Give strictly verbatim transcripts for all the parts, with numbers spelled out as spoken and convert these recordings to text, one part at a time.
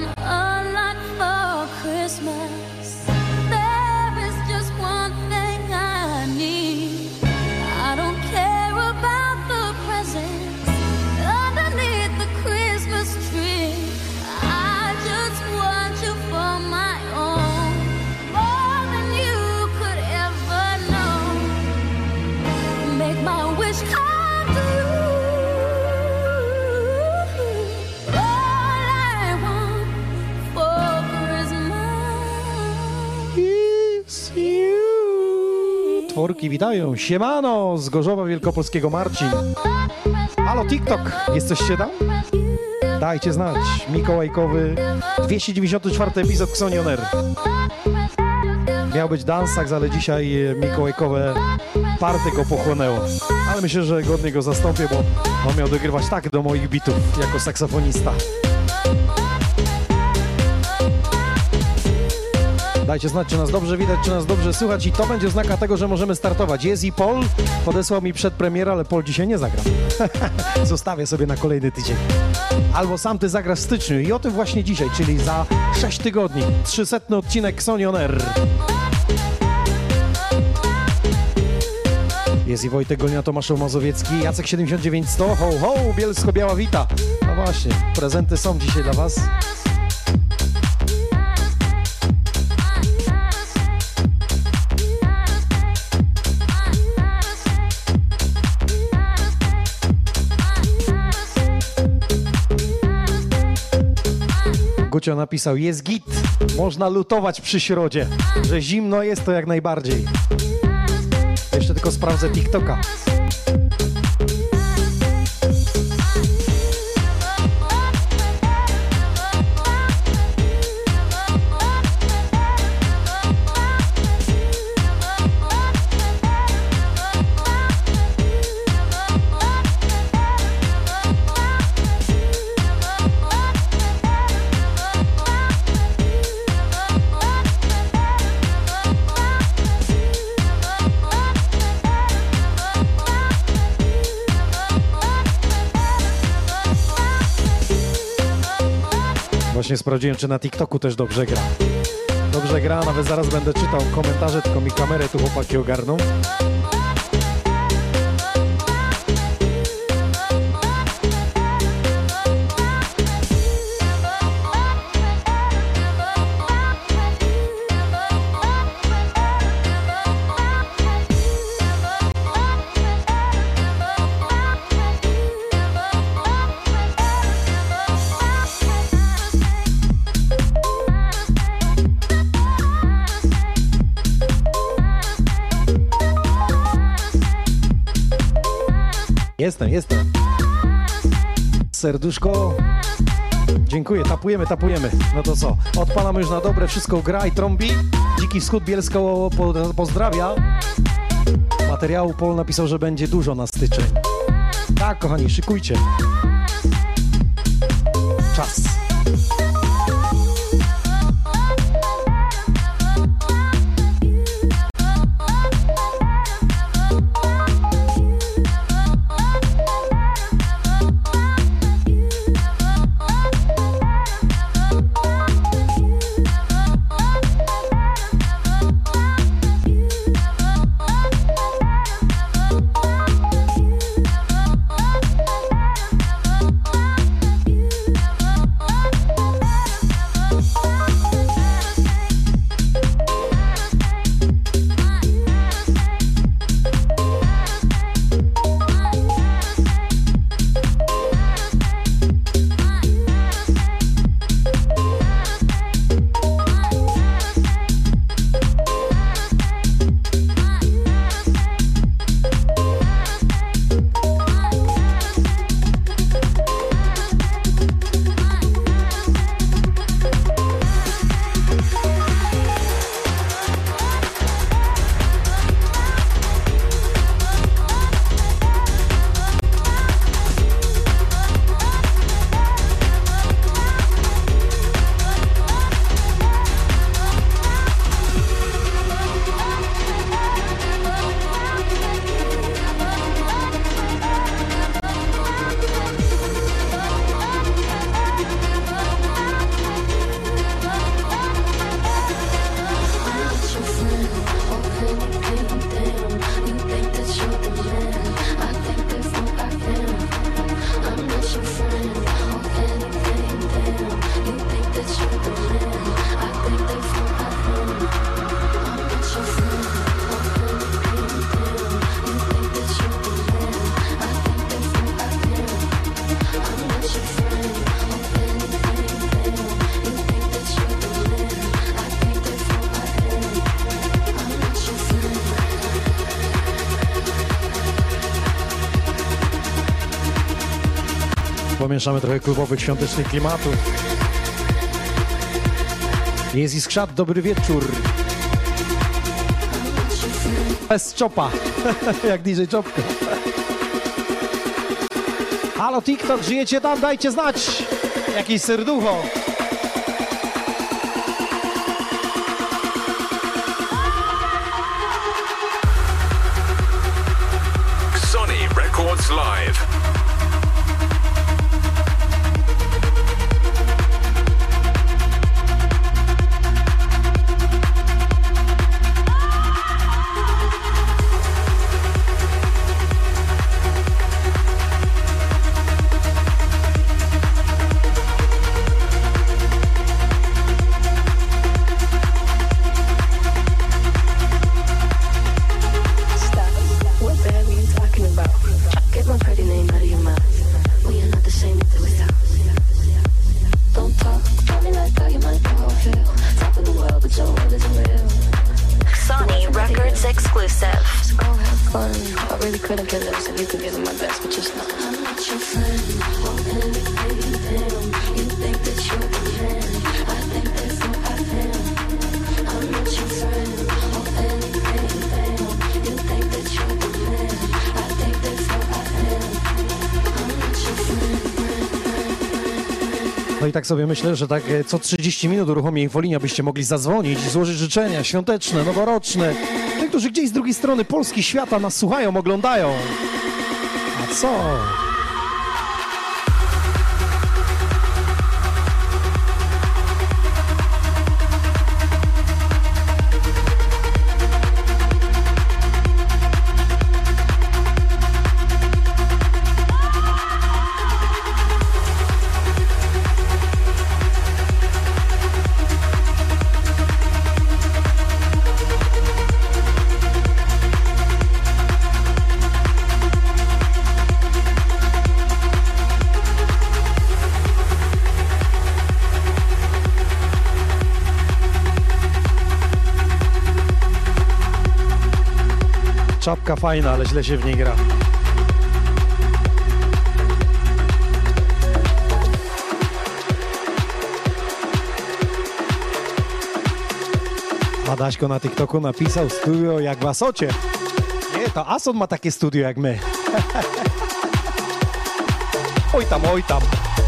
want a lot for Christmas. There is just one thing I need. I don't care about the presents underneath the Christmas tree. I just want you for my own, more than you could ever know. Make my wish come true. Tworki witają. Siemano z Gorzowa Wielkopolskiego, Marcin. Halo TikTok, jesteście tam? Dajcie znać. Mikołajkowy dwieście dziewięćdziesiąty czwarty epizod Xoni On Air. Miał być Dansax, ale dzisiaj mikołajkowe party go pochłonęło. Ale myślę, że godnie go zastąpię, bo on miał dogrywać tak do moich bitów jako saksofonista. Dajcie znać, czy nas dobrze widać, czy nas dobrze słychać i to będzie oznaka tego, że możemy startować. Jest i Paul, podesłał mi przedpremierę, ale Paul dzisiaj nie zagra. Zostawię sobie na kolejny tydzień. Albo sam ty zagrasz w styczniu i o tym właśnie dzisiaj, czyli za sześć tygodni. trzysetny odcinek Xoni On Air. Jest i Wojtek Golnia, Tomaszew Mazowiecki, Jacek siedemdziesiąt dziewięć sto, ho ho, Bielsko-Biała wita. No właśnie, prezenty są dzisiaj dla was. Gucio napisał, jest git, można lutować przy środzie, że zimno jest to jak najbardziej. Jeszcze tylko sprawdzę TikToka. Właśnie sprawdziłem, czy na TikToku też dobrze gra. Dobrze gra, nawet zaraz będę czytał komentarze, tylko mi kamerę tu chłopaki ogarną. Jestem, jestem. Serduszko. Dziękuję, tapujemy, tapujemy. No to co? Odpalamy już na dobre, wszystko gra i trąbi. Dziki Wschód Bielsko pozdrawia. Materiału Paul napisał, że będzie dużo na styczeń. Tak, kochani, szykujcie. Czas. zamieszamy trochę klubowych, świątecznych klimatów. Jest i skrzat, dobry wieczór. Bez czopa, jak D J Czopka. Halo TikTok, żyjecie tam? Dajcie znać. Jakieś serducho. Sony Records Live. No i tak sobie myślę, że tak co trzydzieści minut uruchomię infolinię, abyście mogli zadzwonić i złożyć życzenia świąteczne, noworoczne. Tych, którzy gdzieś z drugiej strony Polski, świata nas słuchają, oglądają. A co? Czapka fajna, ale źle się w niej gra. Adaśko na TikToku napisał studio jak w Asocie. Nie, to Asot ma takie studio jak my. Oj tam, oj tam.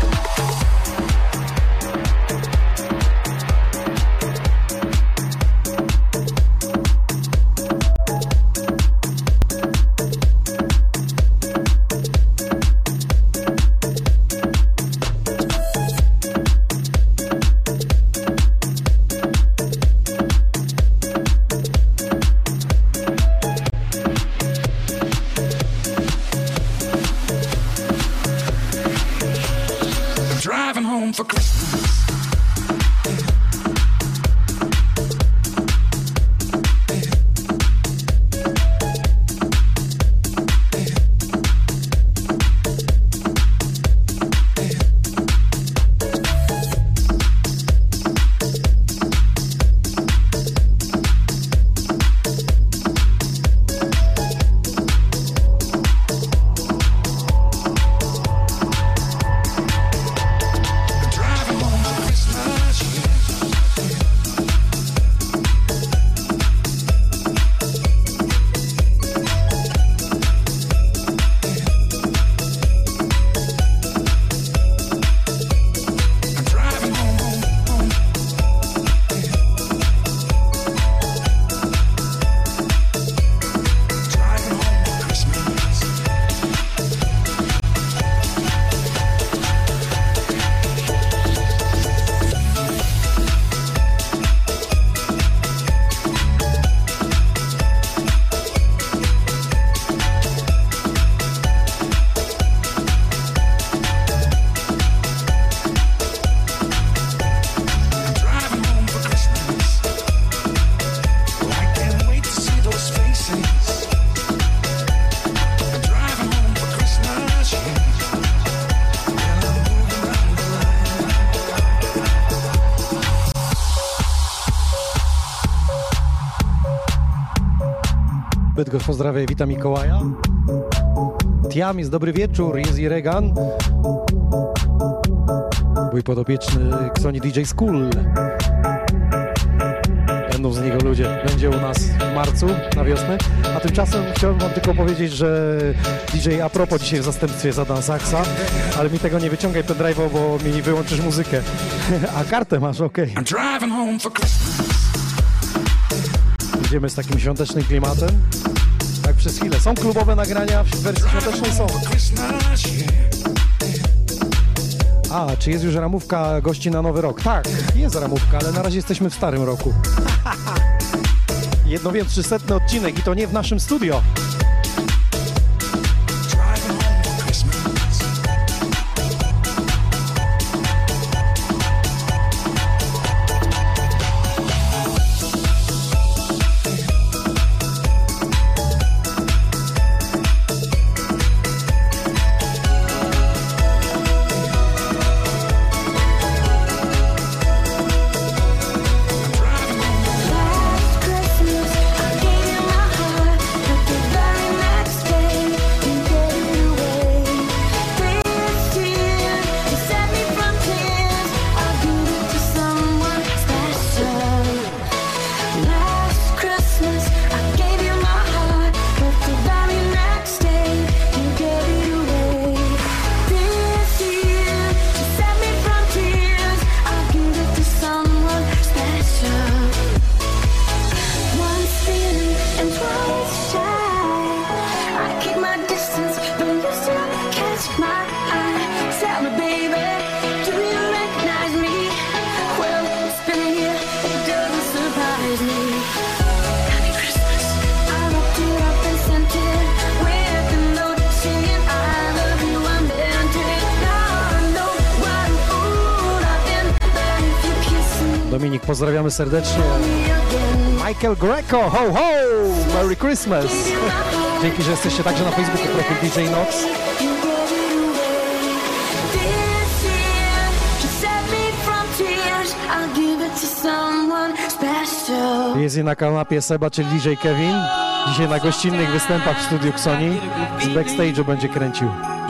Bydgoszcz pozdrawia, witam Mikołaja. Tiam, jest dobry wieczór, jest i Regan. mój podopieczny Xoni D J School. Będą z niego ludzie. Będzie u nas w marcu, na wiosnę. A tymczasem chciałbym wam tylko powiedzieć, że D J a propos dzisiaj w zastępstwie za Dan Saxa, ale mi tego nie wyciągaj pendrive'a, bo mi wyłączysz muzykę. A kartę masz, okej. Okay. Idziemy z takim świątecznym klimatem. Tak przez chwilę. Są klubowe nagrania, w wersji świątecznej są. A, czy jest już ramówka gości na Nowy Rok? Tak, jest ramówka, ale na razie jesteśmy w starym roku. Jedno wiem, trzysetny odcinek i to nie w naszym studio. Dominik, pozdrawiamy serdecznie. Michael Greco, ho ho! Merry Christmas! Dzięki, że jesteście także na Facebooku, profil D J Nox. Jest i na kanapie Seba, czyli D J Kevin. Dzisiaj na gościnnych występach w studiu Xoni. Z backstage'u będzie kręcił.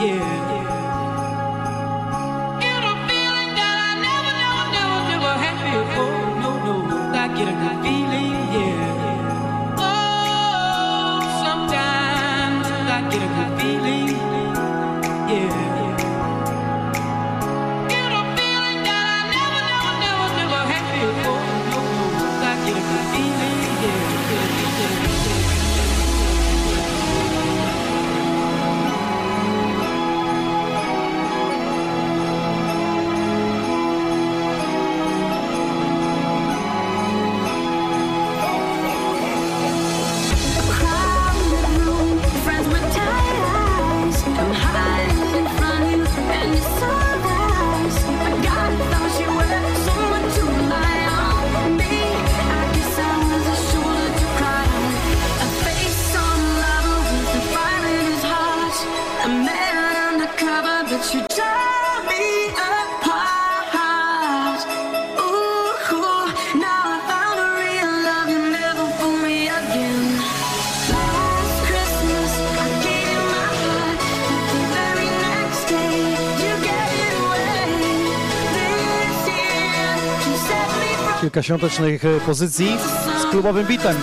Kilka świątecznych pozycji z klubowym bitem.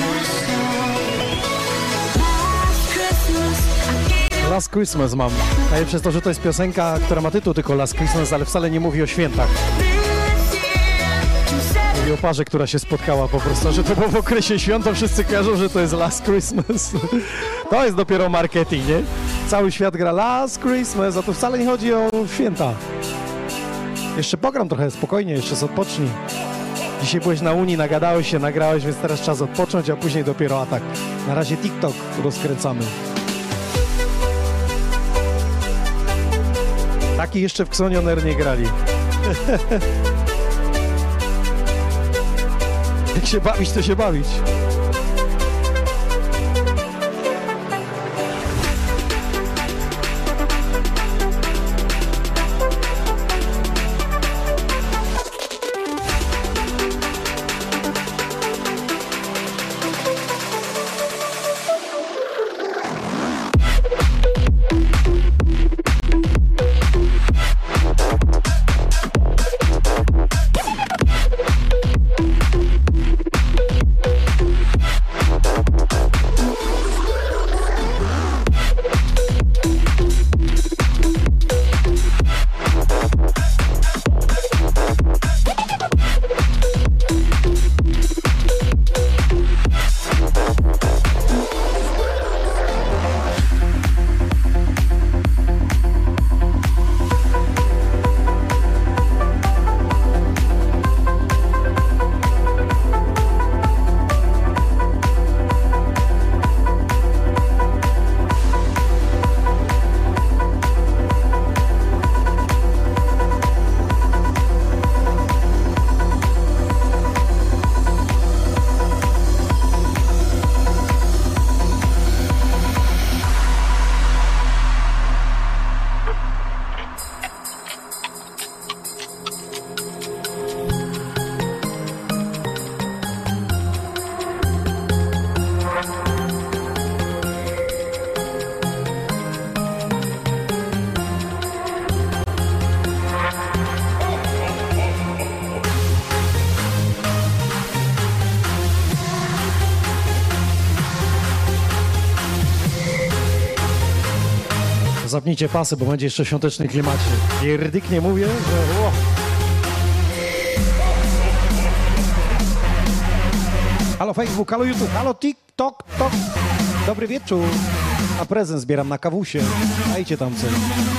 Last Christmas mam. A przez to, że to jest piosenka, która ma tytuł tylko Last Christmas, ale wcale nie mówi o świętach. Mówi o parze, która się spotkała po prostu, że to było w okresie świąt, to wszyscy kojarzą, że to jest Last Christmas. To jest dopiero marketing, nie? Cały świat gra Last Christmas, a to wcale nie chodzi o święta. Jeszcze pogram trochę, spokojnie, jeszcze sobie odpocznij. Dzisiaj byłeś na Unii, nagadałeś się, nagrałeś, więc teraz czas odpocząć, a później dopiero atak. Na razie TikTok rozkręcamy. Taki jeszcze w Xoni On Air nie grali. Jak się bawić, to się bawić. Zapnijcie pasy, bo będzie jeszcze świąteczny klimacie. Pierdyknie mówię, że... O. Halo Facebook, halo YouTube, halo TikTok, tok. Dobry wieczór. A prezent zbieram na kawusie. Dajcie tam coś.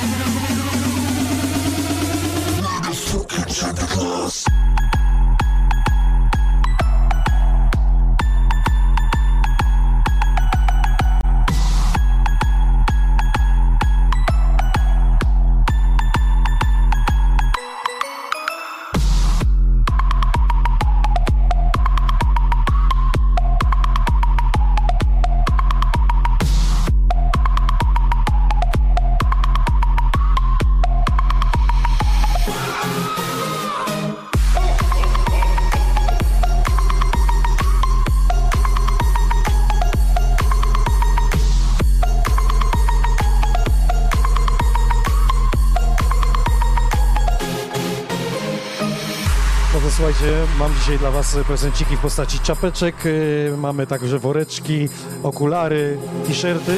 Słuchajcie, mam dzisiaj dla was prezenciki w postaci czapeczek, yy, mamy także woreczki, okulary, t-shirty.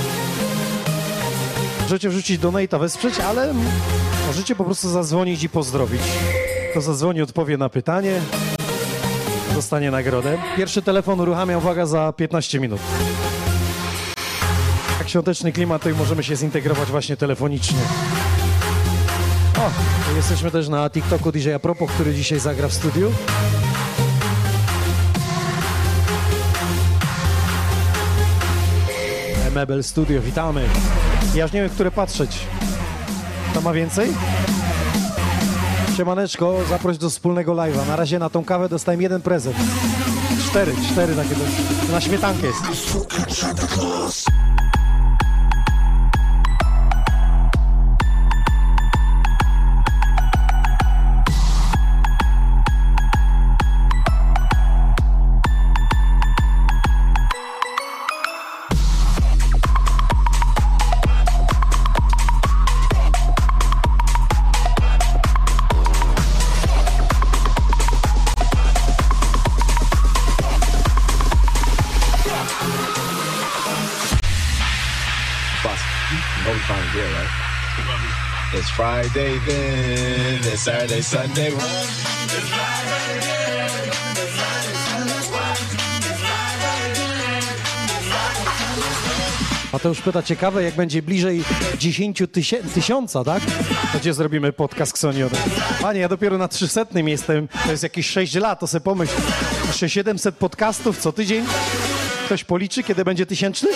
Możecie wrzucić donate'a, wesprzeć, ale możecie po prostu zadzwonić i pozdrowić. Kto zadzwoni, odpowie na pytanie, dostanie nagrodę. Pierwszy telefon uruchamia, uwaga, za piętnaście minut. Jak świąteczny klimat, to możemy się zintegrować właśnie telefonicznie. O, jesteśmy też na TikToku D J Apropo, który dzisiaj zagra w studiu. Mebel Studio, witamy. Ja już nie wiem, które patrzeć. Kto ma więcej? Siemaneczko, zaproś do wspólnego live'a. Na razie na tą kawę dostałem jeden prezent. Cztery, cztery takie do... na śmietankę jest. It's Friday then, it's Saturday, Sunday. Mateusz pyta, ciekawe, jak będzie bliżej dziesięciu tysiąca, tak? To gdzie zrobimy podcast Ksoniony. Panie, ja dopiero na trzysetnym jestem, to jest jakieś sześć lat, to sobie pomyśl. Jeszcze siedemset podcastów co tydzień. Ktoś policzy, kiedy będzie tysięczny?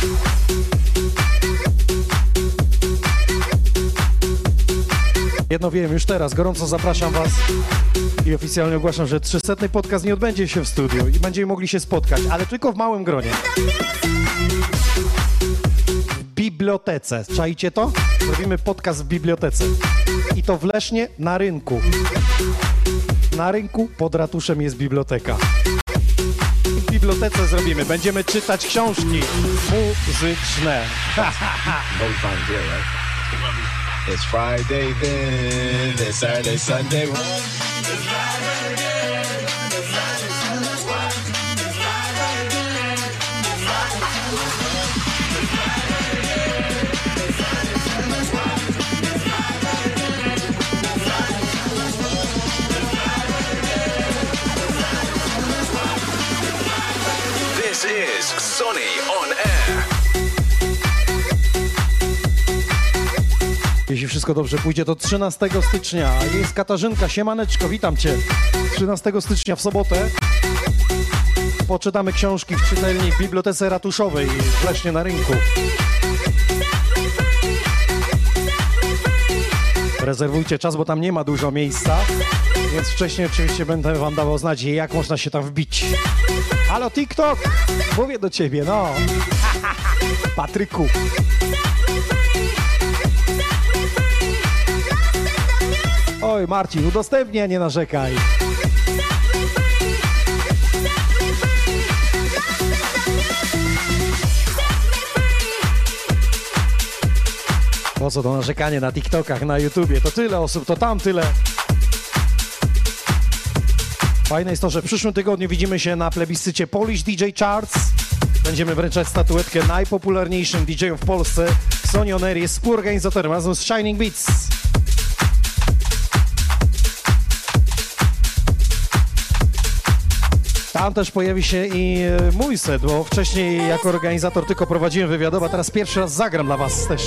Jedno wiem, już teraz gorąco zapraszam was i oficjalnie ogłaszam, że trzysetny podcast nie odbędzie się w studiu i będziemy mogli się spotkać, ale tylko w małym gronie. W bibliotece. Czaicie to? Robimy podcast w bibliotece. I to w Lesznie na rynku. Na rynku pod ratuszem jest biblioteka. W bibliotece zrobimy. Będziemy czytać książki muzyczne. It's Friday then, it's Saturday, Sunday. This is Sonny on Air. Jeśli wszystko dobrze pójdzie, to trzynastego stycznia. Jest Katarzynka, siemaneczko, witam cię. trzynastego stycznia w sobotę poczytamy książki w czytelni w Bibliotece Ratuszowej w Lesznie na rynku. Rezerwujcie czas, bo tam nie ma dużo miejsca, więc wcześniej oczywiście będę wam dawał znać, jak można się tam wbić. Halo TikTok, mówię do ciebie, no. Patryku. Oj, Marcin, udostępnij, a nie narzekaj. Po co to narzekanie na TikTokach, na YouTubie? To tyle osób, to tam tyle. Fajne jest to, że w przyszłym tygodniu widzimy się na plebiscycie Polish D J Charts. Będziemy wręczać statuetkę najpopularniejszym D J-om w Polsce. Xoni On Air jest współorganizatorem razem z Shining Beats. Tam też pojawi się i mój set, bo wcześniej jako organizator tylko prowadziłem wywiadowe, a teraz pierwszy raz zagram dla was też.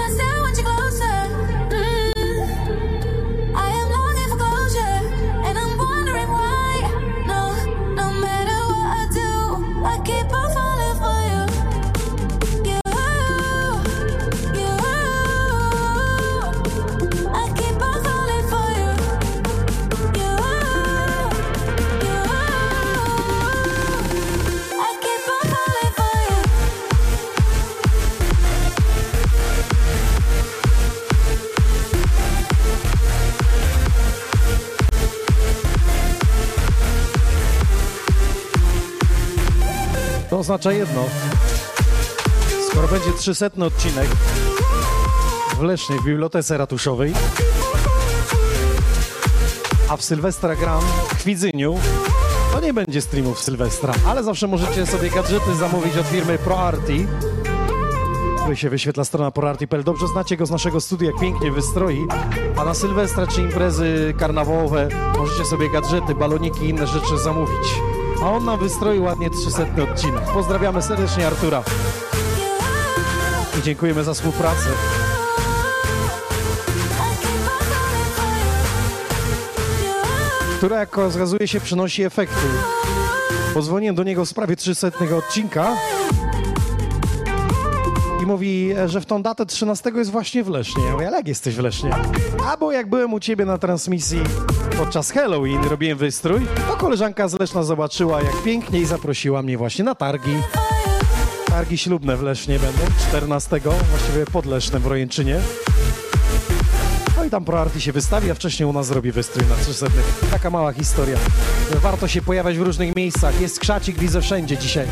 To oznacza jedno. Skoro będzie trzysetny odcinek w Lesznie, w Bibliotece Ratuszowej, a w Sylwestra gram w Kwidzyniu, to nie będzie streamów Sylwestra, ale zawsze możecie sobie gadżety zamówić od firmy ProArty. Tu się wyświetla strona ProArty kropka p l. Dobrze znacie go z naszego studia, jak pięknie wystroi. A na Sylwestra czy imprezy karnawałowe możecie sobie gadżety, baloniki i inne rzeczy zamówić. A on nam wystroi ładnie trzysetny odcinek. Pozdrawiamy serdecznie Artura. I dziękujemy za współpracę. Która, jak okazuje się, przynosi efekty. Podzwoniłem do niego w sprawie trzysetnego odcinka i mówi, że w tą datę trzynastego jest właśnie w Lesznie. Ja mówię, ale jak jesteś w Lesznie? A bo jak byłem u ciebie na transmisji podczas Halloween, robiłem wystrój, to koleżanka z Leszna zobaczyła, jak pięknie, i zaprosiła mnie właśnie na targi. Targi ślubne w Lesznie będą czternastego, właściwie pod Lesznem w Rojęczynie. No i tam ProArty się wystawi, a wcześniej u nas zrobi wystrój na trzysetny. Taka mała historia. Warto się pojawiać w różnych miejscach. Jest krzacik, widzę wszędzie dzisiaj.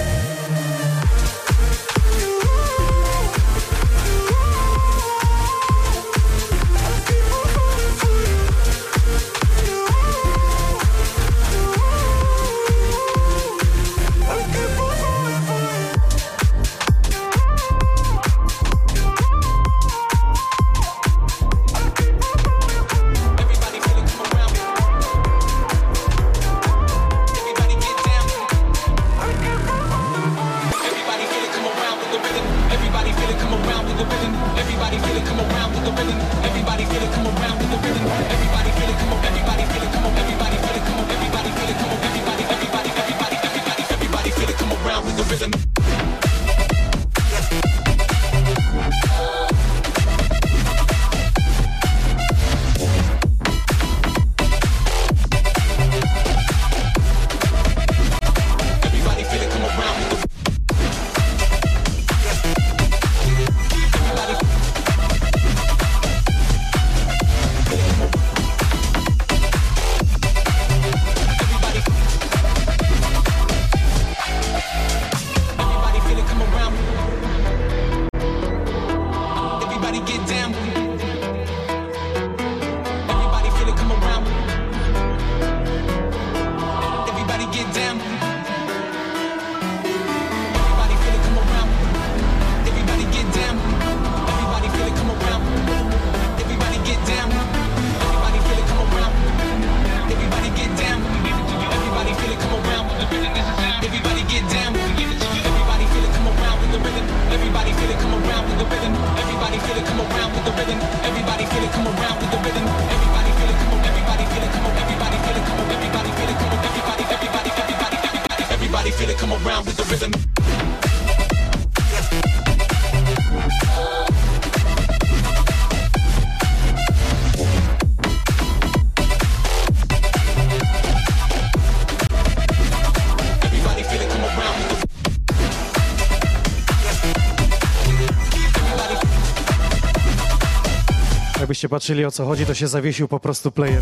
Jakbyście patrzyli, o co chodzi, to się zawiesił po prostu player.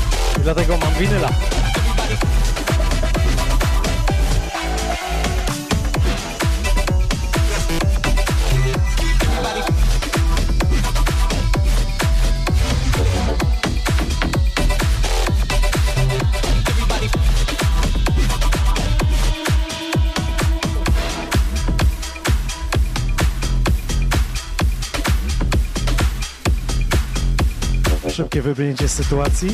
I dlatego mam winyla. Szybkie wybrnięcie z sytuacji.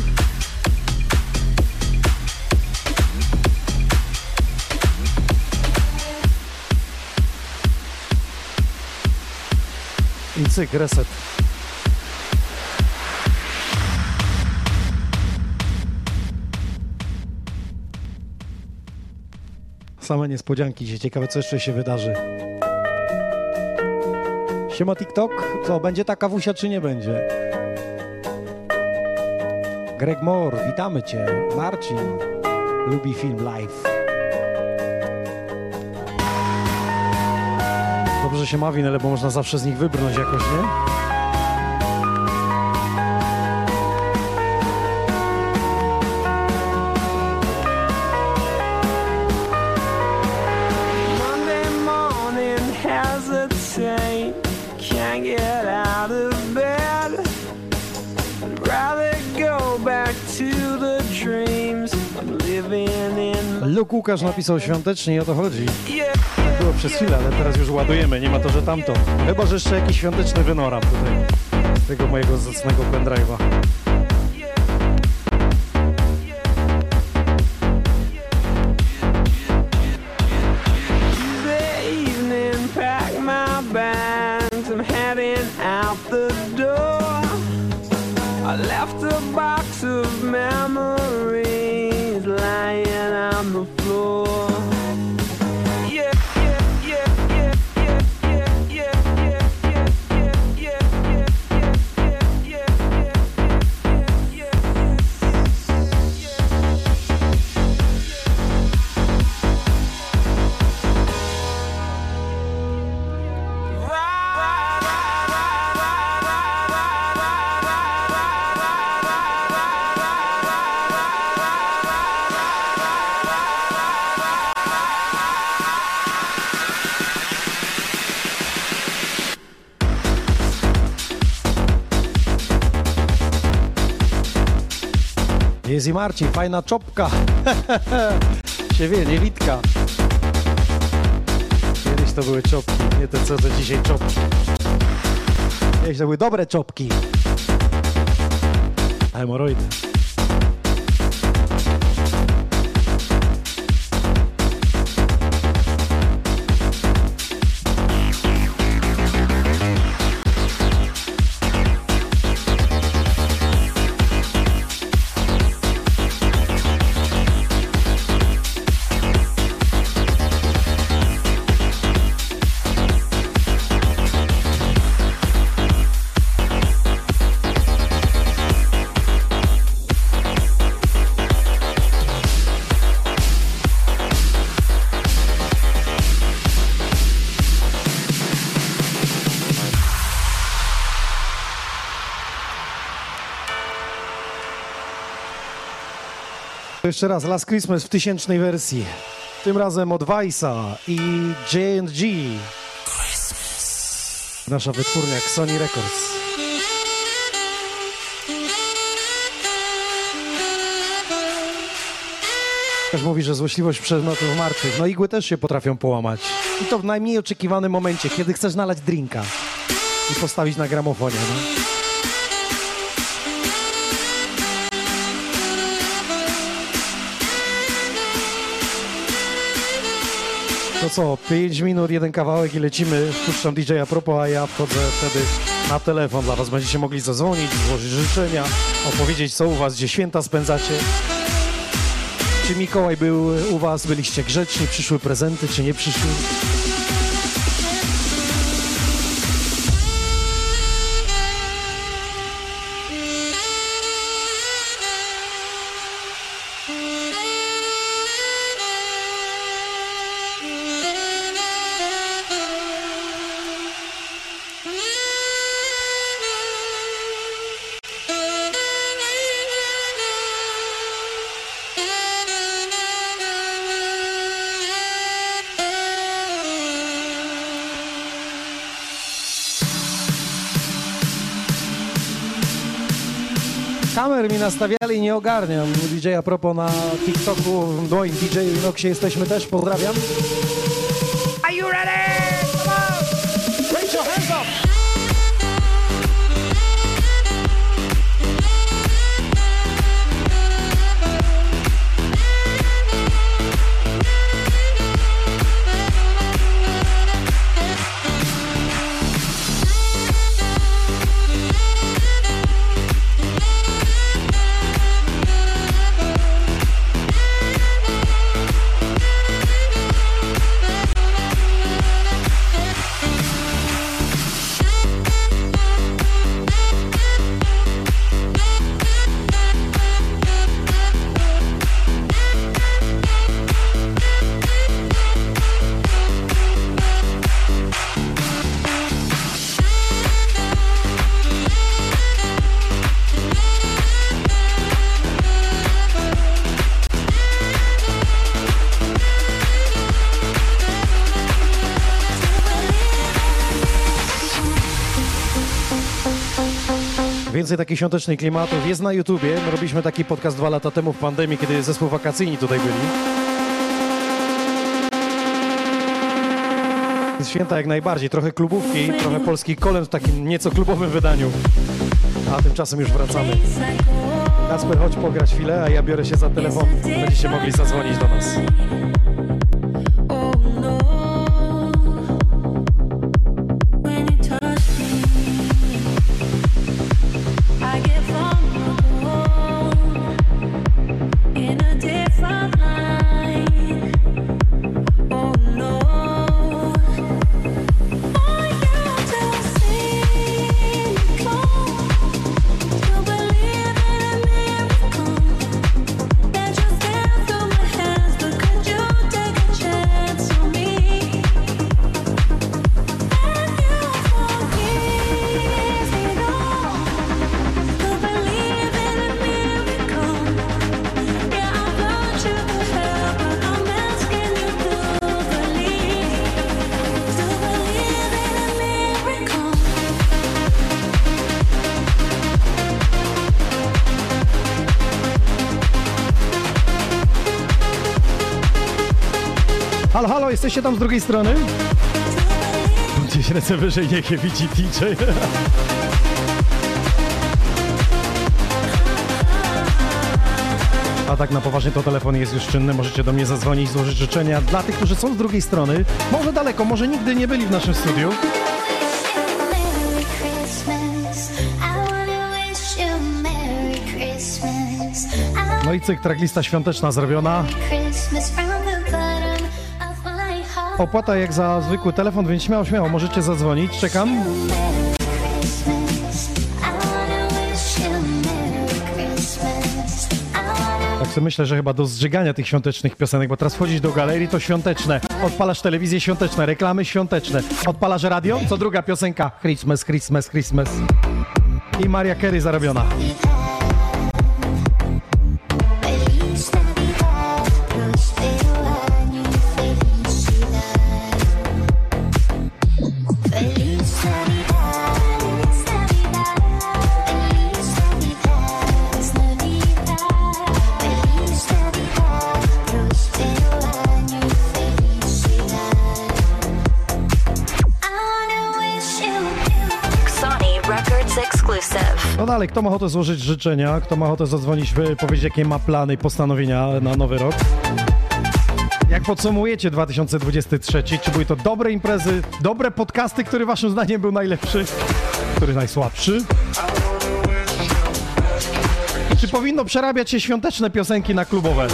I cyk, reset. Same niespodzianki dzisiaj. Ciekawe, co jeszcze się wydarzy. Siema TikTok. Co, będzie ta kawusia, czy nie będzie? Greg Moore, witamy Cię. Marcin lubi film live. Dobrze się ma winyle, bo można zawsze z nich wybrnąć jakoś, nie? Luke Łukasz napisał świątecznie i o to chodzi. Było przez chwilę, ale teraz już ładujemy, nie ma to, że tamto. Chyba, że jeszcze jakiś świąteczny wynoram tutaj tego mojego zacnego pendrive'a. Jest i Marcin, fajna czopka. się wie, nie litka. Kiedyś to były czopki, nie te co to dzisiaj czopki. Kiedyś to były dobre czopki. Hemoroidy. Jeszcze raz, Last Christmas w tysięcznej wersji. Tym razem od Vice'a i J and G. Nasza wytwórnia Sony Records. Ktoś mówi, że złośliwość przedmiotów martwych. No igły też się potrafią połamać. I to w najmniej oczekiwanym momencie, kiedy chcesz nalać drinka i postawić na gramofonie. No. To co, pięć minut, jeden kawałek i lecimy, wpuszczam D J a propos, a ja wchodzę wtedy na telefon dla was. Będziecie mogli zadzwonić, złożyć życzenia, opowiedzieć co u was, gdzie święta spędzacie. Czy Mikołaj był u was, byliście grzeczni, przyszły prezenty, czy nie przyszły? Kamer mi nastawiali i nie ogarniam. D J a propos na TikToku, w moim D J Inoxie jesteśmy też, pozdrawiam. Are you ready? Come on! Raise your hands up! Więcej takich świątecznych klimatów jest na YouTubie. My robiliśmy taki podcast dwa lata temu w pandemii, kiedy zespół wakacyjni tutaj byli. Święta jak najbardziej. Trochę klubówki, trochę polskich kolęd w takim nieco klubowym wydaniu. A tymczasem już wracamy. Kasper, chodź pograć chwilę, a ja biorę się za telefon. Będziecie mogli zadzwonić do nas. Halo, halo, jesteście tam z drugiej strony? Gdzieś ręce wyżej, niech je widzi D J. A tak na poważnie to telefon jest już czynny, możecie do mnie zadzwonić, złożyć życzenia. Dla tych, którzy są z drugiej strony, może daleko, może nigdy nie byli w naszym studiu. No i cyk, tracklista świąteczna zrobiona. Opłata jak za zwykły telefon, więc śmiało, śmiało, możecie zadzwonić, czekam. Tak sobie myślę, że chyba do zżygania tych świątecznych piosenek, bo teraz wchodzić do galerii to świąteczne. Odpalasz telewizję świąteczne, reklamy świąteczne. Odpalasz radio, co druga piosenka. Christmas, Christmas, Christmas. I Mariah Carey zarobiona. No dalej, kto ma ochotę złożyć życzenia, kto ma ochotę zadzwonić, powiedzieć jakie ma plany i postanowienia na nowy rok. Jak podsumujecie dwa tysiące dwudziesty trzeci? Czy były to dobre imprezy, dobre podcasty, który waszym zdaniem był najlepszy, który najsłabszy? I czy powinno przerabiać się świąteczne piosenki na klubowe?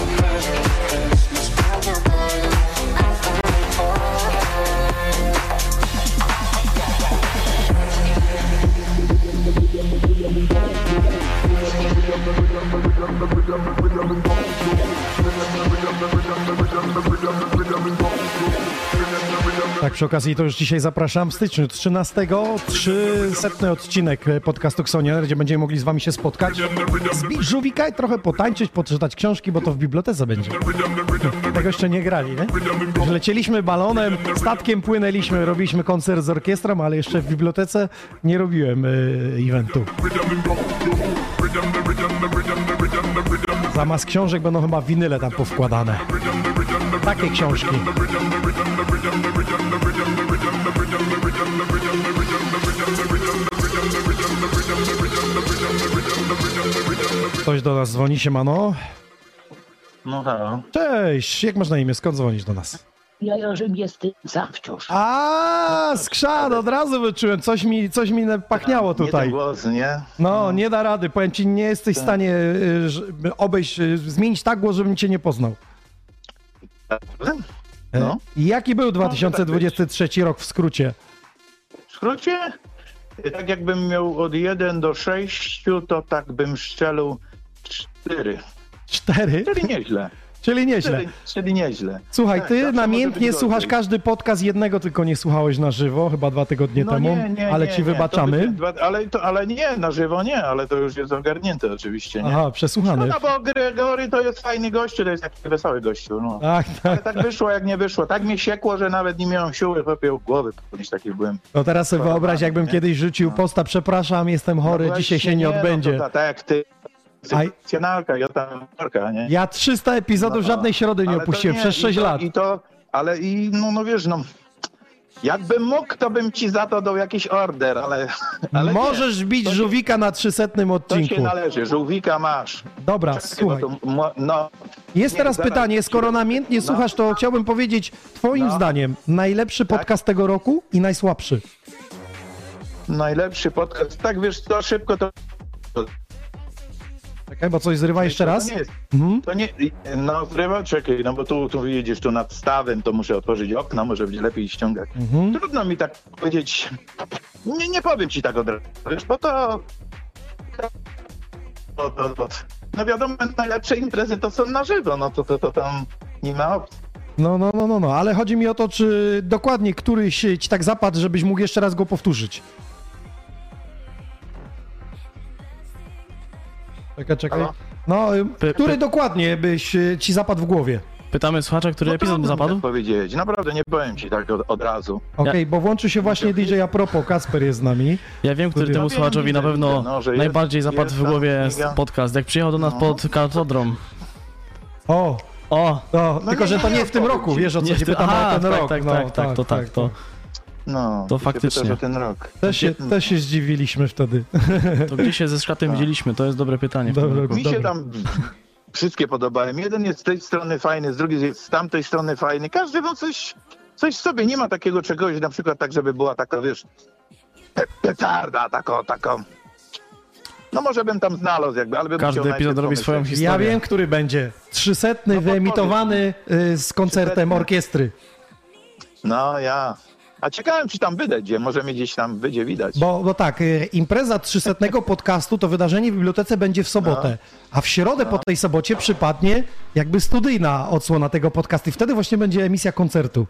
Tak, przy okazji to już dzisiaj zapraszam w styczniu trzynastego trzysetny odcinek podcastu Xonier, gdzie będziemy mogli z wami się spotkać, zbić żółwika i trochę potańczyć, poczytać książki, bo to w bibliotece będzie. Tego jeszcze nie grali, nie? Już lecieliśmy balonem, statkiem płynęliśmy, robiliśmy koncert z orkiestrą, ale jeszcze w bibliotece nie robiłem y, eventu. Zamiast książek będą chyba winyle tam powkładane. Takie książki. Ktoś do nas dzwoni, siemano. No halo. Cześć, jak masz na imię? Skąd dzwonisz do nas? Ja Jorzym jestem sam wciąż. A, skrzan, od razu wyczułem, coś mi, coś mi pachniało tutaj. Nie ten głos, nie? No, nie da rady, powiem ci, nie jesteś w stanie y, obejść, y, zmienić tak głos, żebym cię nie poznał. No. I jaki był dwa tysiące dwudziesty trzeci rok w skrócie? W skrócie? Tak jakbym miał od jeden do sześciu, to tak bym szczelił cztery. Cztery? Czyli nieźle. Czyli nieźle. Czyli, czyli nieźle. Słuchaj, Tak, ty zawsze namiętnie może być słuchasz gorzej. każdy podcast, jednego tylko nie słuchałeś na żywo, chyba dwa tygodnie No temu, nie, nie, ale nie, ci nie, to wybaczamy. by- dwa- Ale, to, ale nie, na żywo nie, ale to już jest ogarnięte oczywiście, nie? Aha, przesłuchany. No bo Gregory to jest fajny gościu, to jest taki wesoły gościu, no. Ach, Ale tak. tak wyszło, jak nie wyszło. Tak mnie siekło, że nawet nie miałem siły popieł głowy podnieść, taki byłem. No teraz sobie wyobraź, jakbym nie? kiedyś rzucił posta, przepraszam, jestem chory, No dzisiaj się właśnie, nie no odbędzie. to tak, tak jak ty. Aj. Profesjonalka, ja tam porka, nie? Ja trzysta epizodów No, żadnej środy nie ale to opuściłem przez i sześć to, lat. I to, ale i, no, no wiesz, no, jakbym mógł, to bym ci za to dał jakiś order, ale, ale Możesz nie, bić to się- żółwika na trzysetnym To odcinku. się należy, żółwika masz. Dobra, Czekaj, słuchaj. bo to mo- no, Jest nie, teraz zaraz pytanie, ci skoro powiem. namiętnie No. słuchasz, to chciałbym powiedzieć, twoim No. zdaniem, najlepszy Tak? podcast tego roku i najsłabszy. Najlepszy podcast, tak wiesz, to szybko to... to Czekaj, bo coś zrywa jeszcze raz. To nie jest, Mhm. to nie, no zrywa, czekaj, no bo tu, tu jedziesz tu nad stawem, to muszę otworzyć okno, może będzie lepiej ściągać. Mhm. Trudno mi tak powiedzieć, nie, nie powiem ci tak od razu, wiesz, bo to... to, to, to no wiadomo, najlepsze imprezy to są na żywo, no to, to, to tam nie ma opcji. No, no, no, no, no, ale chodzi mi o to, czy dokładnie któryś ci tak zapadł, żebyś mógł jeszcze raz go powtórzyć. Czekaj, czekaj. Halo? No, y, Py- który py- dokładnie byś y, ci zapadł w głowie? Pytamy słuchacza, który No epizod mu trudno mi zapadł? tak powiedzieć, naprawdę nie powiem ci tak od, od razu. Okej, bo włączy się właśnie D J a propos, Kasper jest z nami. Ja wiem, który Studio. temu No wiem, słuchaczowi na widzę, pewno widzę, no, że jest- najbardziej zapadł jest w tam głowie giga. podcast. Jak przyjechał do nas No. pod kartodrom. O, O! no, No tylko nie, że to nie, nie w tym powiem roku, ci. wiesz o co Nie, się ty- pytam aha, o ten tak, rok. tak, no, tak, tak, to tak, to, No, To ty się faktycznie. pytasz o ten rok. Też się, też się zdziwiliśmy wtedy. to gdzie się ze szkatem widzieliśmy? To jest dobre pytanie. w tym Dobra, roku. Mi Dobra. się tam wszystkie podobają. Jeden jest z tej strony fajny, z drugiej jest z tamtej strony fajny. Każdy ma coś, coś w sobie. Nie ma takiego czegoś, na przykład tak, żeby była taka, wiesz, pe- petarda, taką, taką. No może bym tam znalazł jakby, ale bym Każdy musiał epizod najpierw robi swoją pomyśleć. historię. Ja wiem, który będzie. Trzysetny, No, wyemitowany y, z koncertem Trzysetny. orkiestry. No ja. A ciekałem, czy tam wyjdzie. Może mnie gdzieś tam będzie widać. Bo, bo tak, y, impreza trzysetnego podcastu, to wydarzenie w bibliotece będzie w sobotę, a w środę po tej sobocie przypadnie jakby studyjna odsłona tego podcastu i wtedy właśnie będzie emisja koncertu.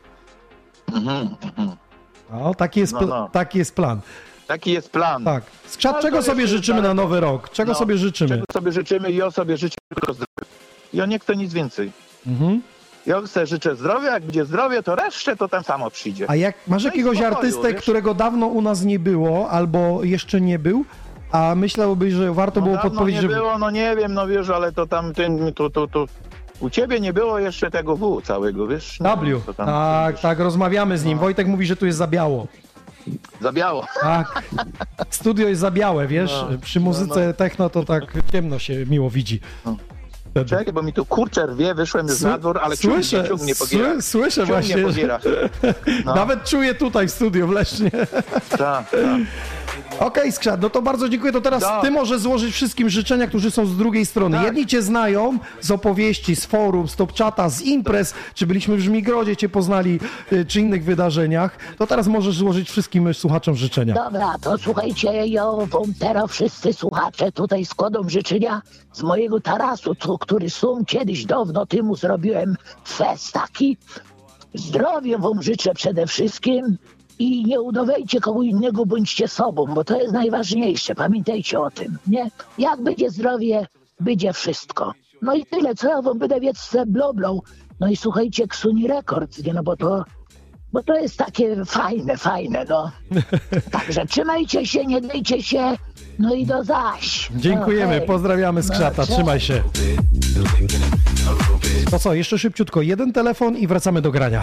No, taki jest, No, pl- no. taki jest plan. Taki jest plan. Tak. Skrzat, No, czego to sobie jeszcze życzymy na daleko. nowy rok? Czego No, sobie życzymy? Czego sobie życzymy? Ja sobie życzę tylko zdrowia. Ja nie chcę nic więcej. Mhm. Ja sobie życzę zdrowia, jak będzie zdrowie, to resztę to tam samo przyjdzie. A jak masz No i jakiegoś spokoju, artystę, wiesz? którego dawno u nas nie było, albo jeszcze nie był, a myślałbyś, że warto No było dawno podpowiedzieć, nie że... było, no nie wiem, no wiesz, ale to tam, ten, tu, tu, tu. U ciebie nie było jeszcze tego W całego, wiesz? Nie W. wiem, co tam, Tak, wiesz, tak, rozmawiamy z nim. No. Wojtek mówi, że tu jest za biało. Za biało. Tak. Studio jest za białe, wiesz? No, Przy muzyce no, techno to tak ciemno się miło widzi. No. Wtedy. Czekaj, bo mi tu kurczę rwie, wyszłem już Sły- na dwór, ale słyszę, ciągnie, ciągnie po gierach. sły- słyszę Ciągnie właśnie, po że- gierach. No. Nawet czuję tutaj w studiu w Lesznie. Tak, tak. Okej, Skrzat, no to bardzo dziękuję. To teraz Tak. ty możesz złożyć wszystkim życzenia, którzy są z drugiej strony. Tak. Jedni cię znają z opowieści, z forum, z Topchata, z imprez, czy byliśmy w Żmigrodzie, cię poznali, y, czy innych wydarzeniach. To teraz możesz złożyć wszystkim słuchaczom życzenia. Dobra, to słuchajcie, ja wam teraz wszyscy słuchacze tutaj składam życzenia z mojego tarasu, co, który są kiedyś dawno temu zrobiłem fest taki. Zdrowia wam życzę przede wszystkim i nie udawajcie kogo innego, bądźcie sobą, bo to jest najważniejsze, pamiętajcie o tym, nie? Jak będzie zdrowie, będzie wszystko. No i tyle, co ja wam będę wiedzieć z bloblą. No i słuchajcie, Ksuni Records, nie? No bo to Bo to jest takie fajne, fajne, no. Także trzymajcie się, nie dajcie się, no i do zaś. Dziękujemy, No, hej. pozdrawiamy Skrzata, No, trzymaj się. To co, jeszcze szybciutko, jeden telefon i wracamy do grania.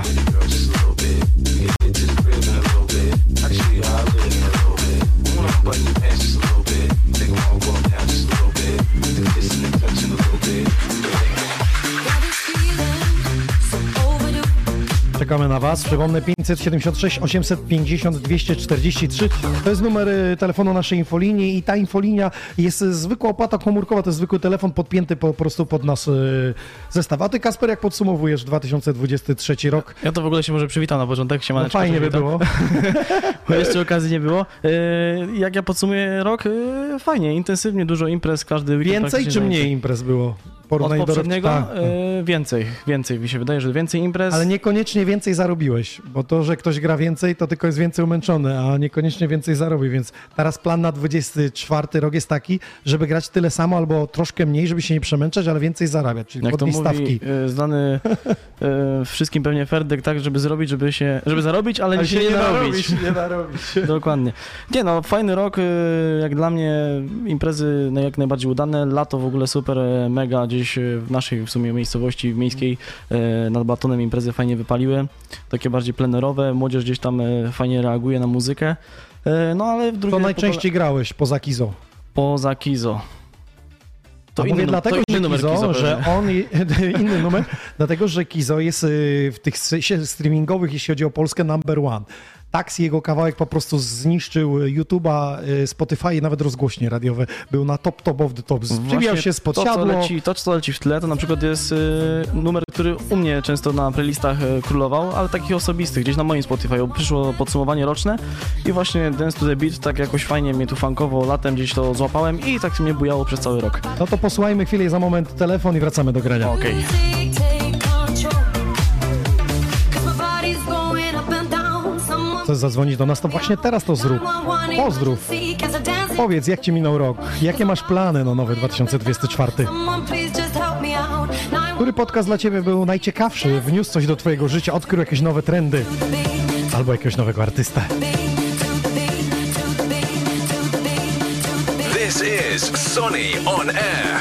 Czekamy na Was. Przypomnę pięćset siedemdziesiąt sześć osiemset pięćdziesiąt dwieście czterdzieści trzy. To jest numer y, telefonu naszej infolinii i ta infolinia jest y, zwykła opłata komórkowa, to jest zwykły telefon podpięty po prostu pod nas y, zestaw. A Ty, Kasper, jak podsumowujesz dwa tysiące dwudziesty trzeci rok? Ja to w ogóle się może przywitam na początek. No Siemaneczko, fajnie się by witam. było. Bo jeszcze okazji nie było. Yy, jak ja podsumuję rok, yy, fajnie, intensywnie, dużo imprez, każdy weekend Więcej praktycznie czy mniej zajęty. imprez było? w porównaniu Od poprzedniego do roku. Tak. y, więcej, więcej mi się wydaje, że więcej imprez. Ale niekoniecznie więcej zarobiłeś, bo to, że ktoś gra więcej, to tylko jest więcej umęczony, a niekoniecznie więcej zarobi, więc teraz plan na dwudziesty czwarty rok jest taki, żeby grać tyle samo albo troszkę mniej, żeby się nie przemęczać, ale więcej zarabiać, czyli Jak to podnieść mówi stawki. y, znany y, wszystkim pewnie Ferdek, tak, żeby zrobić, żeby się, żeby zarobić, ale, Ale się nie narobić. nie narobić. Dokładnie. Nie no, fajny rok, y, jak dla mnie imprezy no, jak najbardziej udane, lato w ogóle super, y, mega, gdzieś y, w naszej w sumie miejscowości miejskiej y, nad Batonem imprezy fajnie wypaliły, takie bardziej plenerowe, młodzież gdzieś tam y, fajnie reaguje na muzykę, y, no ale w drugiej To najczęściej grałeś poza Kizo. poza Kizo. To mówię inny, dlatego, to że inny numer Kizo, Kizo że pewnie. on, inny numer, dlatego, że Kizo jest y, w tych s- streamingowych, jeśli chodzi o Polskę, number one. Taxi, jego kawałek po prostu zniszczył YouTube'a, y, Spotify i nawet rozgłośnie radiowe. Był na top, top of the tops. Przybijał Właśnie się spod to, co siadło. leci, to, co leci w tle, to na przykład jest y, numer, który u mnie często na playlistach y, królował, ale takich osobistych, gdzieś na moim Spotify przyszło podsumowanie roczne i właśnie Dance to the Beat tak jakoś fajnie mnie tu funkowo latem gdzieś to złapałem i tak mnie bujało przez cały rok. No to posłuchajmy chwilę za moment telefon i wracamy do grania. Okej. Chcesz zadzwonić do nas, to właśnie teraz to zrób. Pozdrów. Powiedz, jak ci minął rok? Jakie masz plany na nowy dwa tysiące dwudziesty czwarty? Który podcast dla ciebie był najciekawszy? Wniósł coś do twojego życia? Odkrył jakieś nowe trendy? Albo jakiegoś nowego artystę? This is Sonny on Air.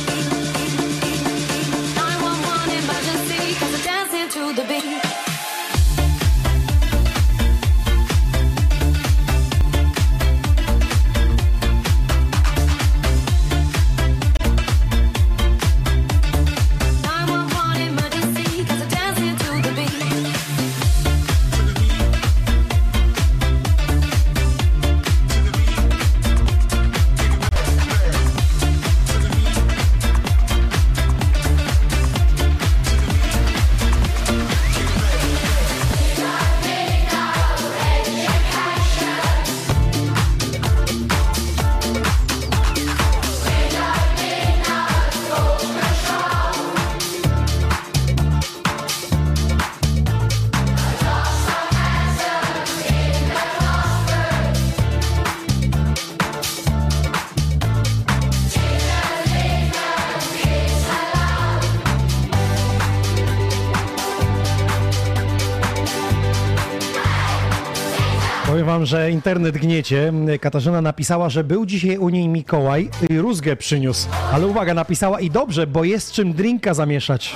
Powiem wam, że internet gniecie. Katarzyna napisała, że był dzisiaj u niej Mikołaj i rózgę przyniósł. Ale uwaga, napisała i dobrze, bo jest czym drinka zamieszać.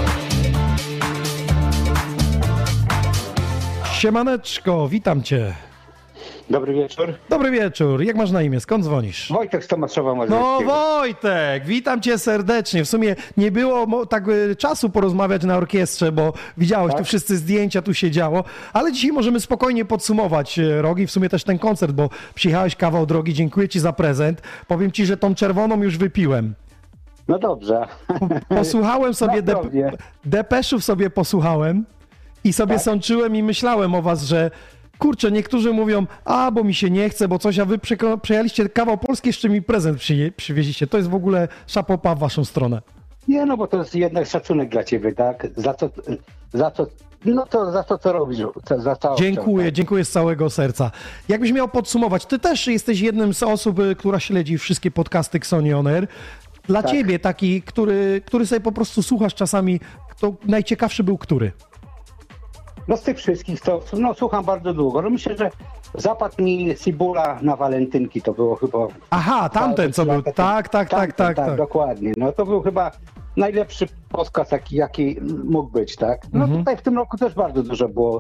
Siemaneczko, witam cię. Dobry wieczór. Dobry wieczór. Jak masz na imię? Skąd dzwonisz? Wojtek z Tomaszowa No Mazowieckiego. Wojtek, witam cię serdecznie. W sumie nie było mo- tak y, czasu porozmawiać na orkiestrze, bo widziałeś, Tak? tu wszyscy zdjęcia, tu się działo, ale dzisiaj możemy spokojnie podsumować y, rok i w sumie też ten koncert, bo przyjechałeś kawał drogi, dziękuję ci za prezent. Powiem ci, że tą czerwoną już wypiłem. No dobrze. Posłuchałem sobie, Na dep- zdrowie. depeszów sobie posłuchałem i sobie Tak? sączyłem i myślałem o was, że kurczę, niektórzy mówią, a bo mi się nie chce, bo coś, a wy przeko- przejęliście kawał Polski, jeszcze mi prezent przyje- przywieziście. To jest w ogóle szapopa w waszą stronę. Nie, no bo to jest jednak szacunek dla ciebie, tak? Za to, za to, no to za to, co robisz. Za, za całą Dziękuję, tak? dziękuję z całego serca. Jakbyś miał podsumować, ty też jesteś jednym z osób, y, która śledzi wszystkie podcasty Xoni On Air. Dla Tak. ciebie taki, który, który sobie po prostu słuchasz czasami, to najciekawszy był który? No z tych wszystkich to, no słucham bardzo długo. No myślę, że zapadł mi Cibula na walentynki, to było chyba... Aha, tamten co był, tak, tak, tak, Tamten, tak, tak. dokładnie. No to był chyba najlepszy podcast, jaki, jaki mógł być, tak? No Mhm. tutaj w tym roku też bardzo dużo było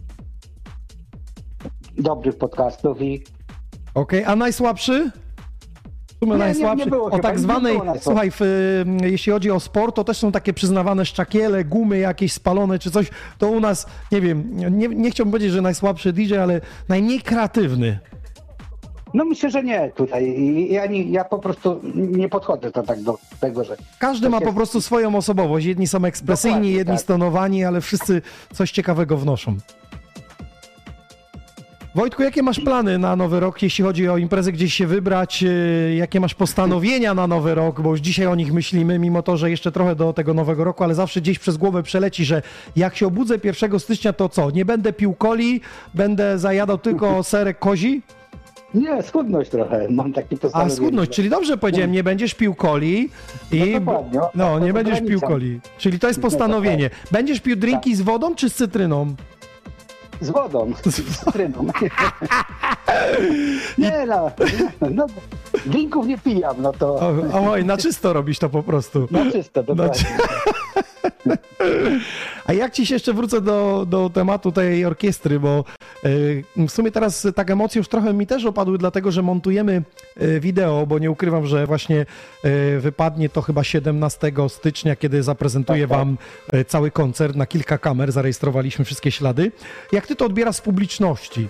dobrych podcastów i Okej, a najsłabszy? W sumie Nie, nie, najsłabszy. nie było o chyba, tak nie zwanej, było najsłabszych. słuchaj, w, y, jeśli chodzi o sport, to też są takie przyznawane szczakiele, gumy jakieś spalone czy coś. To u nas, nie wiem, nie, nie chciałbym powiedzieć, że najsłabszy D J, ale najmniej kreatywny. no myślę, że nie tutaj. I ja, nie, ja po prostu nie podchodzę to tak do tego, że... Każdy to ma się- po prostu swoją osobowość. Jedni są ekspresyjni, Dokładnie, jedni tak. stonowani, ale wszyscy coś ciekawego wnoszą. Wojtku, jakie masz plany na nowy rok, jeśli chodzi o imprezy, gdzieś się wybrać? Yy, jakie masz postanowienia na nowy rok? Bo już dzisiaj o nich myślimy, mimo to, że jeszcze trochę do tego nowego roku, ale zawsze gdzieś przez głowę przeleci, że jak się obudzę pierwszego stycznia, to co? Nie będę pił coli, będę zajadał tylko serek kozi? Nie, schudność trochę, mam taki A postanowienie. schudność, czyli dobrze powiedziałem, nie będziesz pił coli i... No dokładnie. No, nie To będziesz pił ograniczam. coli. Czyli to jest postanowienie. Będziesz pił drinki z wodą czy z cytryną? Z wodą, z cytryną. Nie no, no, drinków nie pijam, no to O, oj, na czysto robisz to po prostu. na czysto, dokładnie. A jak ci się jeszcze wrócę do, do tematu tej orkiestry, bo y, w sumie teraz tak emocje już trochę mi też opadły, dlatego że montujemy y, wideo, bo nie ukrywam, że właśnie y, wypadnie to chyba siedemnastego stycznia, kiedy zaprezentuję Tak, tak. wam y, cały koncert na kilka kamer, zarejestrowaliśmy wszystkie ślady. Jak ty to odbierasz z publiczności?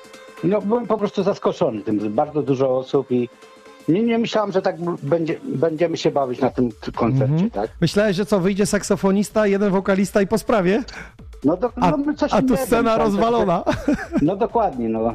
No byłem po prostu zaskoczony tym, że bardzo dużo osób i nie, nie myślałem, że tak będzie, będziemy się bawić na tym koncercie, Mhm. tak? Myślałeś, że co, wyjdzie saksofonista, jeden wokalista i po sprawie? No, do, A, no my coś a nie to wiem, scena tam rozwalona. troszkę- No dokładnie, no.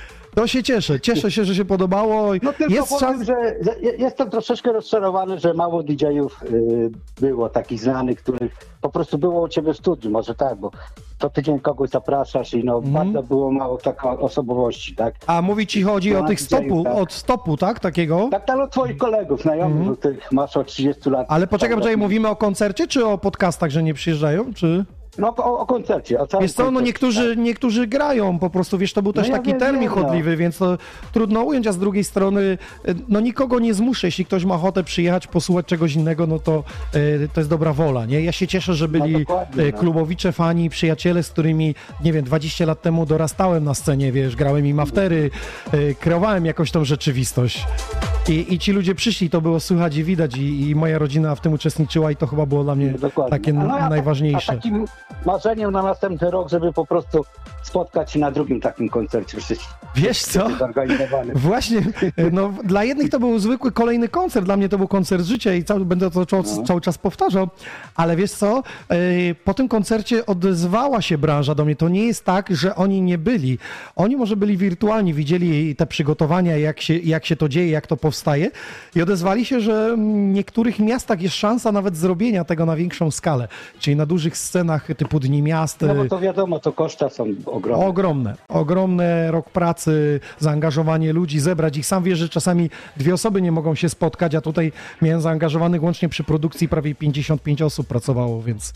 To się cieszę, cieszę się, że się podobało. No tylko Jest powiem, czas... że że jestem troszeczkę rozczarowany, że mało D J-ów y, było takich znanych, których po prostu było u ciebie w studiu, może tak, bo co tydzień kogoś zapraszasz i no Mhm. bardzo było mało takiej osobowości, tak? A mówi ci chodzi o No, tych stopu, tak. od stopu, tak? Takiego? Tak, tak, no twoich kolegów, znajomych, Mhm. których masz od trzydziestu lat. Ale poczekaj, Tak, poczekaj, mówimy o koncercie, czy o podcastach, że nie przyjeżdżają, czy... No o, o koncercie, o całym Wiesz co, no koncercie, niektórzy, niektórzy grają, po prostu, wiesz, to był No też ja taki wiem, termin wiem, no. chodliwy, więc to trudno ująć, a z drugiej strony, y, no nikogo nie zmuszę, jeśli ktoś ma ochotę przyjechać, posłuchać czegoś innego, no to y, to jest dobra wola, nie? Ja się cieszę, że byli No dokładnie, y, no. klubowicze, fani, przyjaciele, z którymi, nie wiem, dwadzieścia lat temu dorastałem na scenie, wiesz, grałem im aftery, y, kreowałem jakąś tą rzeczywistość. I, I ci ludzie przyszli, to było słychać i widać i, i moja rodzina w tym uczestniczyła i to chyba było dla mnie No dokładnie. takie A no, a- najważniejsze. A takim marzeniem na następny rok, żeby po prostu spotkać się na drugim takim koncercie wszyscy Wiesz co? zorganizowanym. Właśnie, no dla jednych to był zwykły kolejny koncert, dla mnie to był koncert życia i cały, będę to cały, No. cały czas powtarzał, ale wiesz co, Yy, po tym koncercie odezwała się branża do mnie, to nie jest tak, że oni nie byli, oni może byli wirtualni, widzieli te przygotowania, jak się, jak się to dzieje, jak to powstaje i odezwali się, że w niektórych miastach jest szansa nawet zrobienia tego na większą skalę, czyli na dużych scenach typu Dni Miast. No bo to wiadomo, to koszta są ogromne. Ogromne, ogromne, rok pracy, zaangażowanie ludzi, zebrać ich. Sam wiesz, że czasami dwie osoby nie mogą się spotkać, a tutaj miałem zaangażowanych łącznie przy produkcji prawie pięćdziesiąt pięć osób pracowało, więc...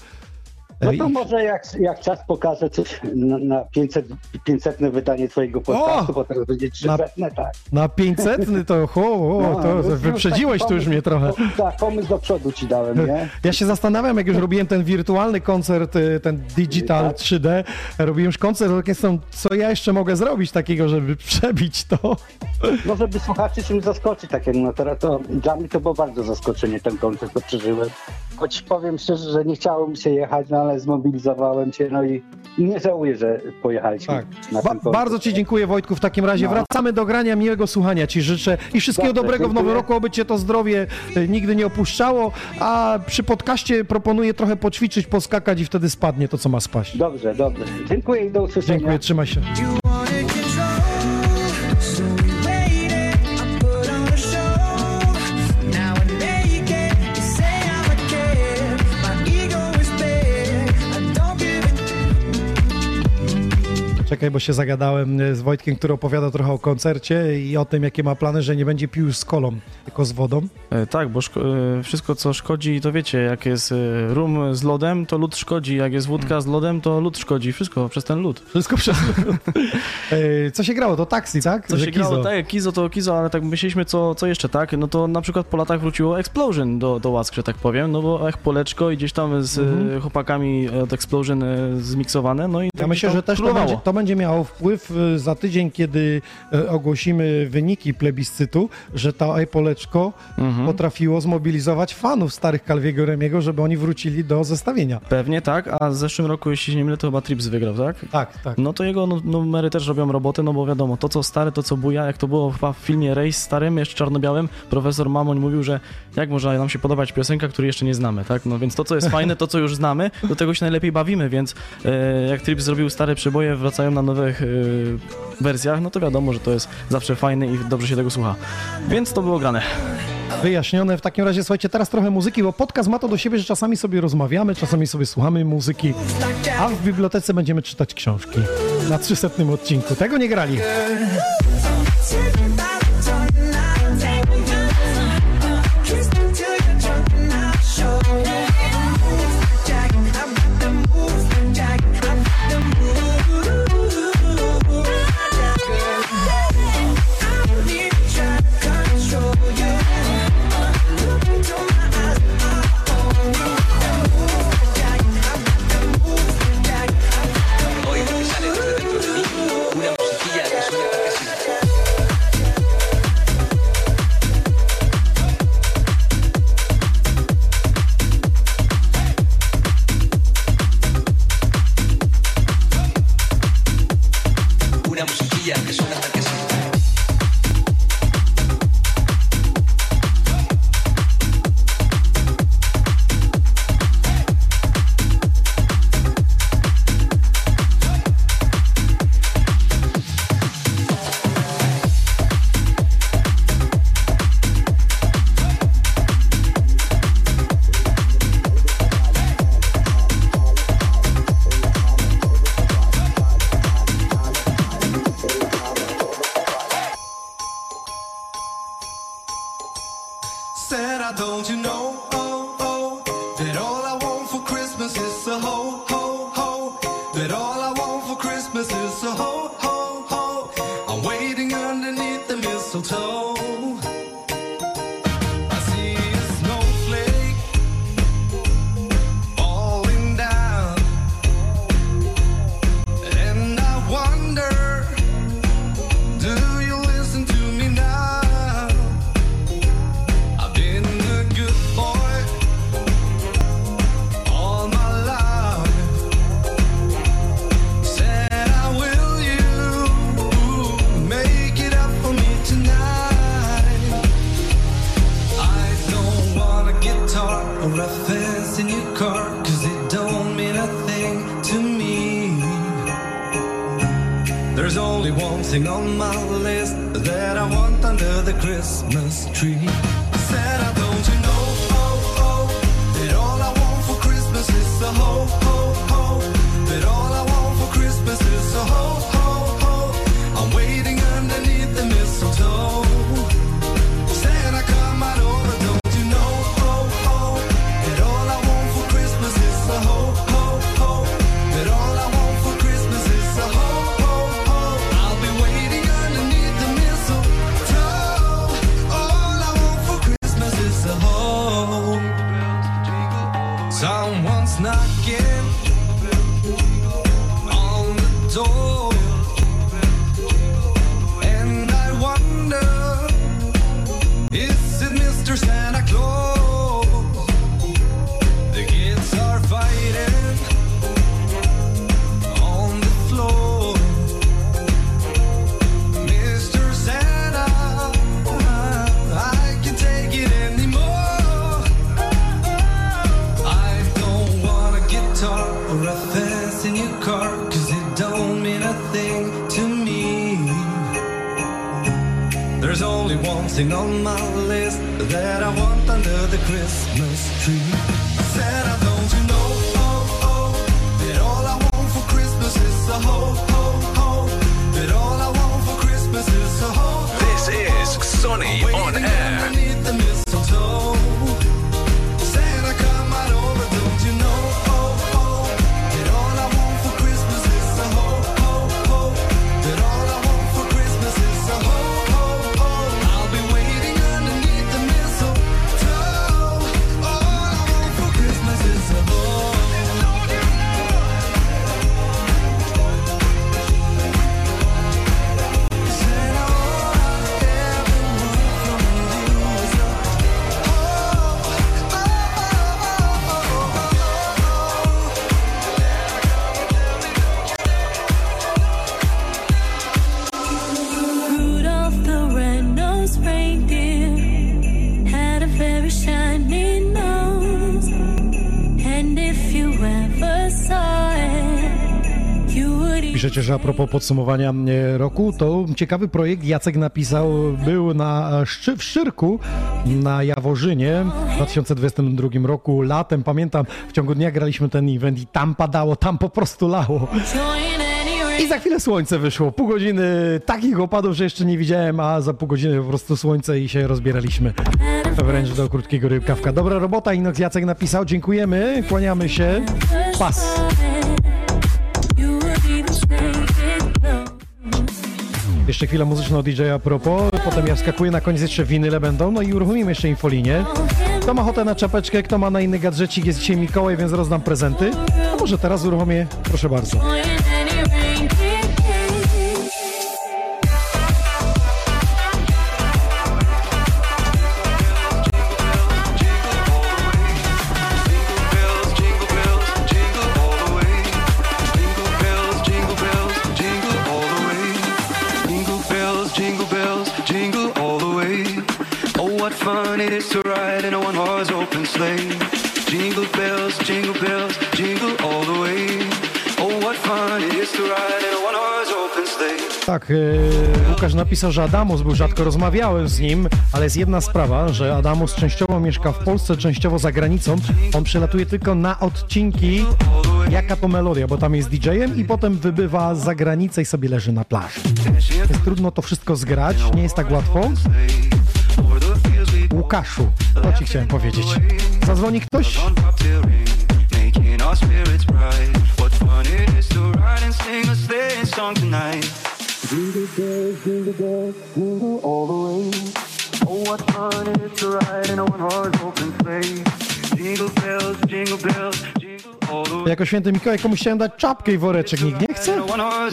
No to I- może jak, jak czas pokaże coś na, na pięćset, pięćsetne wydanie twojego podcastu, O! bo teraz będzie trzysetne, tak. Na pięćsetny to, ho, ho, No, to już- już wyprzedziłeś taki tu już pomysł- mnie trochę. Tak, pomysł do przodu ci dałem, nie? Ja się zastanawiam, jak już robiłem ten wirtualny koncert, y, ten digital Tak. trzy D, robiłem już koncert z orkiestrą, co ja jeszcze mogę zrobić takiego, żeby przebić to? No żeby słuchaczy czymś zaskoczyć, tak jak no teraz to dla mnie to było bardzo zaskoczenie, ten koncert, to przeżyłem. Choć powiem szczerze, że nie chciało mi się jechać, no ale zmobilizowałem się, no i nie żałuję, że pojechaliśmy Tak. na Ba- ten koncert. bardzo Ci dziękuję, Wojtku, w takim razie. No. Wracamy do grania, miłego słuchania Ci życzę i wszystkiego Dobrze, dobrego w nowym dziękuję. roku, oby Cię to zdrowie y, nigdy nie opuszczało, a przy podcaście proponuję trochę poćwiczyć, poskakać i wtedy spadnie to, co ma spaść. Dobrze, dobrze. Dziękuję i do usłyszenia. Dziękuję, trzymaj się. Czekaj, bo się zagadałem y, z Wojtkiem, który opowiada trochę o koncercie i o tym, jakie ma plany, że nie będzie pił już z kolą, tylko z wodą. E, Tak, bo szko- e, wszystko co szkodzi, to wiecie, jak jest e, rum z lodem, to lód szkodzi, jak jest wódka z lodem, to lód szkodzi, wszystko przez ten lód. Wszystko przez... Y, Co się grało? To taksi, tak? Co Że się Kizo. grało, tak, Kizo to Kizo, ale tak myśleliśmy, co, co jeszcze, tak? No to na przykład po latach wróciło Explosion do, do łask, że tak powiem, no bo Ech Poleczko i gdzieś tam z Mhm. e, chłopakami od Explosion e, zmiksowane, no i Ja tak myślę, tam że też to królowało. będzie, to będzie miało wpływ y, za tydzień, kiedy y, ogłosimy wyniki plebiscytu, że to Epoleczko Mhm. potrafiło zmobilizować fanów starych Calviego Remiego, żeby oni wrócili do zestawienia. Pewnie tak, a w zeszłym roku, jeśli się nie mylę, to chyba Trips wygrał, tak? Tak, tak. No to jego nu- numery też robią robotę, no bo wiadomo, to co stare, to co buja, jak to było chyba w filmie Race starym, jeszcze czarno-białym, profesor Mamoń mówił, że jak może nam się podobać piosenka, której jeszcze nie znamy, tak? No więc to, co jest fajne, to co już znamy, do tego się najlepiej bawimy, więc e, jak Trips zrobił stare przeboje, wracają grają na nowych y, wersjach, no to wiadomo, że to jest zawsze fajne i dobrze się tego słucha. Więc to było grane. Wyjaśnione. W takim razie, słuchajcie, teraz trochę muzyki, bo podcast ma to do siebie, że czasami sobie rozmawiamy, czasami sobie słuchamy muzyki, a w bibliotece będziemy czytać książki na trzysetnym odcinku. Tego nie grali. Piszecie, że a propos podsumowania e, roku, to ciekawy projekt Jacek napisał, był na Szczy- w Szczyrku na Jaworzynie w dwa tysiące dwudziestym drugim roku, latem, pamiętam, w ciągu dnia graliśmy ten event i tam padało, tam po prostu lało. I za chwilę słońce wyszło. Pół godziny takich opadów, że jeszcze nie widziałem, a za pół godziny po prostu słońce i się rozbieraliśmy. Wręcz do krótkiego rybkawka. Dobra robota, Inox Jacek napisał. Dziękujemy, kłaniamy się. Pas. Jeszcze chwila muzyczna od D J a propos, potem ja wskakuję, na koniec jeszcze winyle będą, no i uruchomimy jeszcze infolinię. Kto ma ochotę na czapeczkę, kto ma na inny gadżecik, jest dzisiaj Mikołaj, więc rozdam prezenty. A może teraz uruchomię, proszę bardzo. It is to ride in a one-horse open sleigh. Jingle bells, jingle bells, jingle all the way. Oh, what fun it is to ride in a one-horse open sleigh. Tak, yy, Łukasz napisał, że Adamus był, rzadko rozmawiałem z nim, ale jest jedna sprawa, że Adamus częściowo mieszka w Polsce, częściowo za granicą. On przylatuje tylko na odcinki Jaka to melodia, bo tam jest D J-em i potem wybywa za granicę i sobie leży na plaży. Jest trudno to wszystko zgrać, nie jest tak łatwo. Łukaszu, to ci chciałem powiedzieć. Zadzwoni ktoś? Jako święty Mikołaj komuś chciałem dać czapkę i woreczek, nikt nie chce?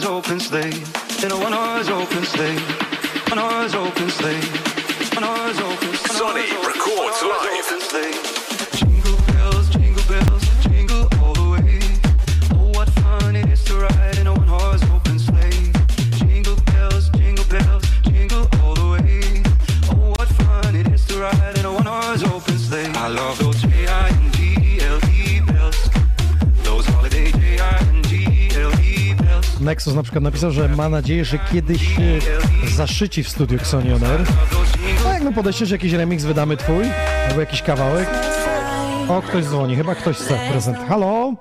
Sonny records live. Jingle bells, jingle bells, jingle all the way. Oh, what fun it is to ride in a one-horse open sleigh. Jingle bells, jingle bells, jingle all the way. Oh, what fun it is to ride in a one-horse open sleigh. I love those J I N G L E bells. Those holiday J I N G L E bells. Nexus na przykład napisał, że ma nadzieję, że kiedyś zaszyci w studiu Xoni On Air. No jak no podejściesz, jakiś remix wydamy twój, albo jakiś kawałek. O, ktoś dzwoni, chyba ktoś chce prezent. Halo?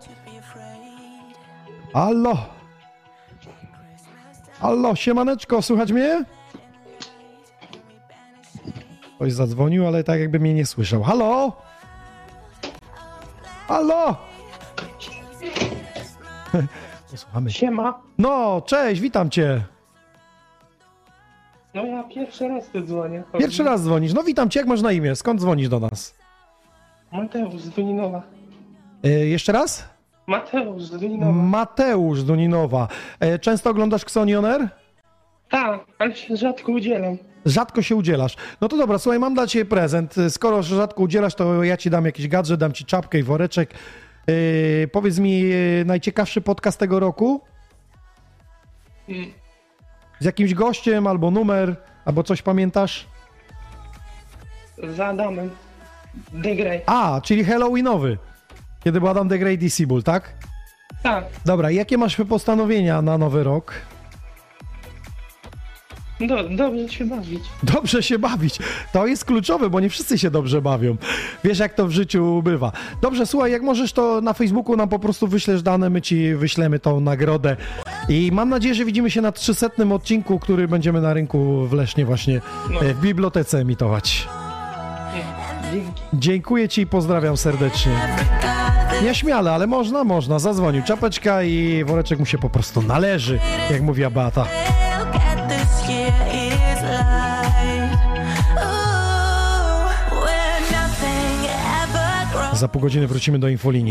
Halo? Halo, siemaneczko, słychać mnie? Ktoś zadzwonił, ale tak jakby mnie nie słyszał. Halo? Halo? Posłuchamy. Siema. No, cześć, witam cię. No ja pierwszy raz tu dzwonię. Pierwszy raz dzwonisz. No witam cię, jak masz na imię? Skąd dzwonisz do nas? Mateusz z Duninowa. E, jeszcze raz? Mateusz z Duninowa. Mateusz z Duninowa. E, często oglądasz Xoni On Air? Tak, ale się rzadko udzielam. Rzadko się udzielasz. No to dobra, słuchaj, mam dla ciebie prezent. Skoro rzadko udzielasz, to ja ci dam jakiś gadżet, dam ci czapkę i woreczek. E, powiedz mi, e, najciekawszy podcast tego roku? Mm. Z jakimś gościem, albo numer, albo coś pamiętasz? Z Adamem. The Grey. A, czyli Halloweenowy. Kiedy był Adam The Grey Disciple, tak? Tak. Dobra, jakie masz postanowienia na nowy rok? Do, dobrze się bawić. Dobrze się bawić. To jest kluczowe, bo nie wszyscy się dobrze bawią. Wiesz, jak to w życiu bywa. Dobrze, słuchaj, jak możesz, to na Facebooku nam po prostu wyślesz dane, my ci wyślemy tą nagrodę. I mam nadzieję, że widzimy się na trzysetnym odcinku, który będziemy na rynku w Lesznie właśnie No. w bibliotece emitować. Dzięki. Dziękuję ci i pozdrawiam serdecznie. Nieśmiale, ale można, można. Zadzwonił. Czapeczka i woreczek mu się po prostu należy, jak mówiła Beata. Za pół godziny wrócimy do infolinii.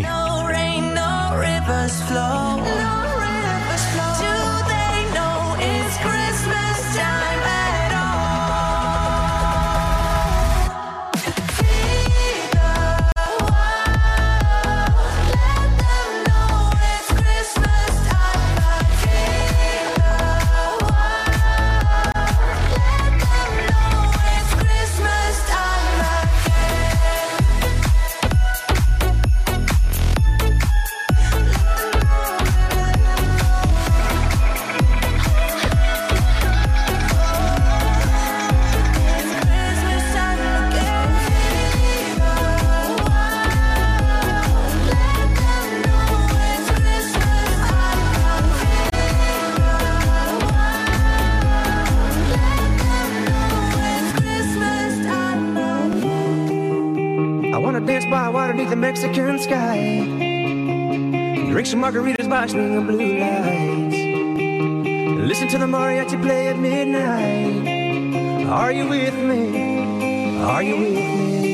underneath the Mexican sky. Drink some margaritas by swing of blue lights. Listen to the mariachi play at midnight. Are you with me? Are you with me?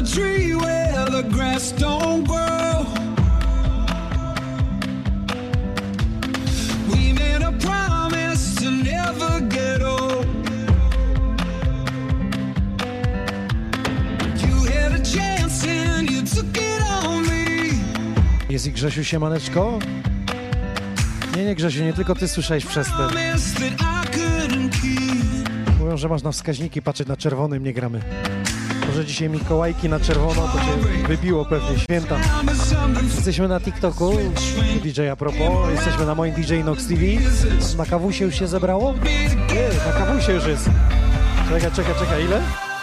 tree where the grass don't grow. We made a promise to never get old. You had a chance and you took it on me. Jest i Grzesiu, siemaneczko? Nie, nie Grzesiu, nie tylko ty słyszałeś przestęp. Promise that I couldn't keep. Mówią, że masz na wskaźniki patrzeć na czerwonym, nie gramy. Może dzisiaj Mikołajki na czerwono, to cię wybiło pewnie, święta. Jesteśmy na TikToku, D J a propos, jesteśmy na moim D J Nox T V. Na kawusie już się zebrało? Nie, na kawusie już jest. Czekaj, czekaj, czekaj, ile?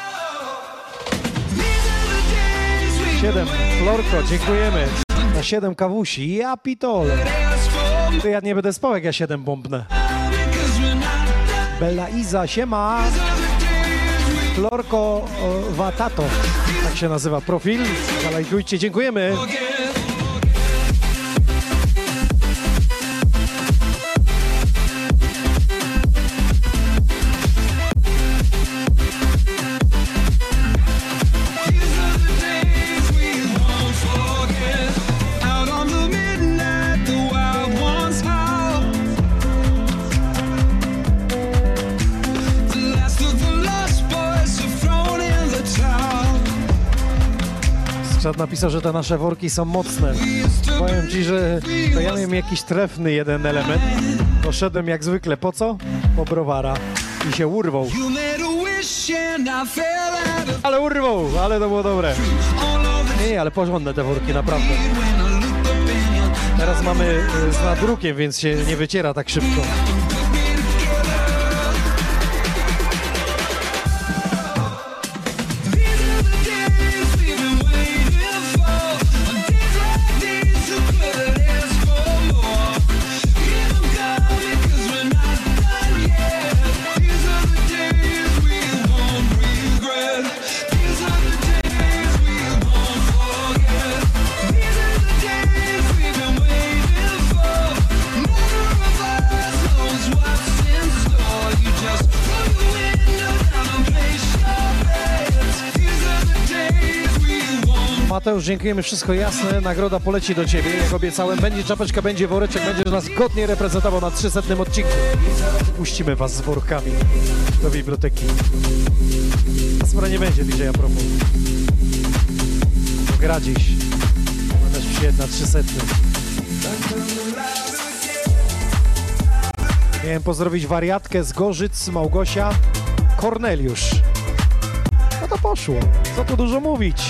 Siedem. Florko, dziękujemy. Na siedem kawusi, ja pitole. To ja nie będę spał, jak ja siedem bombnę. Bella Iza, siema. Florko o, Watato, tak się nazywa profil. Zalajkujcie, dziękujemy. Czad napisał, że te nasze worki są mocne. Powiem ci, że to ja miałem jakiś trefny jeden element. Poszedłem jak zwykle. Po co? Po browara. I się urwał. Ale urwał, ale to było dobre. Nie, ale porządne te worki, naprawdę. Teraz mamy z nadrukiem, więc się nie wyciera tak szybko. Mateusz, dziękujemy, wszystko jasne, nagroda poleci do ciebie, jak obiecałem, będzie czapeczka, będzie woreczek, będziesz nas godnie reprezentował na trzysetnym odcinku. Puścimy was z workami do biblioteki. A spora nie będzie, D J a propos. Gra dziś, ona też przyjedź na trzysetnym. Miałem pozdrowić wariatkę z Gorzyc, Małgosia, Korneliusz. No to poszło, co tu dużo mówić.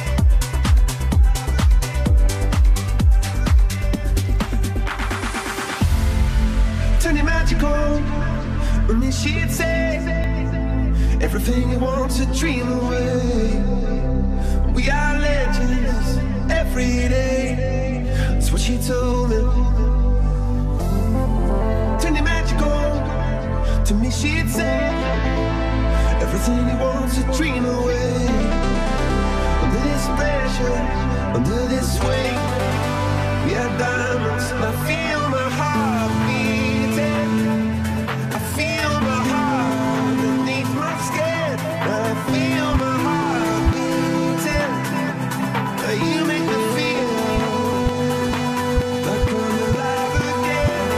And she'd say everything you want to dream away. We are legends every day. That's what she told me. Turn your magic on. To me she'd say everything you want to dream away. Under this pressure, under this weight, we are diamonds. And I feel my heart beating. You make me feel like I'm alive again.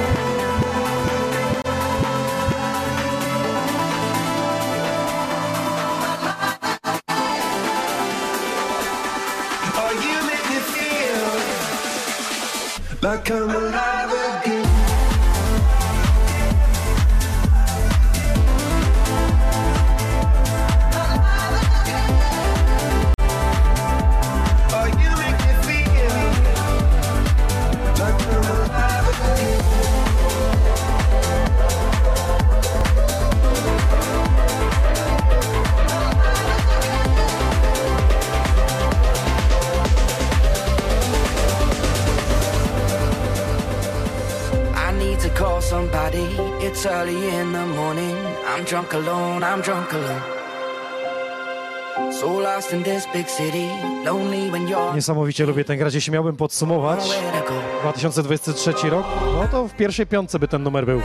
Oh, you make me feel like I'm alive again. Somebody, it's early in the morning. I'm drunk alone, I'm drunk alone. So lost in this big city, lonely when you're... Niesamowicie lubię ten grać. Jeśli miałbym podsumować dwa tysiące dwudziesty trzeci rok, no to w pierwszej piątce by ten numer był.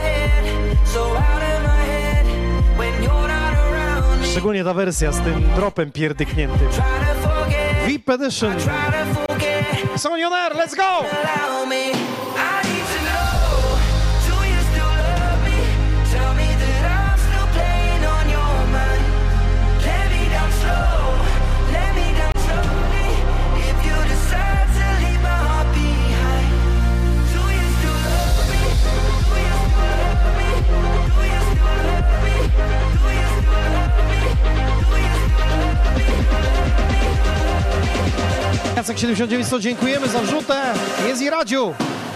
Szczególnie ta wersja z tym dropem pierdykniętym. V I P Edition. Sony on Air, let's go! Jacek siedemdziesiąt dziewięć, sto, dziękujemy za wrzutę. Jest i Radziu.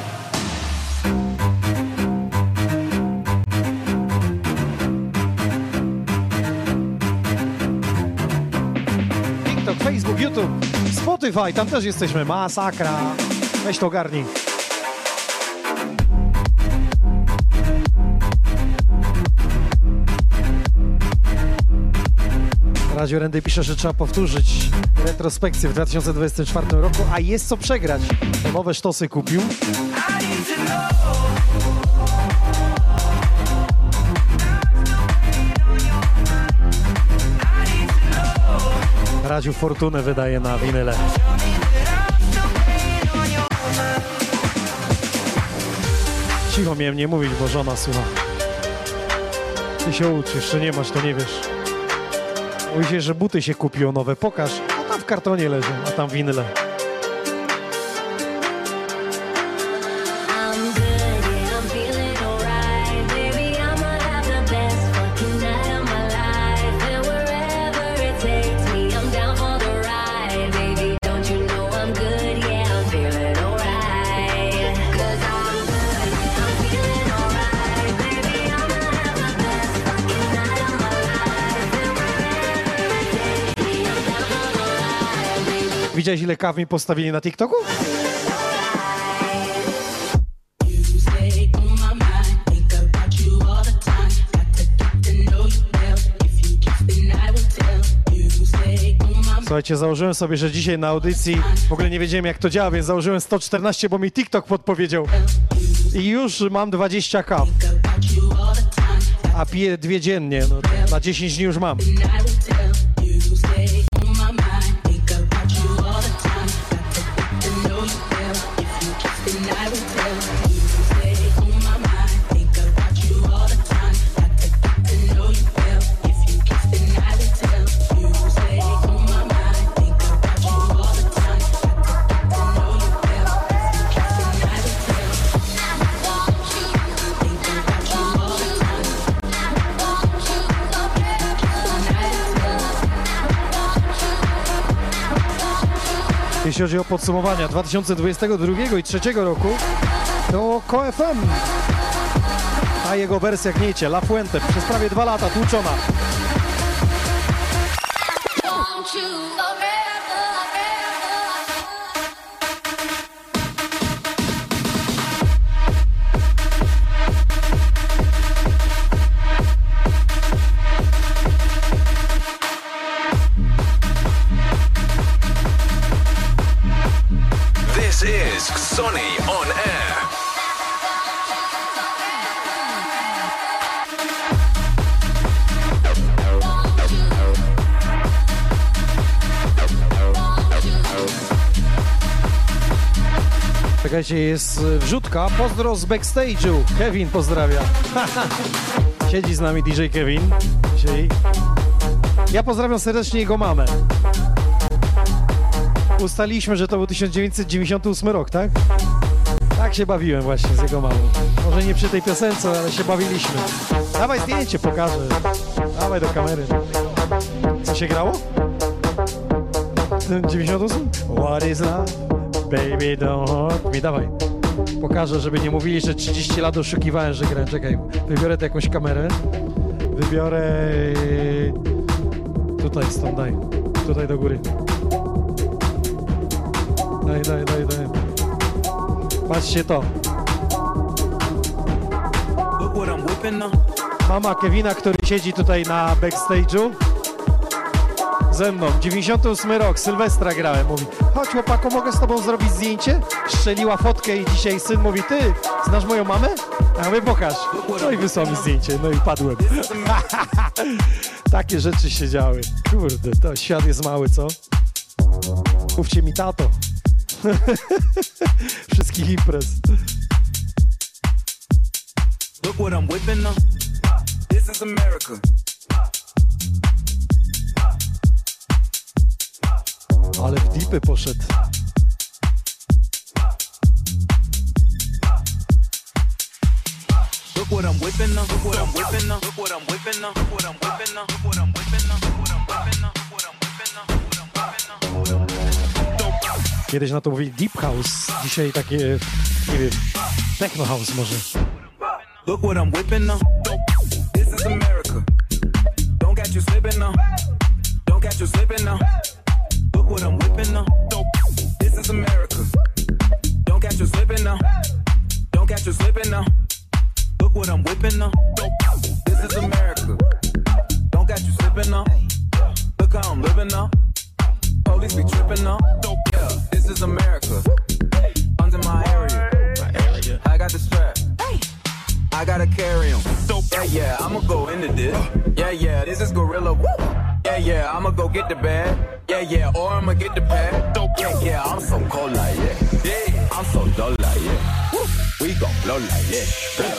TikTok, Facebook, YouTube, Spotify, tam też jesteśmy. Masakra. Weź to ogarnij. Radziu Rendy pisze, że trzeba powtórzyć retrospekcję w dwa tysiące dwudziestym czwartym roku, a jest co przegrać. Nowe sztosy kupił. Radziu fortunę wydaje na winyle. Cicho miałem nie mówić, bo żona słucha. Ty się uczysz, jeszcze nie masz, to nie wiesz. Mówi się, że buty się kupiło nowe. Pokaż. A tam w kartonie leżą, a tam winyle. Widziałeś, ile kaw mi postawili na TikToku? Słuchajcie, założyłem sobie, że dzisiaj na audycji w ogóle nie wiedziałem, jak to działa, więc założyłem sto czternaście, bo mi TikTok podpowiedział. I już mam dwadzieścia kaw. A piję dwie dziennie, no, na dziesięć dni już mam. Jeśli chodzi o podsumowania dwa tysiące dwudziestego drugiego i dwa tysiące trzeciego roku, to K F M, a jego wersja gniecie, La Fuente, przez prawie dwa lata tłuczona. This is Sonny on Air. Czekajcie, jest wrzutka. Pozdro z backstage'u. Kevin pozdrawia. Siedzi z nami D J Kevin dzisiaj. Ja pozdrawiam serdecznie jego mamę. Ustaliliśmy, że to był tysiąc dziewięćset dziewięćdziesiąty ósmy rok, tak? Tak się bawiłem właśnie z jego mamą. Może nie przy tej piosence, ale się bawiliśmy. Dawaj zdjęcie, pokażę. Dawaj do kamery. Co się grało? dziewięćdziesiąty ósmy? What is love? Baby don't hurt me. Dawaj. Pokażę, żeby nie mówili, że trzydzieści lat oszukiwałem, że grałem. Czekaj, wybiorę tu jakąś kamerę. Wybiorę... Tutaj stąd, daj. Tutaj do góry. Daj, daj, daj, daj. Patrzcie to. Mama Kevina, który siedzi tutaj na backstage'u. Ze mną. dziewięćdziesiąty ósmy rok, Sylwestra grałem. Mówi, chodź chłopako, mogę z tobą zrobić zdjęcie? Strzeliła fotkę i dzisiaj syn mówi, ty, znasz moją mamę? A ja mówię, pokaż. No i wysłał mi zdjęcie, no i padłem. Takie rzeczy się działy. Kurde, to świat jest mały, co? Mówcie mi tato. Wszystkich imprez. Look what I'm whipping up. This is America. Ale w dipy poszedł. Look what I'm whipping up. Look what I'm whipping up. Look what I'm whipping up. Look what I'm whipping up. Look what I'm whipping up. Look what I'm whipping up. Look what I'm whipping up. Look what I'm whipping up. Kiedyś na to mówili deep house, dzisiaj takie, nie wiem, techno house może. Look what I'm whipping up. This is America. Don't catch you slipping now. Don't catch you slipping now. Look what I'm whipping up. This is America. Don't catch you slipping now. Don't catch you slipping now. Look what I'm whipping up. This is America. Don't catch you slipping now. Look how I'm living now. Police be tripping now. Yeah, this is America. Under my area. I got the strap. I gotta carry him. Yeah, yeah, I'ma go into this. Yeah, yeah, this is Gorilla. Yeah, yeah, I'ma go get the bag. Yeah, yeah, or I'ma get the pad. Yeah, yeah, I'm so cold like yeah. Yeah, I'm so dull like yeah. We gon' blow like yeah.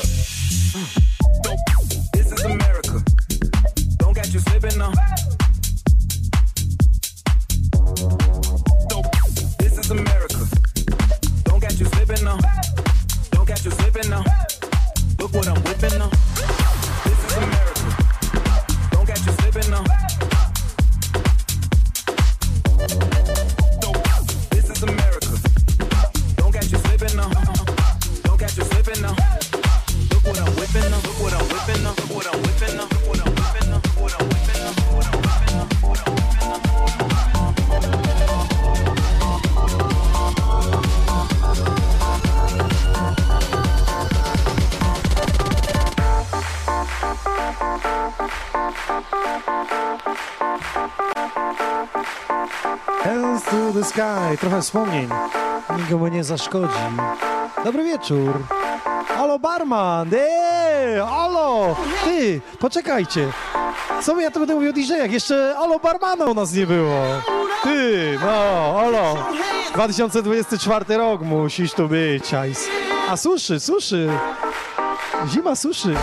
This is America. Don't catch you slipping now. This is America. Don't catch you slipping now. Don't catch you slipping now. Look what I'm whipping now. This is America. Don't catch you slipping now. This is America. Don't catch you slipping now. Don't catch you slipping now. Look what I'm whipping now. Look what I'm whipping now. Look what I'm whipping now. Look what I'm whipping now. Look what I'm whipping now. Look what I'm whipping now. Look what I'm whipping now. Hands to the sky. Trochę wspomnień. Nikomu nie zaszkodzi. Dobry wieczór. Halo barman. Eee, halo. Ty, poczekajcie. Co ja to będę mówił o D J-ach? Jeszcze halo barmana u nas nie było. Ty, no, halo. dwa tysiące dwudziesty czwarty rok musisz tu być, Ice. A suszy, suszy. Zima suszy.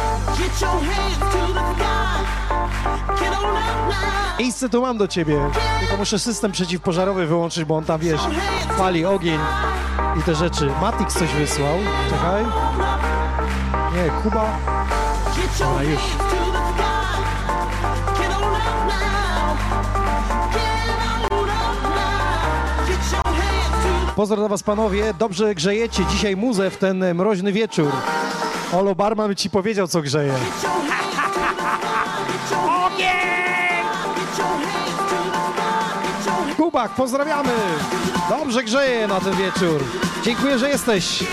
Miejsce tu mam do ciebie. Tylko muszę system przeciwpożarowy wyłączyć, bo on tam, wiesz, pali ogień i te rzeczy. Matix coś wysłał. Czekaj. Nie, Kuba. A już. Pozdro dla was, panowie. Dobrze grzejecie dzisiaj muzę w ten mroźny wieczór. Olo barman by ci powiedział, co grzeje. Kubak, pozdrawiamy! Dobrze grzeje na ten wieczór. Dziękuję, że jesteś.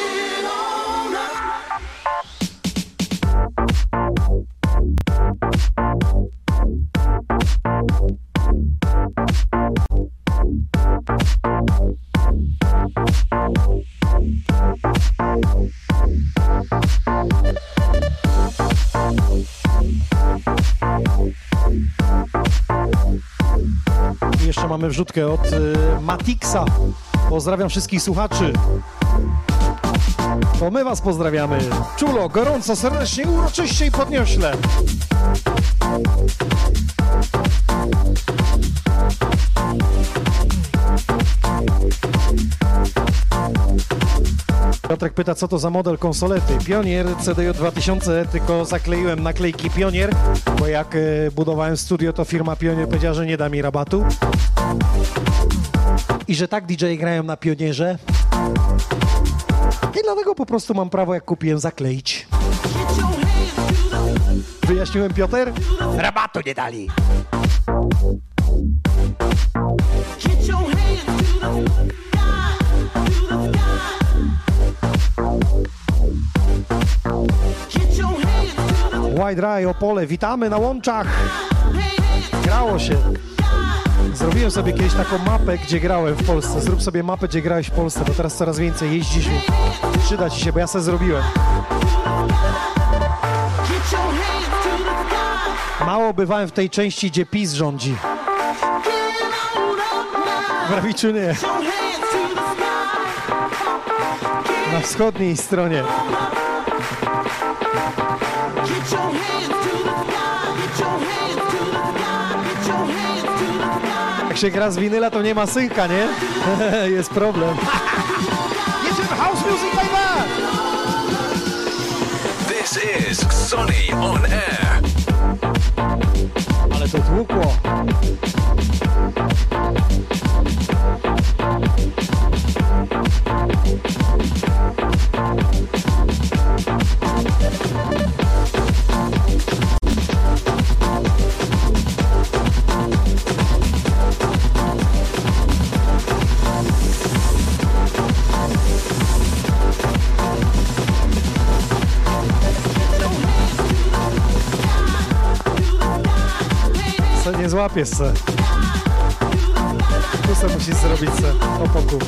I jeszcze mamy wrzutkę od y, Matixa. Pozdrawiam wszystkich słuchaczy. To my was pozdrawiamy. Czulo, gorąco, serdecznie, uroczyście i podniośle. Piotrek pyta, co to za model konsolety. Pionier C D J dwa tysiące, tylko zakleiłem naklejki Pionier, bo jak y, budowałem studio, to firma Pionier powiedziała, że nie da mi rabatu. I że tak D J grają na Pionierze. I dlatego po prostu mam prawo, jak kupiłem, zakleić. Wyjaśniłem, Piotr? Rabatu nie dali. White Rye, Opole, witamy na łączach. Grało się. Zrobiłem sobie kiedyś taką mapę, gdzie grałem w Polsce. Zrób sobie mapę, gdzie grałeś w Polsce, bo teraz coraz więcej jeździsz. Przyda ci się, bo ja sobie zrobiłem. Mało bywałem w tej części, gdzie PiS rządzi. w Rawiczu nie. Na wschodniej stronie. Jak się gra z winyla, to nie ma synka, nie? Jest problem. Jedziemy house music, baby! This is Xoni on Air. Ale to tłukło. Se nie złapiesz se. Tu se musisz zrobić se opoku.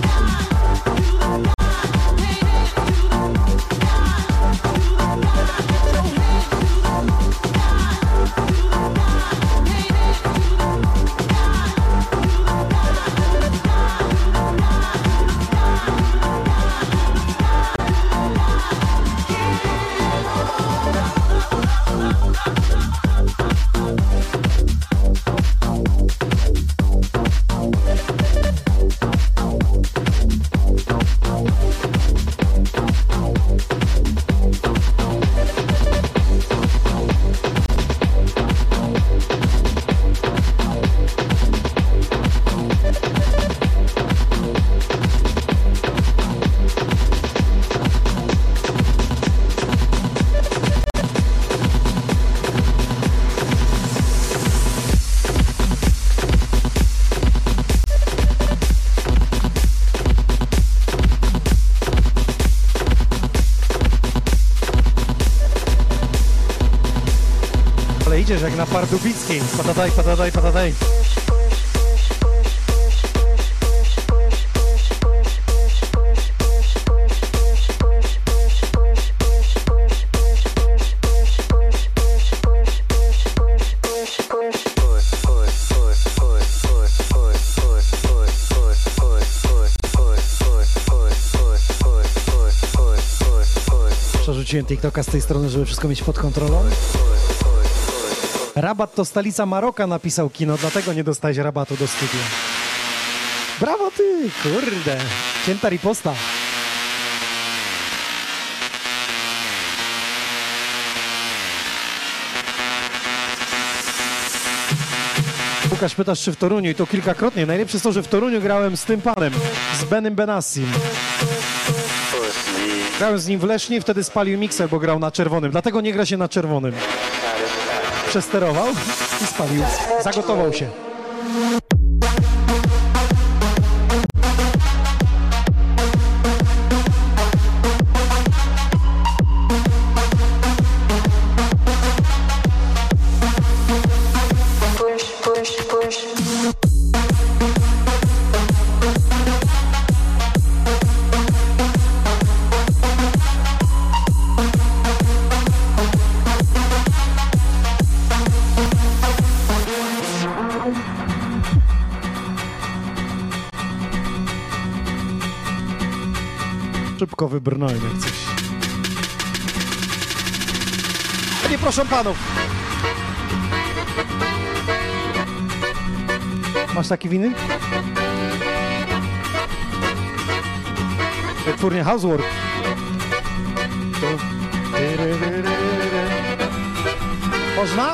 Idziesz jak na Pardubickiej. Patataj, patataj, patataj. Przerzuciłem TikToka z tej strony, żeby wszystko mieć pod kontrolą. Rabat to stolica Maroka, napisał Kino, dlatego nie dostałeś rabatu do studia. Brawo ty, kurde, cięta riposta. Łukasz, pytasz czy w Toruniu i to kilkakrotnie. Najlepsze jest to, że w Toruniu grałem z tym panem, z Benem Benassim. Grałem z nim w Lesznie, wtedy spalił mikser, bo grał na czerwonym, dlatego nie gra się na czerwonym. Przesterował i spalił. Zagotował się. Szybko wybrnąłem jak coś. Nie proszę panów. Masz taki winyl? Wytwórnia Housework. Można?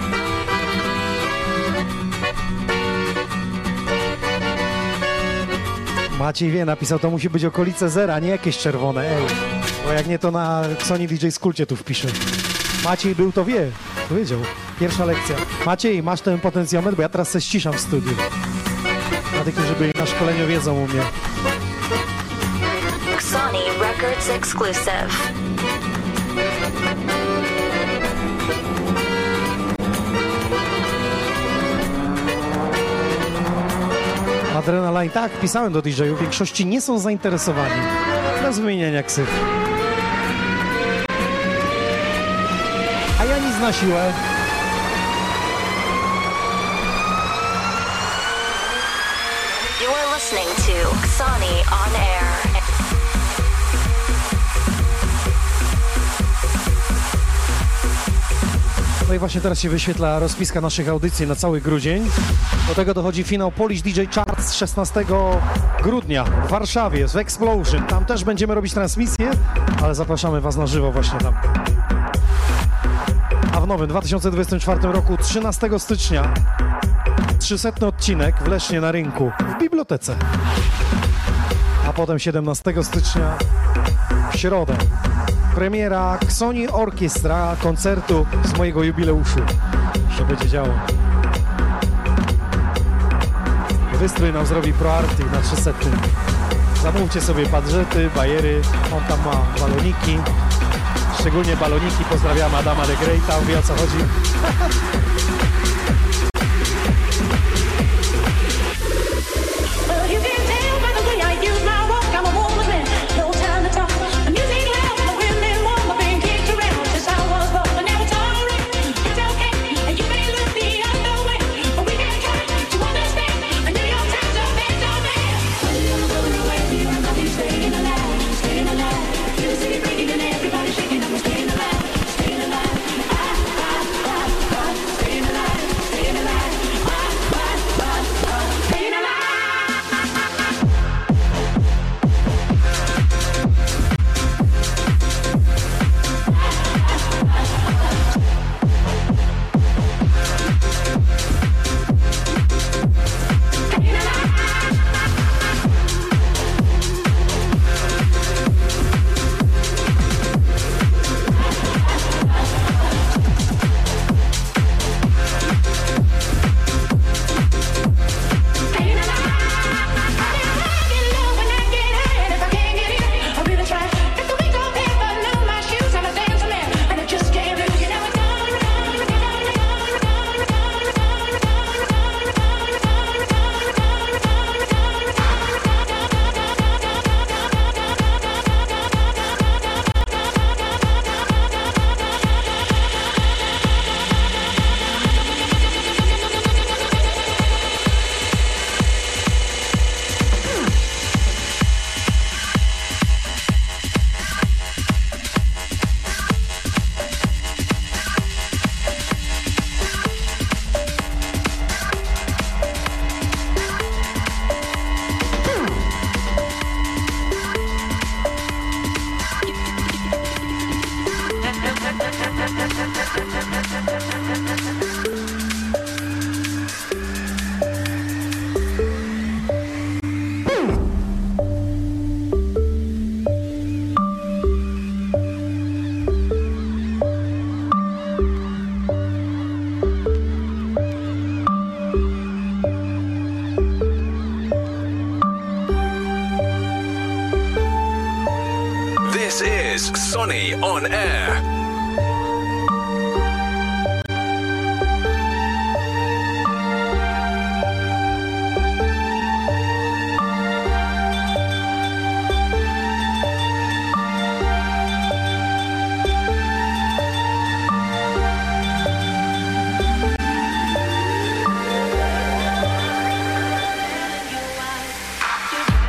Maciej wie, napisał, to musi być okolice zera, nie jakieś czerwone, ej. Bo jak nie, to na Xoni D J Skulcie tu wpiszę. Maciej był, to wie. Powiedział. Pierwsza lekcja. Maciej, masz ten potencjometr, bo ja teraz se ściszam w studiu. Dla tych, którzy byli na szkoleniu, wiedzą u mnie. Xoni Records Exclusive. Adrenaline, tak, pisałem do D J-ów, w większości nie są zainteresowani. Bez wymieniania ksyw. A ja nic na siłę. You're listening to Sony on Air. No i właśnie teraz się wyświetla rozpiska naszych audycji na cały grudzień. Do tego dochodzi finał Polish D J Charts szesnastego grudnia w Warszawie z Explosion. Tam też będziemy robić transmisję, ale zapraszamy Was na żywo właśnie tam. A w nowym dwa tysiące dwudziestym czwartym roku trzynastego stycznia trzysetny odcinek w Lesznie na Rynku w bibliotece. A potem siedemnastego stycznia w środę premiera Xoni Orkiestra koncertu z mojego jubileuszu. Się będzie działo. Wystrój nam zrobi ProArty na trzysetnym. Zamówcie sobie budżety, bajery, on tam ma baloniki. Szczególnie baloniki, pozdrawiam Adama the Greata, wie o co chodzi. This is Sony on Air.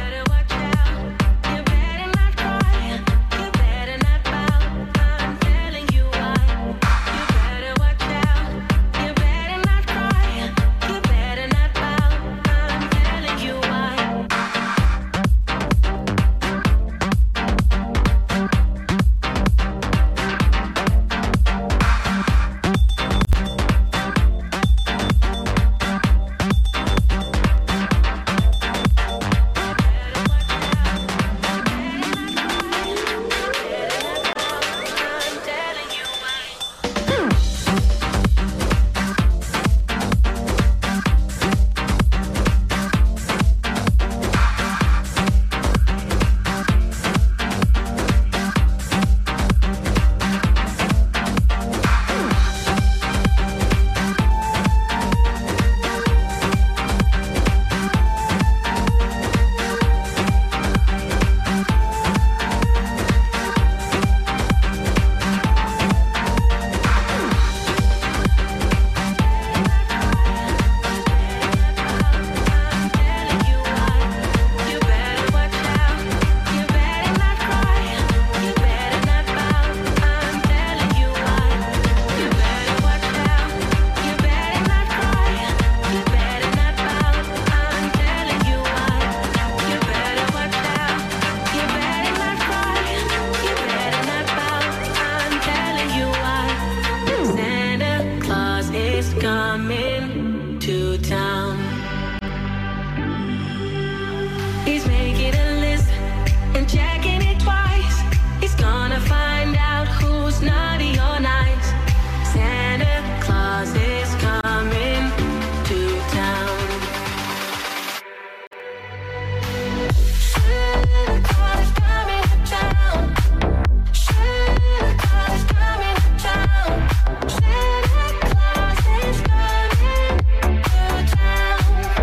You better not cry, you better not pout, I'm He's making a list and checking it twice. He's gonna find out who's naughty or nice. Santa Claus is coming to town. Santa Claus coming to town. Santa Claus coming to town. Santa Claus is coming to town.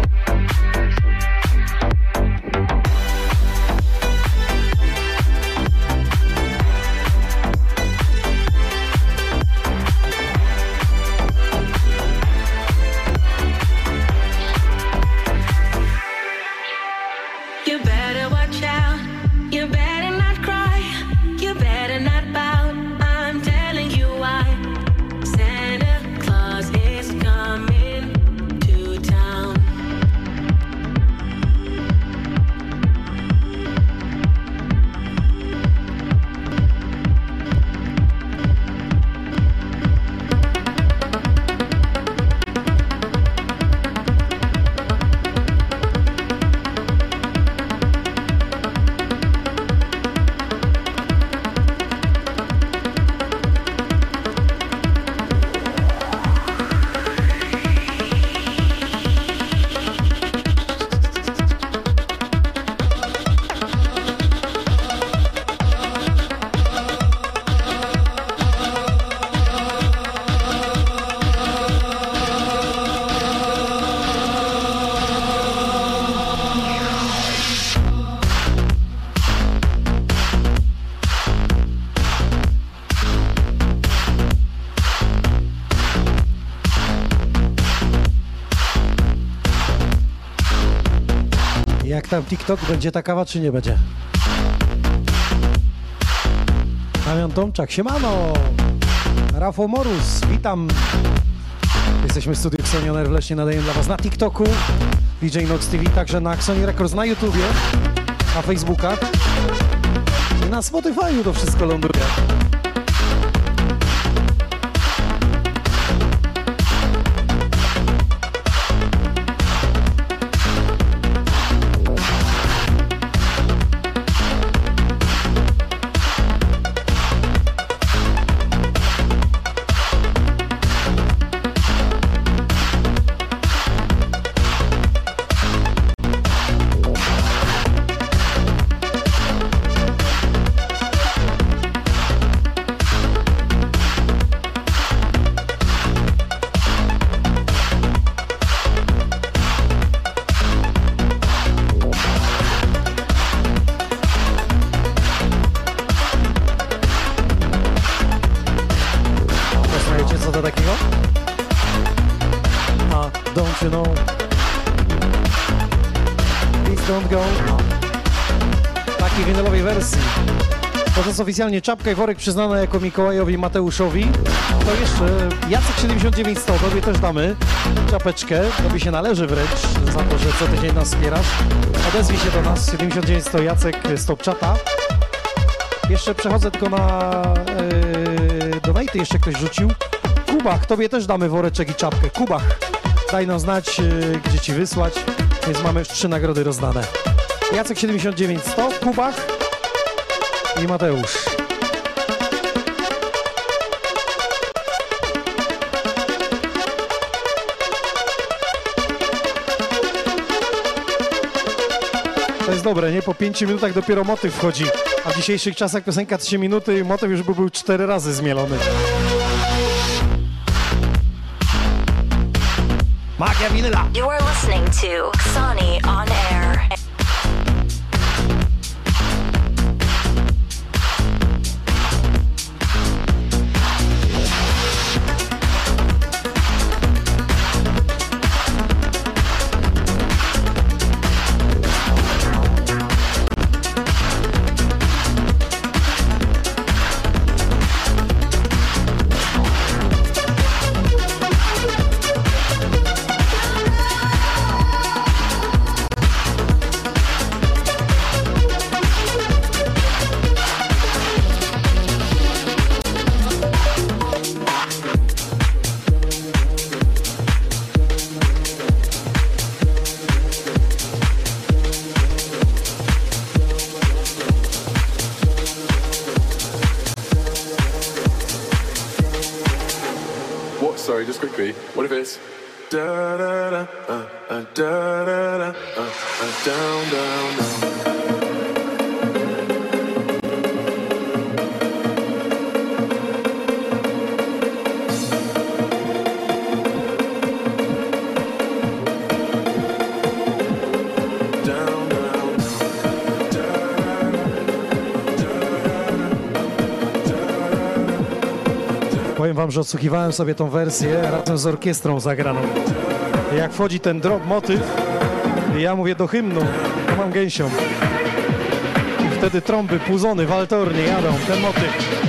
You better watch out. You better not cry. You better not pout. I'm telling you why. Santa Claus is coming to town. Jak tam TikTok? Będzie ta kawa, czy nie będzie? Damian Tomczak, siemano! Rafał Morus, witam! Jesteśmy w studiu Xoni On Air w Lesznie, nadaję dla Was na TikToku, D J Nox T V, także na Xoni Records na YouTubie, na Facebookach i na Spotify'u to wszystko ląduje. You know, please don't go. Takiej winylowej wersji. To jest oficjalnie czapka i worek przyznana jako Mikołajowi Mateuszowi. To jeszcze Jacek siedemdziesiąt dziewięć sto, tobie też damy czapeczkę. Tobie się należy wręcz za to, że co tydzień nas wspierasz. Odezwij się do nas, siedemdziesiąt dziewięć sto Jacek z Top Chata. Jeszcze przechodzę tylko na yy, donaty, jeszcze ktoś rzucił. Kubach, tobie też damy woreczek i czapkę. Kubach. Daj nam znać, yy, gdzie ci wysłać, więc mamy już trzy nagrody rozdane. Jacek siedemdziesiąt dziewięć sto, Kubach i Mateusz. To jest dobre, nie? Po pięciu minutach dopiero motyw wchodzi, a w dzisiejszych czasach piosenka trzy minuty i motyw już by był cztery razy zmielony. Magia winyla. You are listening to Xoni On Air. sorry, just quickly. What if it's da da da uh, uh, da da da uh, uh, down down down. Powiem wam, że odsłuchiwałem sobie tą wersję razem z orkiestrą zagraną. Jak wchodzi ten drop motyw, ja mówię do hymnu, to mam gęsią. I wtedy trąby, puzony, waltornie jadą, ten motyw.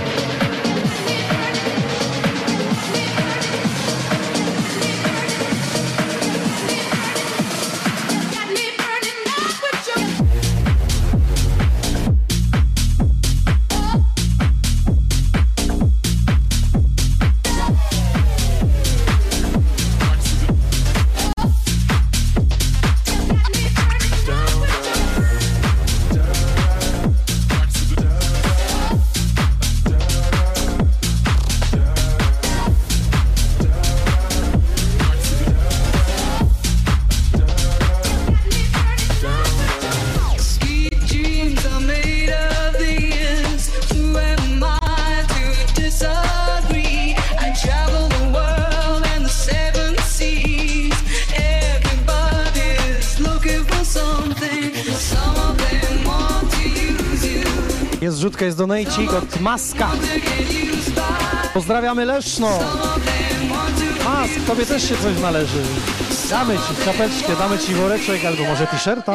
Jest rzutka, jest donajcik od Maska. Pozdrawiamy Leszno. Mask, tobie też się coś należy. Damy ci czapeczkę, damy ci woreczek albo może t-shirta.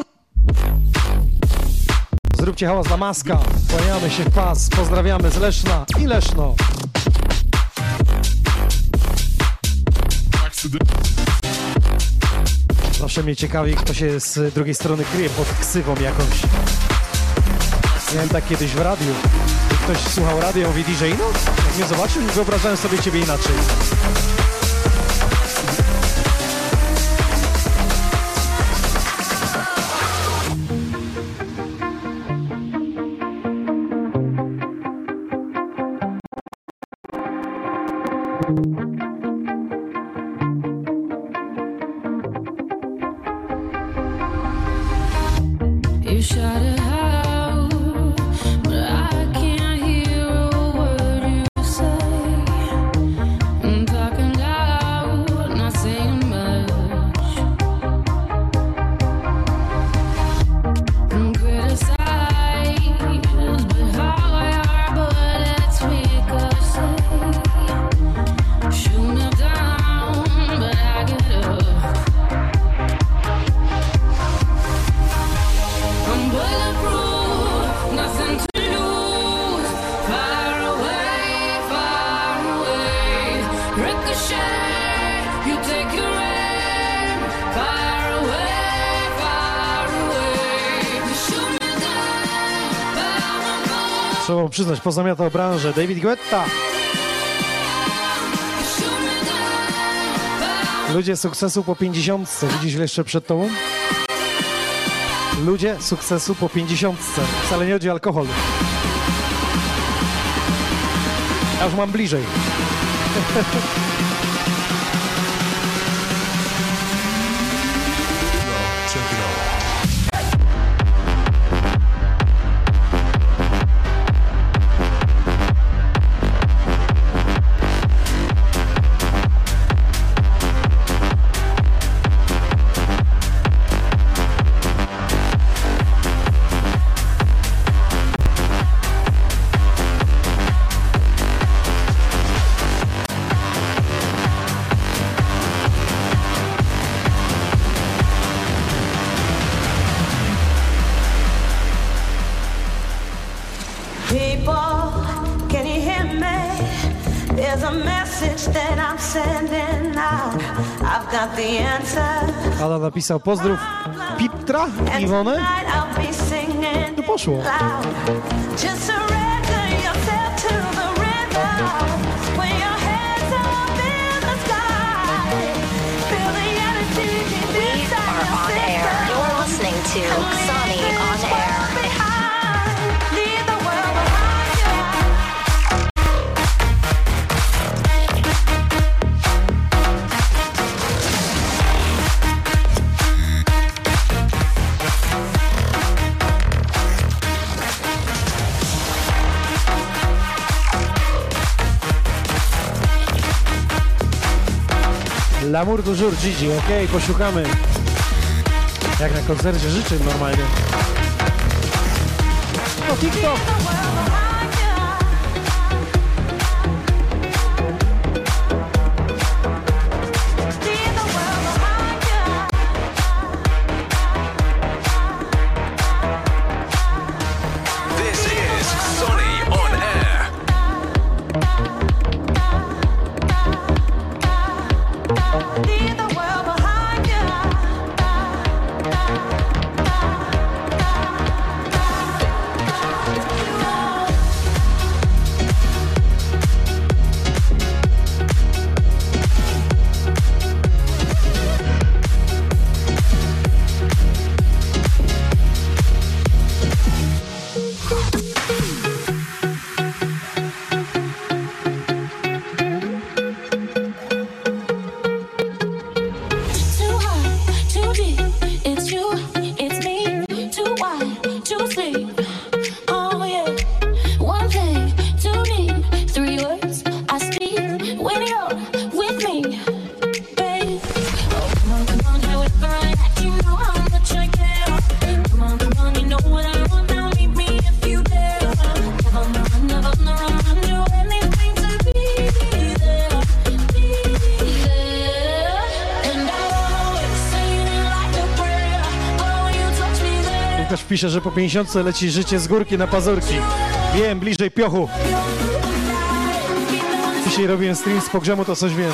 Zróbcie hałas dla Maska. Kłaniamy się w pas. Pozdrawiamy z Leszna i Leszno. Zawsze mnie ciekawi, kto się z drugiej strony kryje pod ksywą jakąś. Miałem tak kiedyś w radiu. Ktoś słuchał radia, mówi D J, no jak mnie zobaczył, wyobrażałem sobie ciebie inaczej. Trzeba przyznać, pozamiatał branżę. David Guetta. Ludzie sukcesu po pięćdziesiątce. Widzisz jeszcze przed tobą? Ludzie sukcesu po pięćdziesiątce. Wcale nie chodzi o alkohol. Ja już mam bliżej. Ada napisał pozdrów Pitra, Iwonę. To poszło. L'amour toujours Gigi, okej, okay, poszukamy. Jak na koncercie życzeń normalnie. O, TikTok! Pisze, że po pięćdziesiątce leci życie z górki na pazurki. Wiem, bliżej piochu. Dzisiaj robiłem stream z pogrzebu, to coś wiem.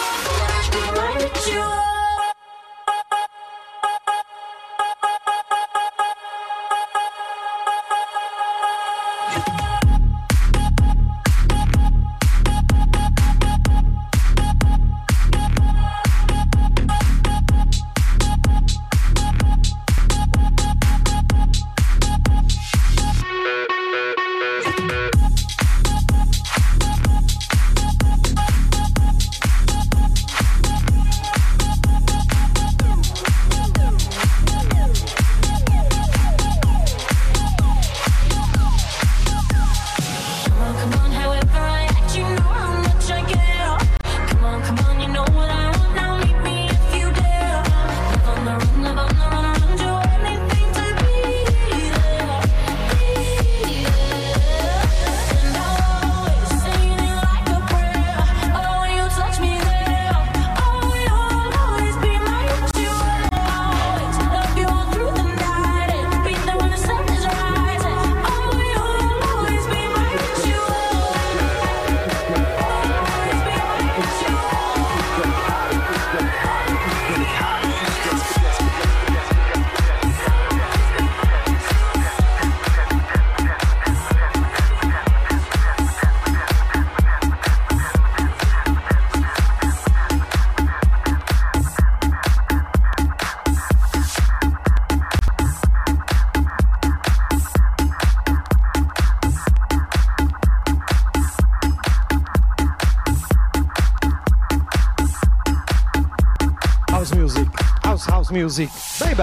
Music, baby.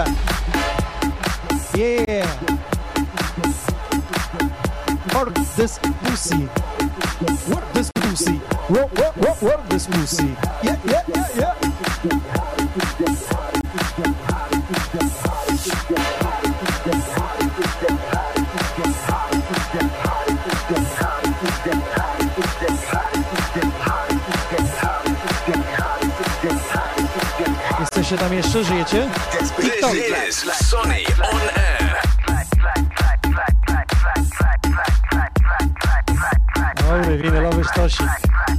Yeah. Work this pussy. Work this pussy. Work, work, work, work this pussy. Yeah, yeah, yeah, yeah. Jesteście tam jeszcze? Żyjecie? TikTok. This is Sonny on air. Dobry, winylowy sztosik.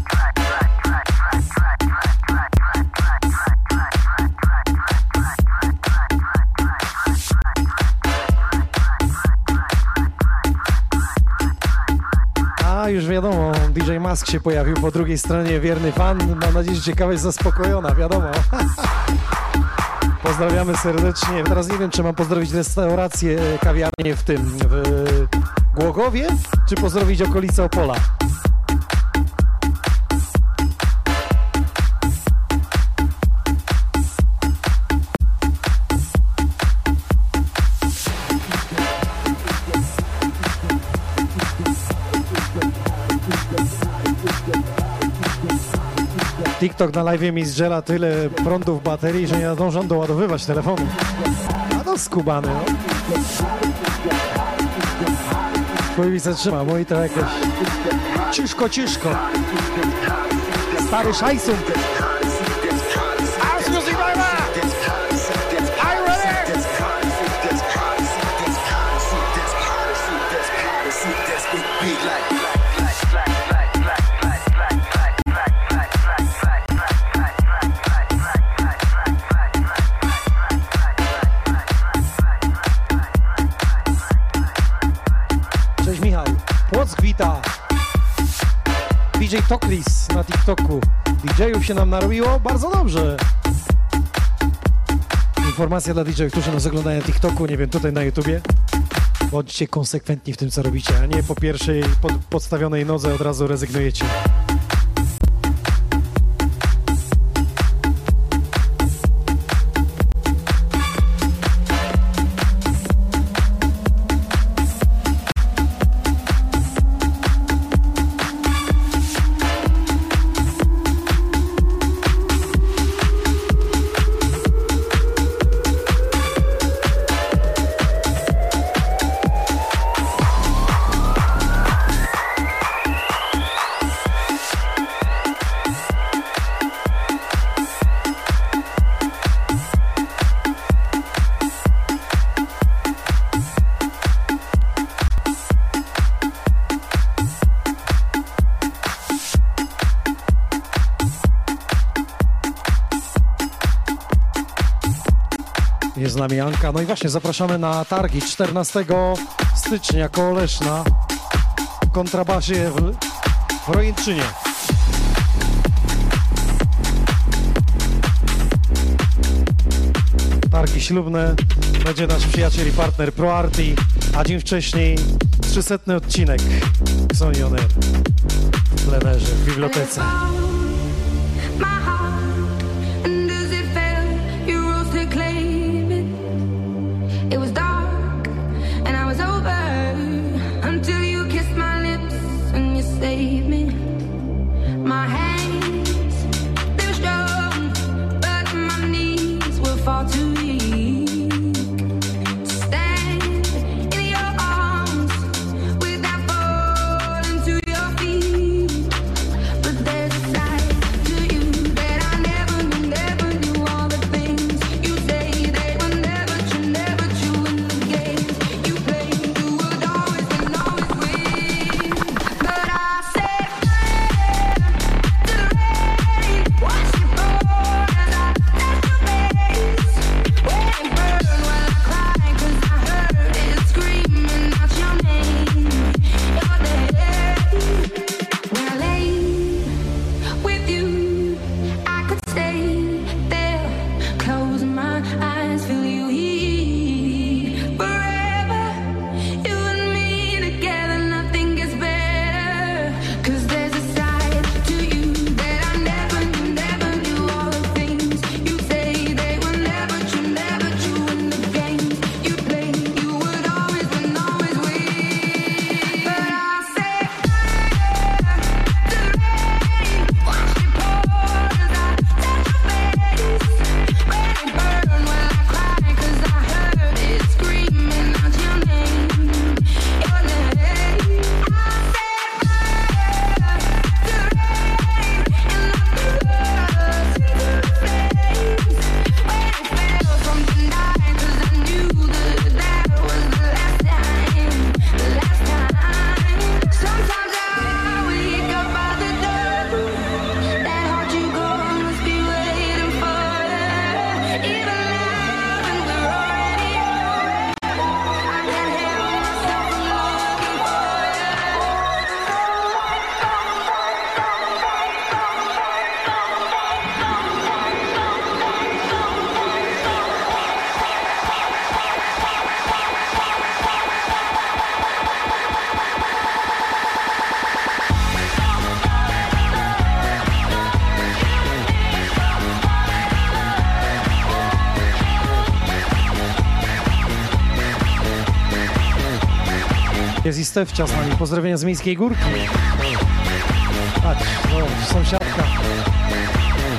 A, już wiadomo, D J Mask się pojawił po drugiej stronie, wierny fan. Mam nadzieję, że ciekawość zaspokojona, wiadomo. Pozdrawiamy serdecznie. Teraz nie wiem, czy mam pozdrowić restaurację, kawiarnię w tym, w Głogowie, czy pozdrowić okolice Opola. TikTok na live mi zdziela tyle prądu w baterii, że nie nadążam doładowywać telefonu. A to skubany, no. Chuj mi zatrzyma, mój to jakieś... Ciszko, ciszko. Stary szajsum. Cześć Michał, Płock wita. D J Tokris na TikToku. D J-ów się nam narobiło, bardzo dobrze. Informacja dla D J-ów, którzy nas oglądają na TikToku, nie wiem, tutaj na YouTubie. Bądźcie konsekwentni w tym, co robicie, a nie po pierwszej pod, podstawionej nodze od razu rezygnujecie. Jest z nami Anka. No i właśnie zapraszamy na targi czternastego stycznia koło Leszna w kontrabasie w, w Rojęczynie. Targi ślubne. Będzie nasz przyjaciel i partner ProArti, a dzień wcześniej trzysetny odcinek Xoni On Air w plenerze, w bibliotece. It was dark and I was over until you kissed my lips and you saved me. My hands, they were strong, but my knees were far too weak to stand in your arms without falling to your feet. But there's a side to you that I never knew, never knew. All the things you say, they were never true, never true. In the games you play, you would always and always win. But I said fire to the rain, watch it pour as I touch your face. When it burned, while I cried, 'cause I heard it screaming out your name, your name. When I lay with you, I could stay there, closing my eyes, feel you here forever. You and me together, nothing gets better. 'Cause there's a side to you that I never knew, never knew. All the things you say, they were never true, never true. In the games you play, you would always win, always win. But I said fire to the rain, watch it pour as I touch your face. When it burned, while I cried, 'cause I heard it screaming out your name, your name. I said fire to the rain, and I threw us into the flames. When it fell, something died, 'cause I knew that that was the last time, the last time. Sometimes I wake up by the door, that heart you go must be waiting for you. Even now when we're already over, I can't help myself from looking for Jest i Stefcia z nami. Pozdrowienia z Miejskiej Górki. Patrz, no, sąsiadka.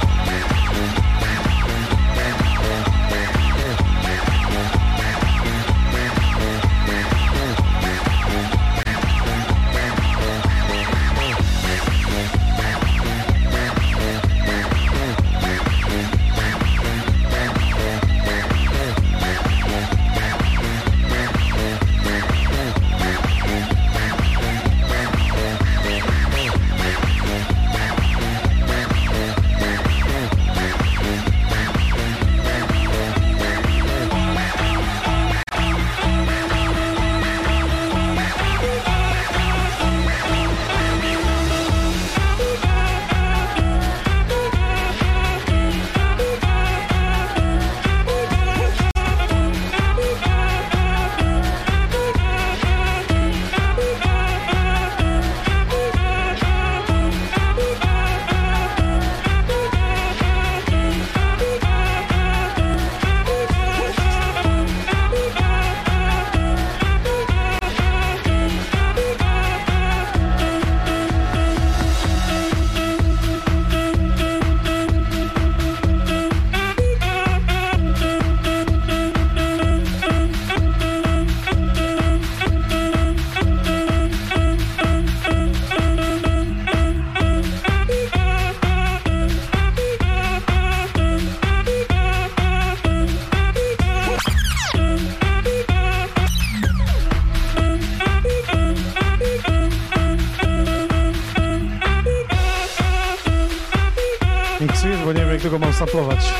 jak długo mam samplować.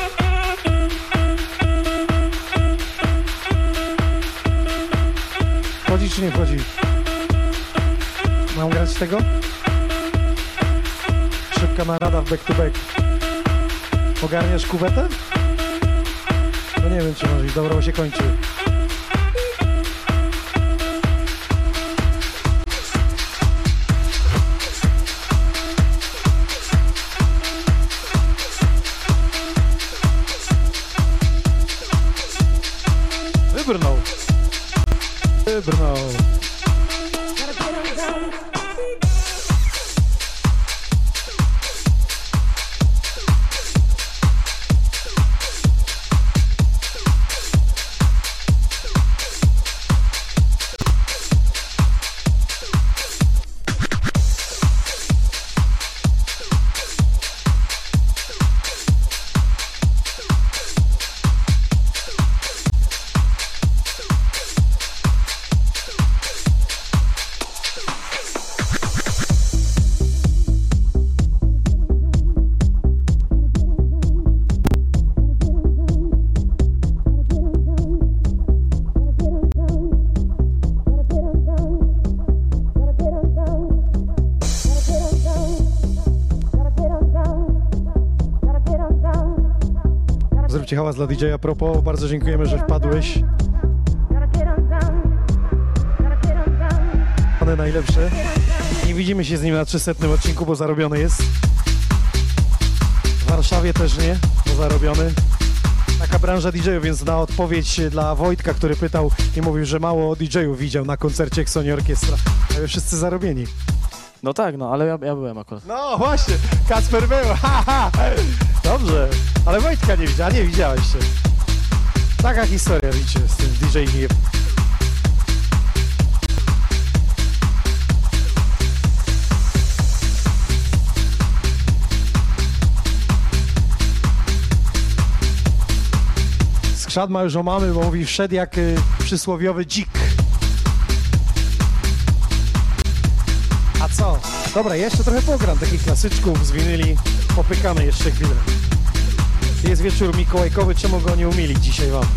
Wchodzi czy nie wchodzi? Mam grać tego? Szybka narada w back to back. Ogarniasz kuwetę? No nie wiem czy może, dobra, bo się kończy. Wybrnął. Wybrnął. Zróbcie hałas dla D J a propos, bardzo dziękujemy, że wpadłeś. One najlepsze. Nie widzimy się z nim na trzysetnym odcinku, bo zarobiony jest. W Warszawie też nie, bo zarobiony. Taka branża D J-ów, więc na odpowiedź dla Wojtka, który pytał i mówił, że mało D J-ów widział na koncercie Xoni Orkiestra. Ale wszyscy zarobieni. No tak, no, ale ja, ja byłem akurat. No właśnie, Kacper był, ha, ha. Dobrze, ale Wojtka nie widział, a nie widziałeś się. Taka historia, widzicie, z tym D J-ingiem. Skrzat ma już o mamy, bo mówi, wszedł jak y, przysłowiowy dzik. A co? Dobra, jeszcze trochę pogram takich klasyczków z winyli. Popykamy jeszcze chwilę. Jest wieczór mikołajkowy, czemu go nie umilić dzisiaj wam?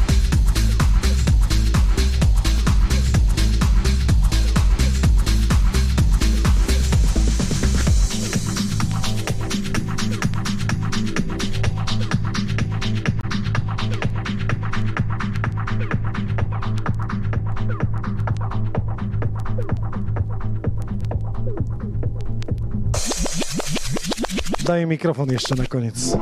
Daję mikrofon jeszcze na koniec.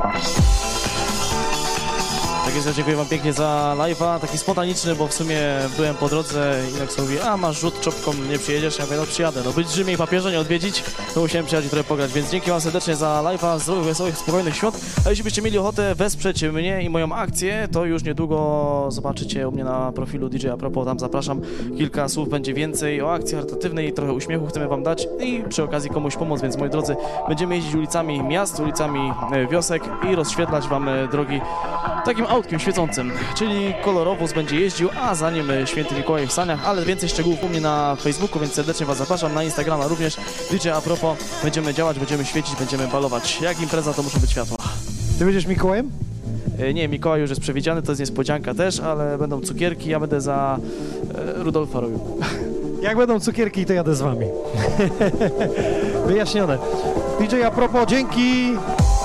Tak jest, ja dziękuję wam pięknie za live'a, taki spontaniczny, bo w sumie byłem po drodze i tak sobie mówi, a masz rzut czopką, nie przyjedziesz? Ja mówię, no przyjadę, no być w Rzymie i papieża, nie odwiedzić, to musiałem przyjechać i trochę pograć, więc dzięki wam serdecznie za live'a, zdrowych, wesołych, spokojnych świąt, a jeśli byście mieli ochotę wesprzeć mnie i moją akcję, to już niedługo zobaczycie u mnie na profilu D J a propos, tam zapraszam, kilka słów będzie więcej o akcji charytatywnej, trochę uśmiechu chcemy wam dać i przy okazji komuś pomóc, więc moi drodzy, będziemy jeździć ulicami miast, ulicami wiosek i rozświetlać wam drogi takim autkiem świecącym, czyli kolorowóz będzie jeździł, a za nim Święty Mikołaj w saniach, ale więcej szczegółów u mnie na Facebooku, więc serdecznie was zapraszam, na Instagrama również. D J a propos, będziemy działać, będziemy świecić, będziemy balować. Jak impreza, to muszą być światła. Ty będziesz Mikołajem? E, nie, Mikołaj już jest przewidziany, to jest niespodzianka też, ale będą cukierki, ja będę za e, Rudolfa robił. Jak będą cukierki, to jadę z wami. Wyjaśnione. D J a propos, dzięki!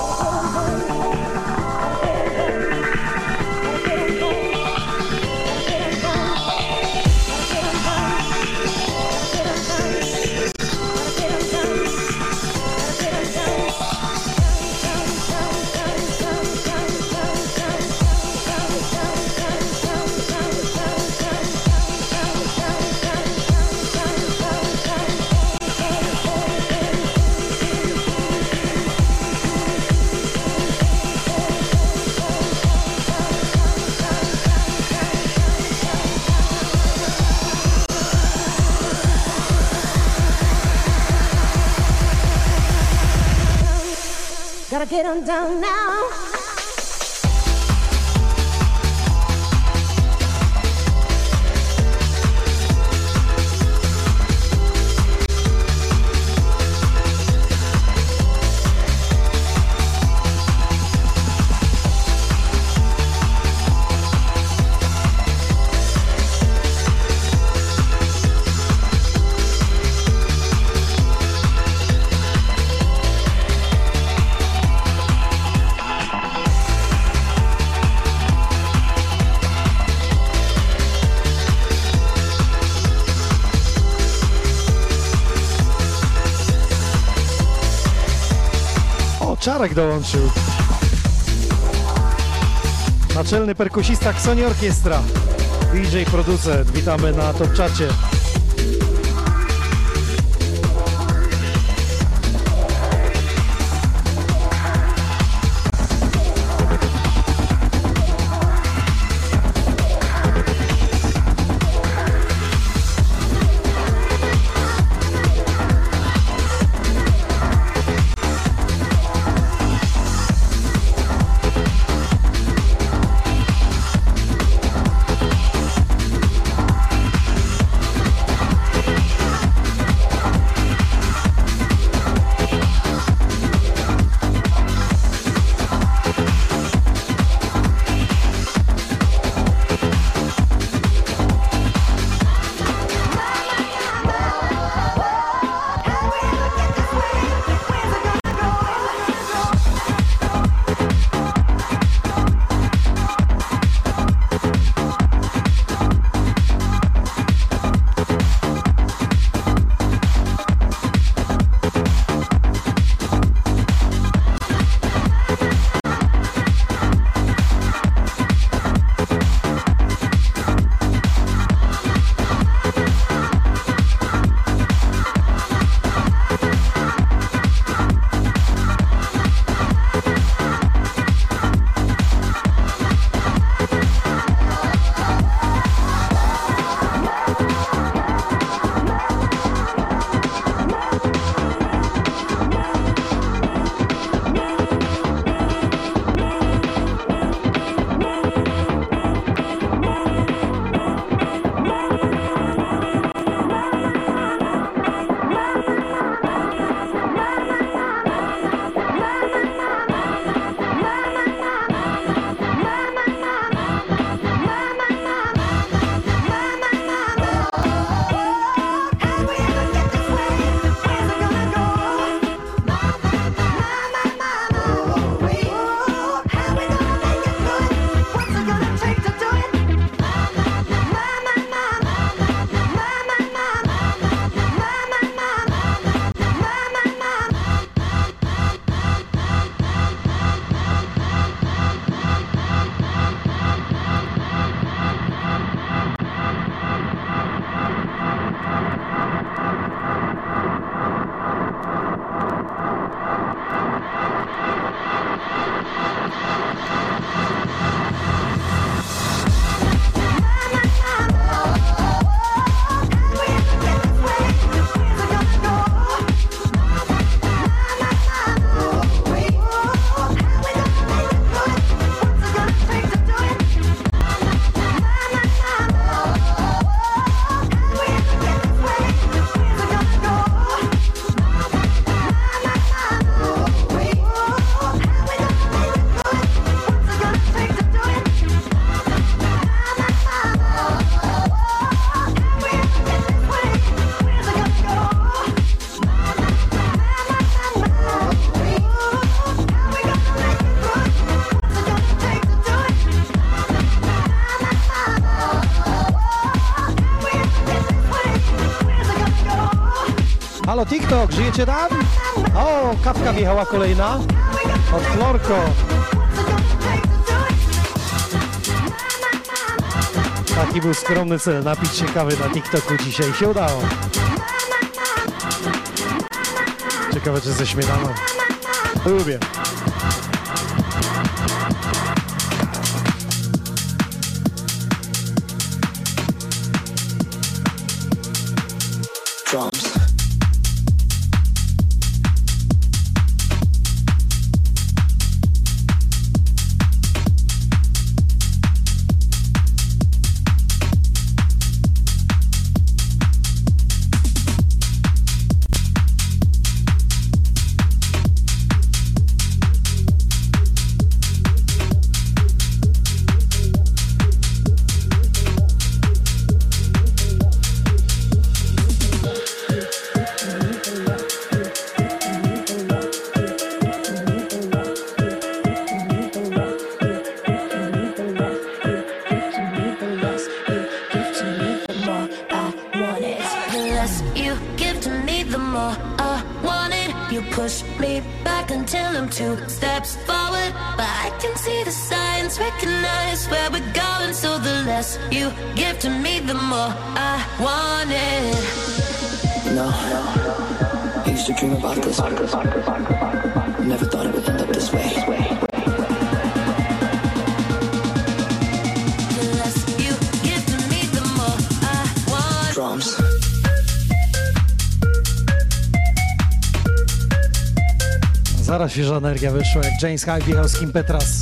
Gotta get on down now. Czarek dołączył. Naczelny perkusista Xoni Orkiestra. D J, producent. Witamy na Top Czacie. Halo TikTok, żyjecie tam? O, kawka wjechała kolejna od Florko. Taki był skromny cel, napić się kawy na TikToku dzisiaj. Się udało. Ciekawe, czy ze śmietaną. Lubię. Drums. You push me back until I'm two steps forward, but I can see the signs, recognize where we're going. So the less you give to me, the more I want it. No, I used to dream about this. Never thought it would end up this way. The less you give to me, the more I want. Drums. Zaraz świeża energia wyszła, jak James Hype jechał z Kim Petras.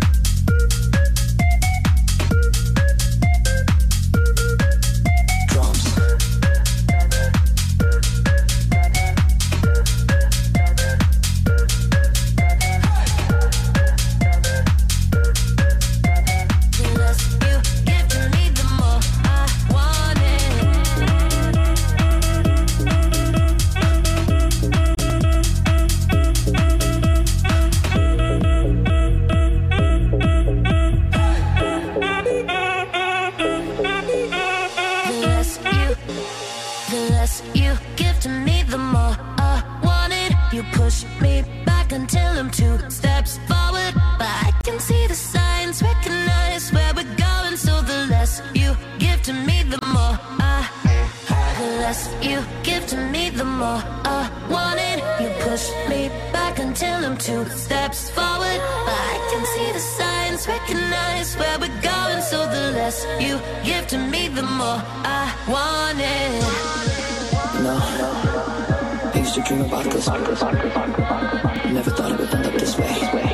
Never thought it would end up this way.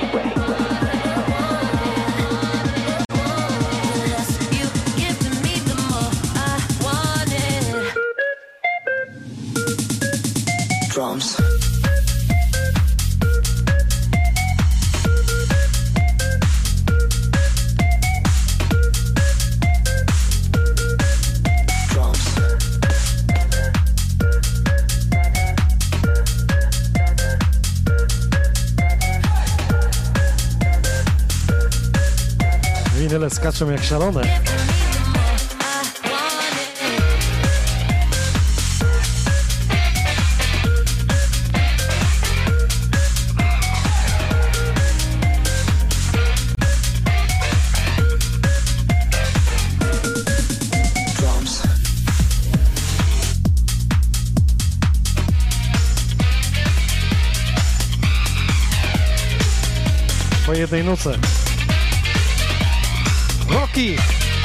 Drums. Winyle skaczą jak szalone. Po jednej nuce. Rocky!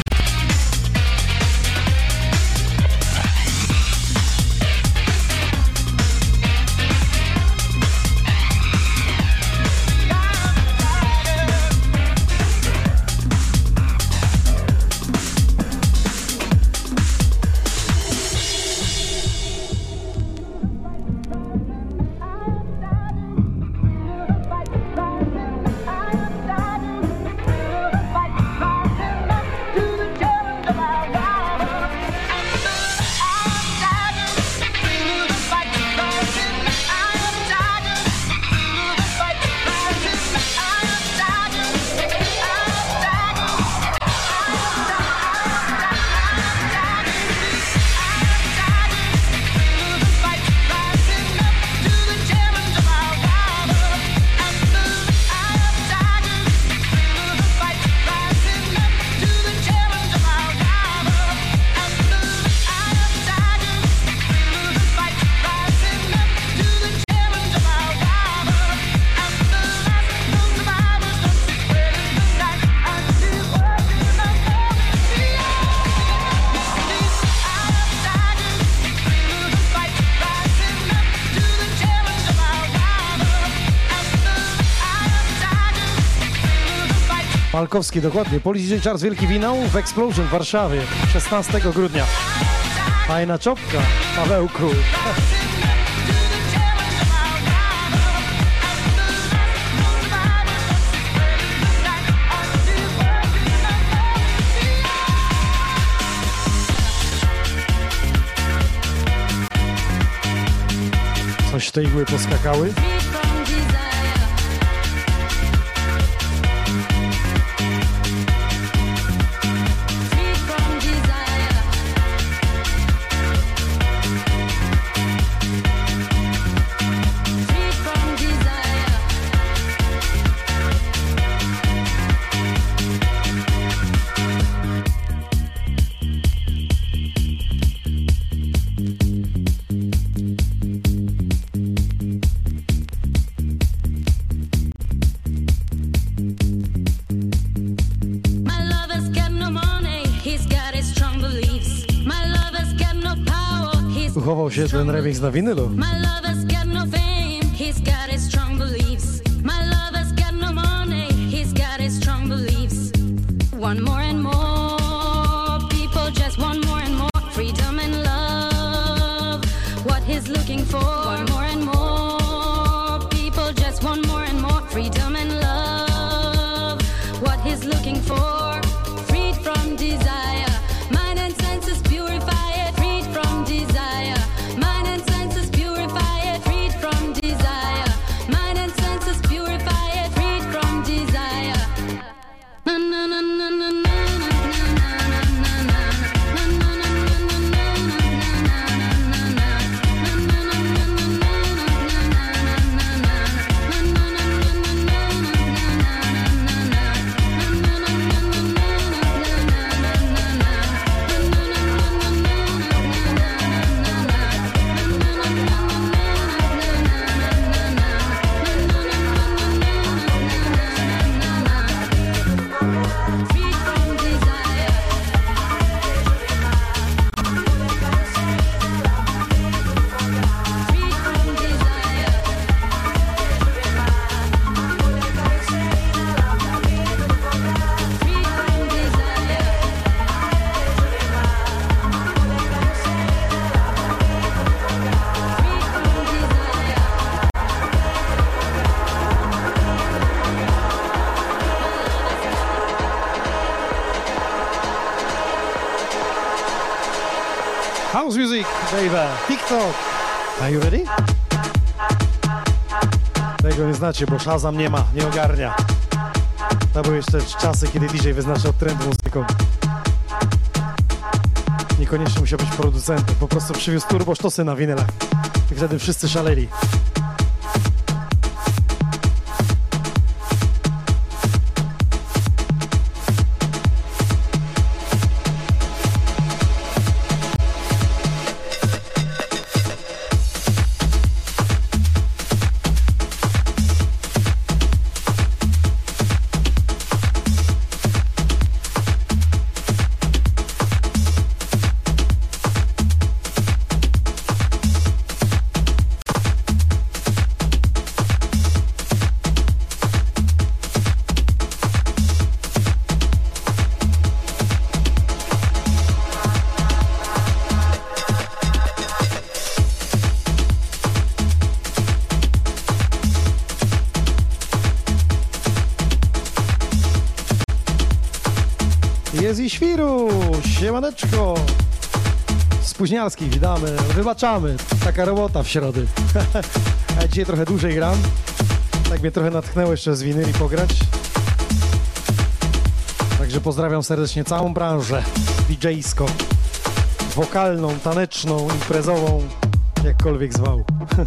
Malkowski, dokładnie. Polish Richards Wielki Winał w Explosion w Warszawie szesnastego grudnia. Fajna czopka, Pawełku. Coś te igły poskakały. Uchował się ten remix na winylu. My lover's got no fame, he's got his strong beliefs. My lover's got no money, he's got his strong beliefs. One more and more, people just want more and more freedom and love. What he's looking for, one more and more, people just want more and more freedom and love. What he's looking for, freed from desire, mind and senses purify it, freed from desire. Mind and senses purify it, freed from desire. Mind and senses purify it, freed from desire. Na na na na na na. House music, baby. TikTok. Are you ready? Tego nie znacie, bo Shazam nie ma, nie ogarnia. To były jeszcze czasy, kiedy D J wyznaczał trend muzyką. Niekoniecznie musiał być producentem, po prostu przywiózł turbo sztosy na winylach. I wtedy wszyscy szaleli. Jest i Świru, siemaneczko. Spóźnialski, witamy, wybaczamy, taka robota w środę. Ja dzisiaj trochę dłużej gram, tak mnie trochę natchnęło jeszcze z winyli pograć. Także pozdrawiam serdecznie całą branżę D J-ską, wokalną, taneczną, imprezową, jakkolwiek zwał.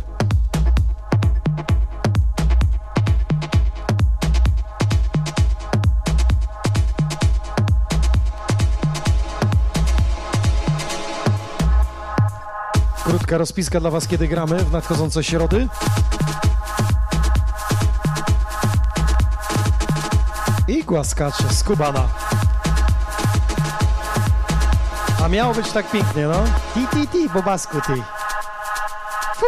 Krótka rozpiska dla Was, kiedy gramy w nadchodzące środy. I głaskacze z Kubana. A miało być tak pięknie, no. Ti, ti, ti, bobasku, ty. Fu.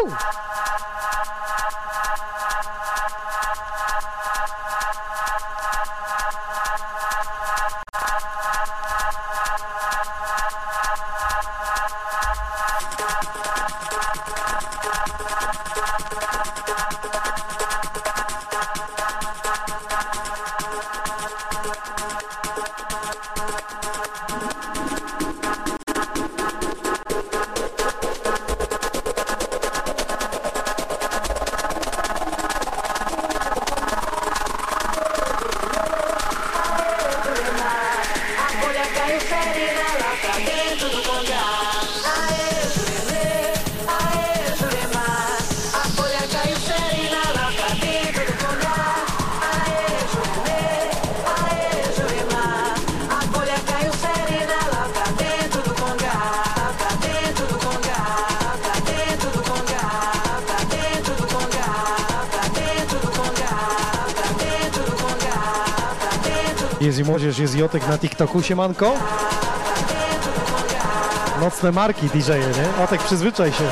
Jest i młodzież, jest i Jotek na TikToku, siemanko. Nocne marki D J-e, nie? O, tak przyzwyczaj się.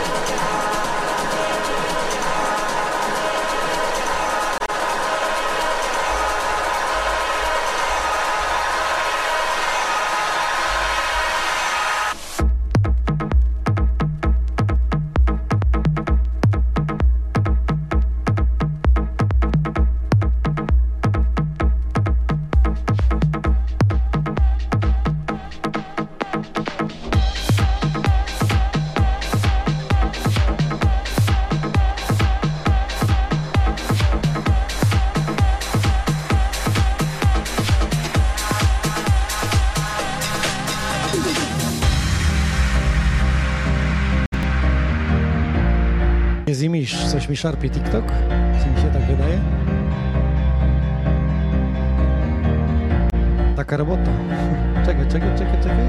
Zimisz, coś mi szarpie TikTok? Czy mi się tak wydaje? Taka robota. Czekaj, czekaj, czekaj, czekaj.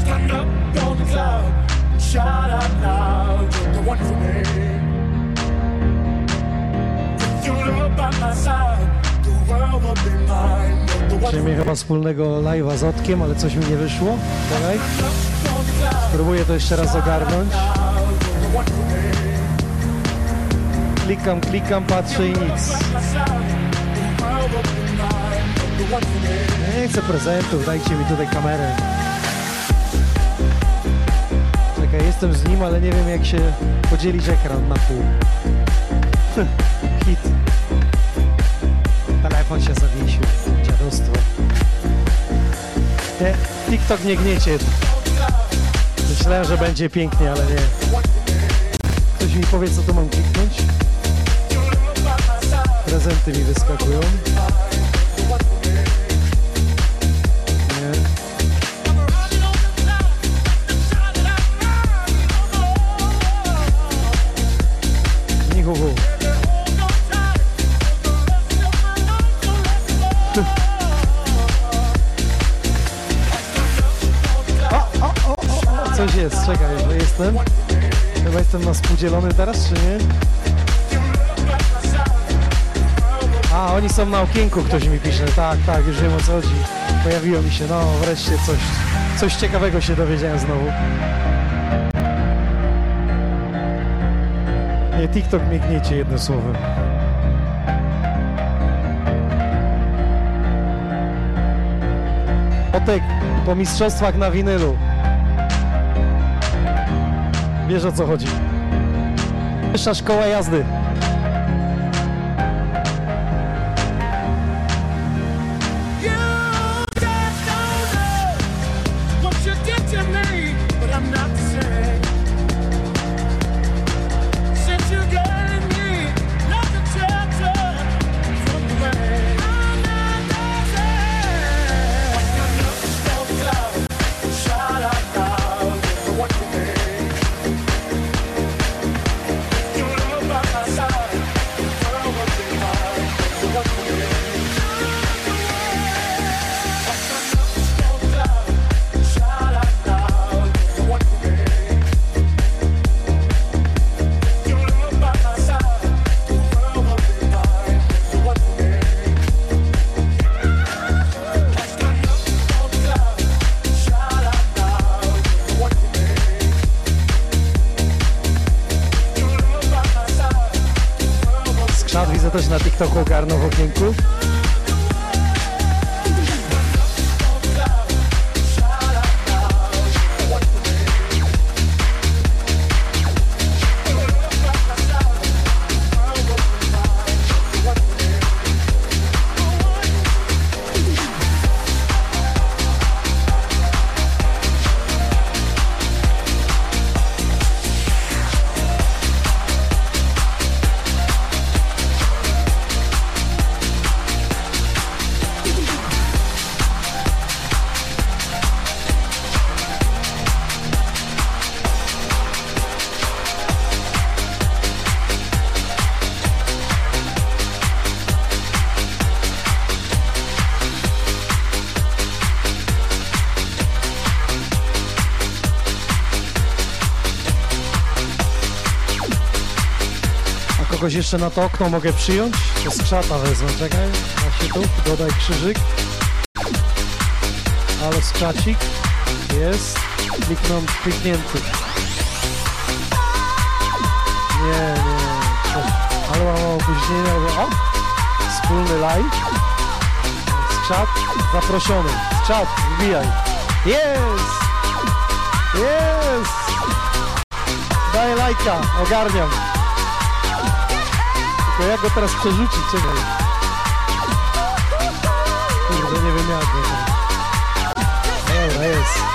Mieliśmy chyba wspólnego live'a z Otkiem, ale coś mi nie wyszło. Czekaj. Spróbuję to jeszcze raz ogarnąć. Klikam, klikam, patrzę i nic. Nie chcę prezentów, dajcie mi tutaj kamerę. Czekaj, jestem z nim, ale nie wiem jak się podzielić ekran na pół. Hit. Telefon się zawiesił. Dziadostwo. Nie, TikTok nie gniecie. Myślałem, że będzie pięknie, ale nie. Ktoś mi powie, co tu mam kliknąć? Prezenty mi wyskakują. Nie. Nichuchu. O, o, o, o, coś jest, czekaj, że jestem. Chyba jestem na spółdzielony teraz, czy nie? A, oni są na okienku, ktoś mi pisze. Tak, tak, już wiem o co chodzi. Pojawiło mi się, no wreszcie coś, coś ciekawego się dowiedziałem znowu. Nie, TikTok mnie gniecie jednym słowem. Otek, po mistrzostwach na winylu. Wiesz o co chodzi. Wyższa szkoła jazdy. Też na TikToku ogarnął w okienku. Kogoś jeszcze na to okno mogę przyjąć? To z czata wezmę, czekaj. Ja się tu, dodaj krzyżyk. Ale skrzacik. Jest. Klikną kliknięty. Nie, nie, coś. Ale mam opóźnienia. O! Wspólny live. Skrzat zaproszony. Skrzat, wbijaj. Jest! Jest! Daję lajka, ogarniam. Tylko jak go teraz przerzucić? Czekaj. Kurde, nie wiem jak go teraz. Dobra, jest.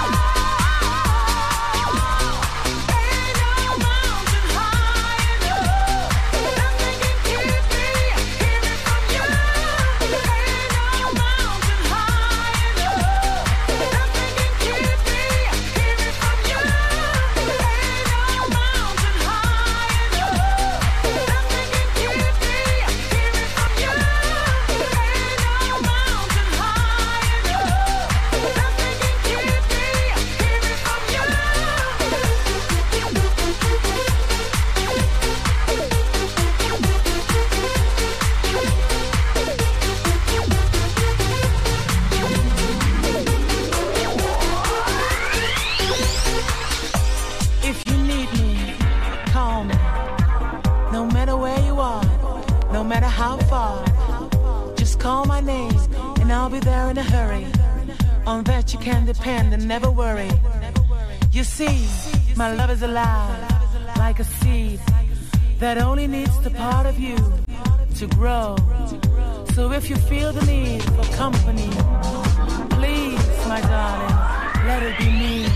And never worry. You see, my love is alive, like a seed that only needs the part of you to grow. So if you feel the need for company, please, my darling, let it be me.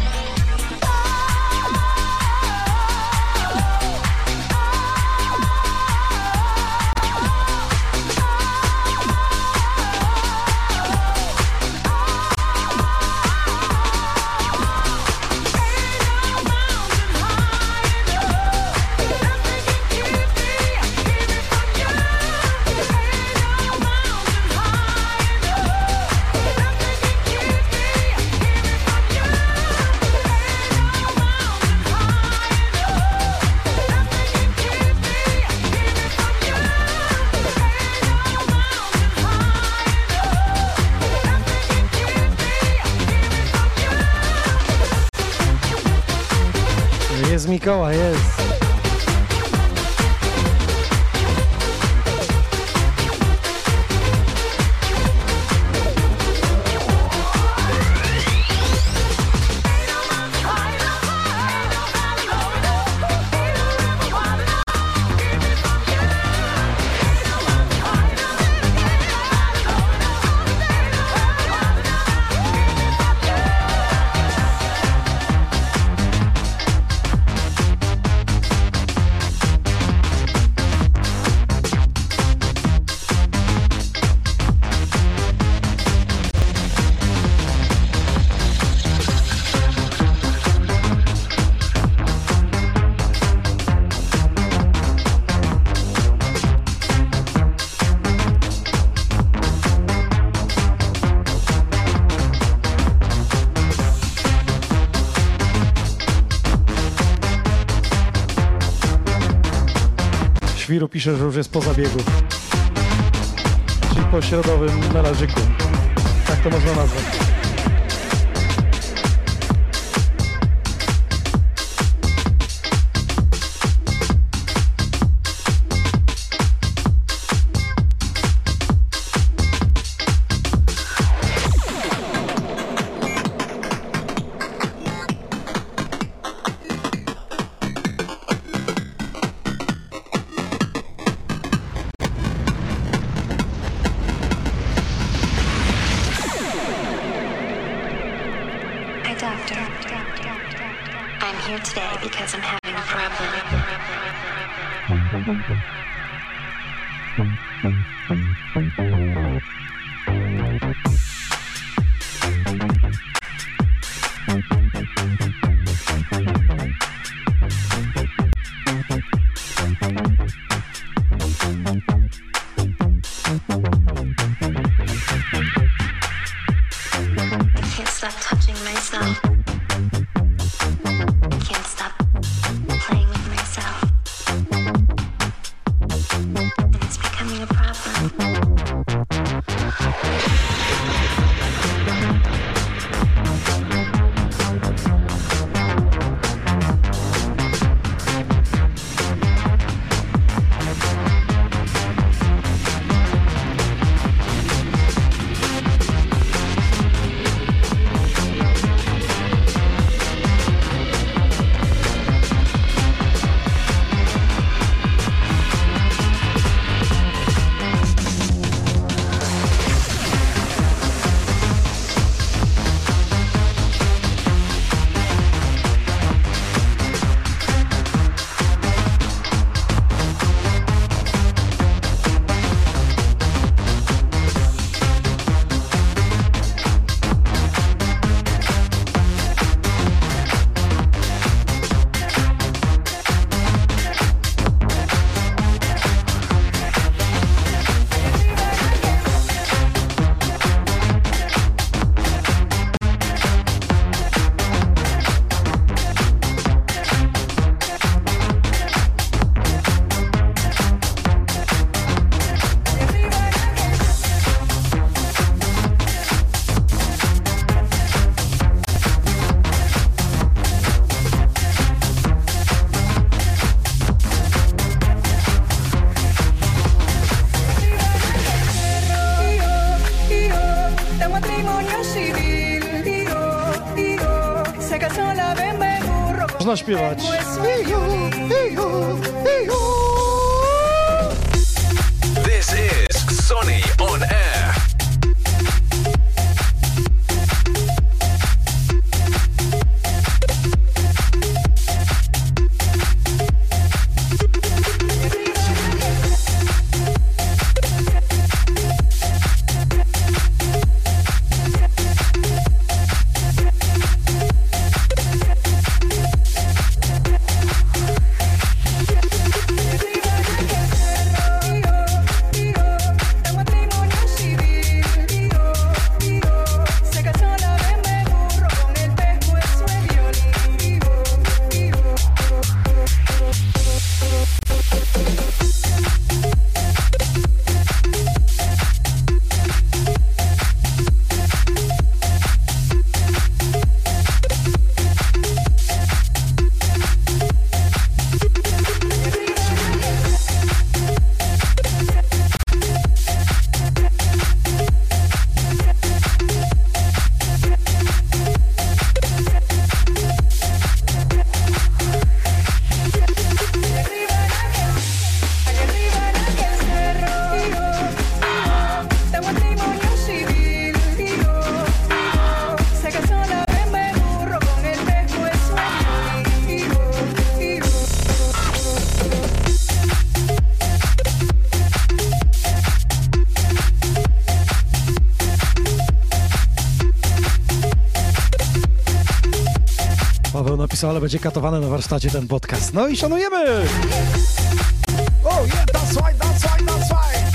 Jest Mikołaj, jest. Świru pisze, że już jest po zabiegu, czyli po środowym melanżyku. Tak to można nazwać. Można śpiewać. This is Sonny on Air. Paweł napisał, ale będzie katowany na warsztacie ten podcast. No i szanujemy! Oh yeah, that's right, that's right, that's right!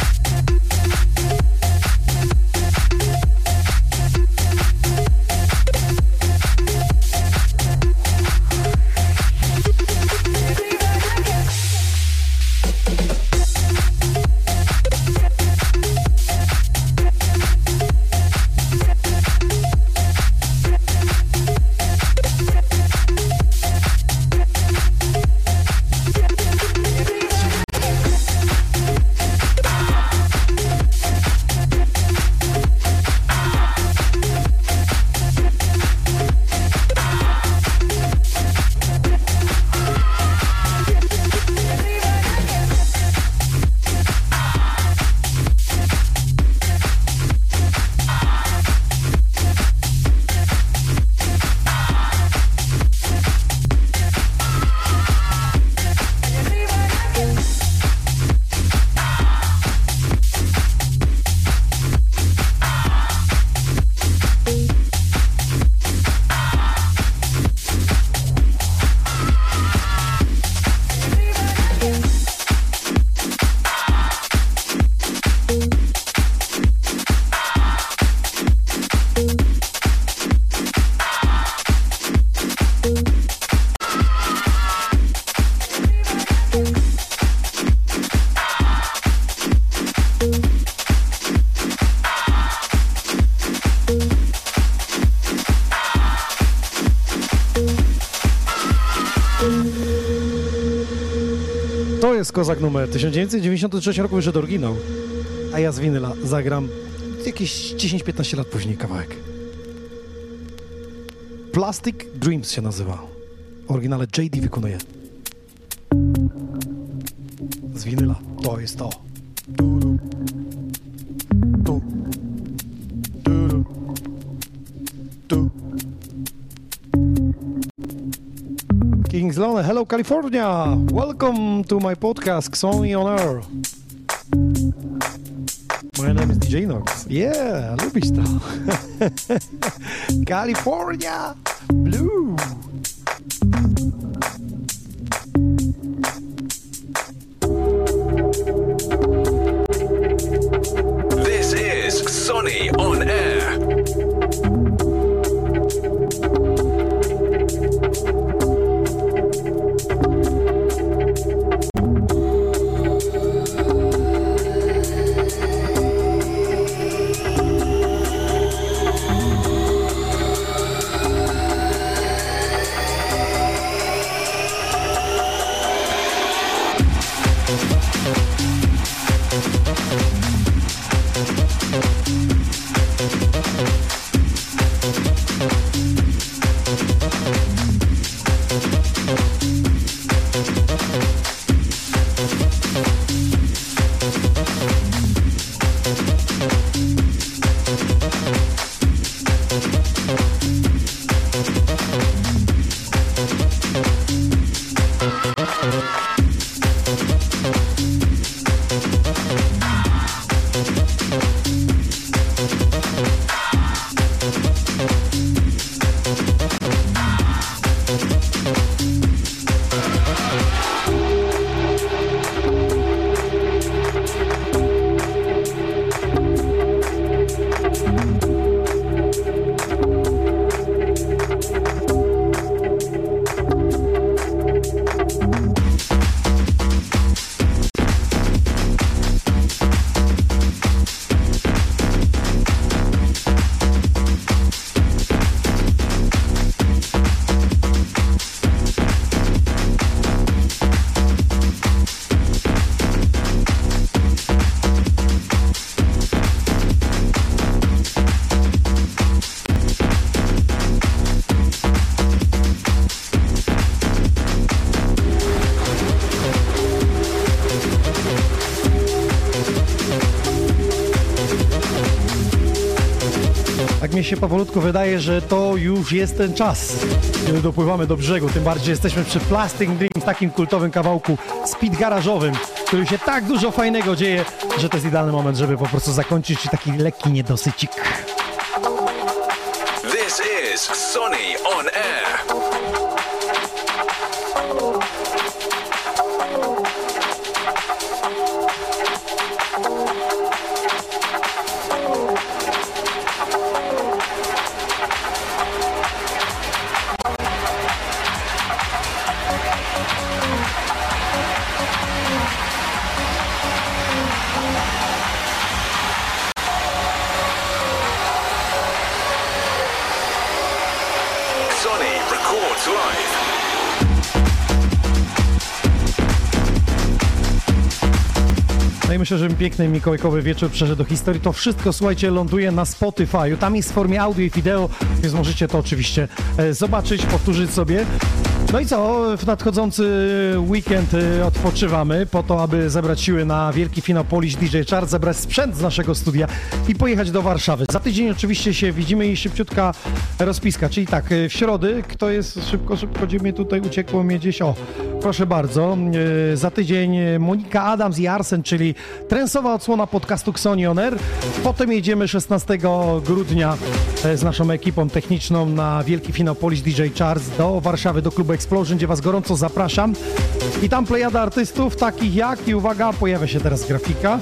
To jest kozak numer. tysiąc dziewięćset dziewięćdziesiątym trzecim roku wyszedł oryginał, a ja z winyla zagram jakieś dziesięć piętnaście lat później kawałek. Plastic Dreams się nazywa. Oryginale J D wykonuje. Z winyla. To jest to. Du-du. Du. Du-du. Du. Kings Lone, hello California! Welcome to my podcast, Sonny on Air. My name is D J Nox. Yeah, lubisz to. California Blue. This is Sonny on Air. Tak mi się powolutku wydaje, że to już jest ten czas, kiedy dopływamy do brzegu. Tym bardziej, że jesteśmy przy Plastic Dreams, takim kultowym kawałku speed garażowym, w którym się tak dużo fajnego dzieje, że to jest idealny moment, żeby po prostu zakończyć taki lekki niedosycik. This is Sonny on Air. Sonny records live. No i myślę, że piękny mikołajkowy wieczór przeszedł do historii. To wszystko, słuchajcie, ląduje na Spotify'u. Tam jest w formie audio i wideo, więc możecie to oczywiście e, zobaczyć, powtórzyć sobie. No i co? W nadchodzący weekend e, odpoczywamy po to, aby zebrać siły na wielki finał Polish D J Chart, zebrać sprzęt z naszego studia i pojechać do Warszawy. Za tydzień oczywiście się widzimy i szybciutka rozpiska. Czyli tak, e, w środę, kto jest szybko, szybko, gdzie mnie tutaj uciekło mnie gdzieś, o, proszę bardzo. E, za tydzień Monika Adams i Arsen, czyli trensowa odsłona podcastu Xoni On Air. Potem jedziemy szesnastego grudnia z naszą ekipą techniczną na wielki finał Polish D J Charts do Warszawy, do klubu Explosion, gdzie was gorąco zapraszam. I tam plejada artystów takich jak, i uwaga, pojawia się teraz grafika.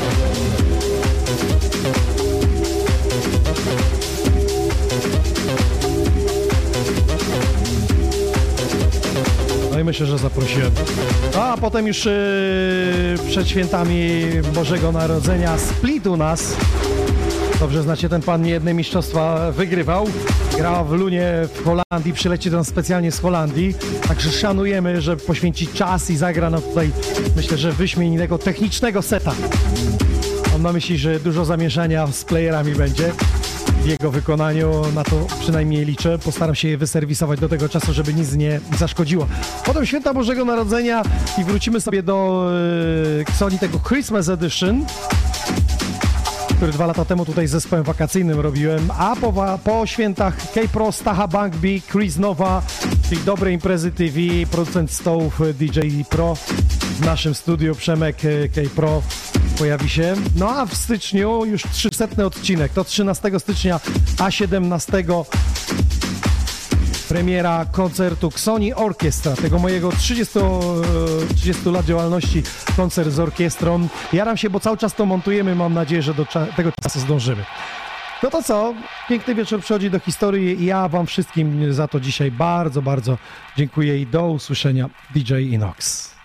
No i myślę, że zaprosiłem. A potem już yy, przed świętami Bożego Narodzenia Split u nas. Dobrze znacie, ten pan niejedne mistrzostwa wygrywał. Grał w Lunie w Holandii, przyleci do nas specjalnie z Holandii. Także szanujemy, że poświęci czas i zagra nam tutaj, myślę, że wyśmienitego technicznego seta. Mam na myśli, że dużo zamieszania z playerami będzie. W jego wykonaniu na to przynajmniej liczę. Postaram się je wyserwisować do tego czasu, żeby nic nie zaszkodziło. Potem święta Bożego Narodzenia i wrócimy sobie do yy, Xoni tego Christmas Edition, który dwa lata temu tutaj z zespołem wakacyjnym robiłem, a po, po świętach K-Pro, Stacha Bank B, Chris Nowa, czyli Dobre Imprezy T V, producent stołów D J Pro w naszym studiu, Przemek K-Pro pojawi się. No a w styczniu już trzysetny odcinek, to trzynastego stycznia, a siedemnastego premiera koncertu Xoni Orkiestra, tego mojego trzydziestu, trzydziestu lat działalności, koncert z orkiestrą. Jaram się, bo cały czas to montujemy, mam nadzieję, że do cza- tego czasu zdążymy. No to co? Piękny wieczór przychodzi do historii i ja wam wszystkim za to dzisiaj bardzo, bardzo dziękuję i do usłyszenia. D J Inox.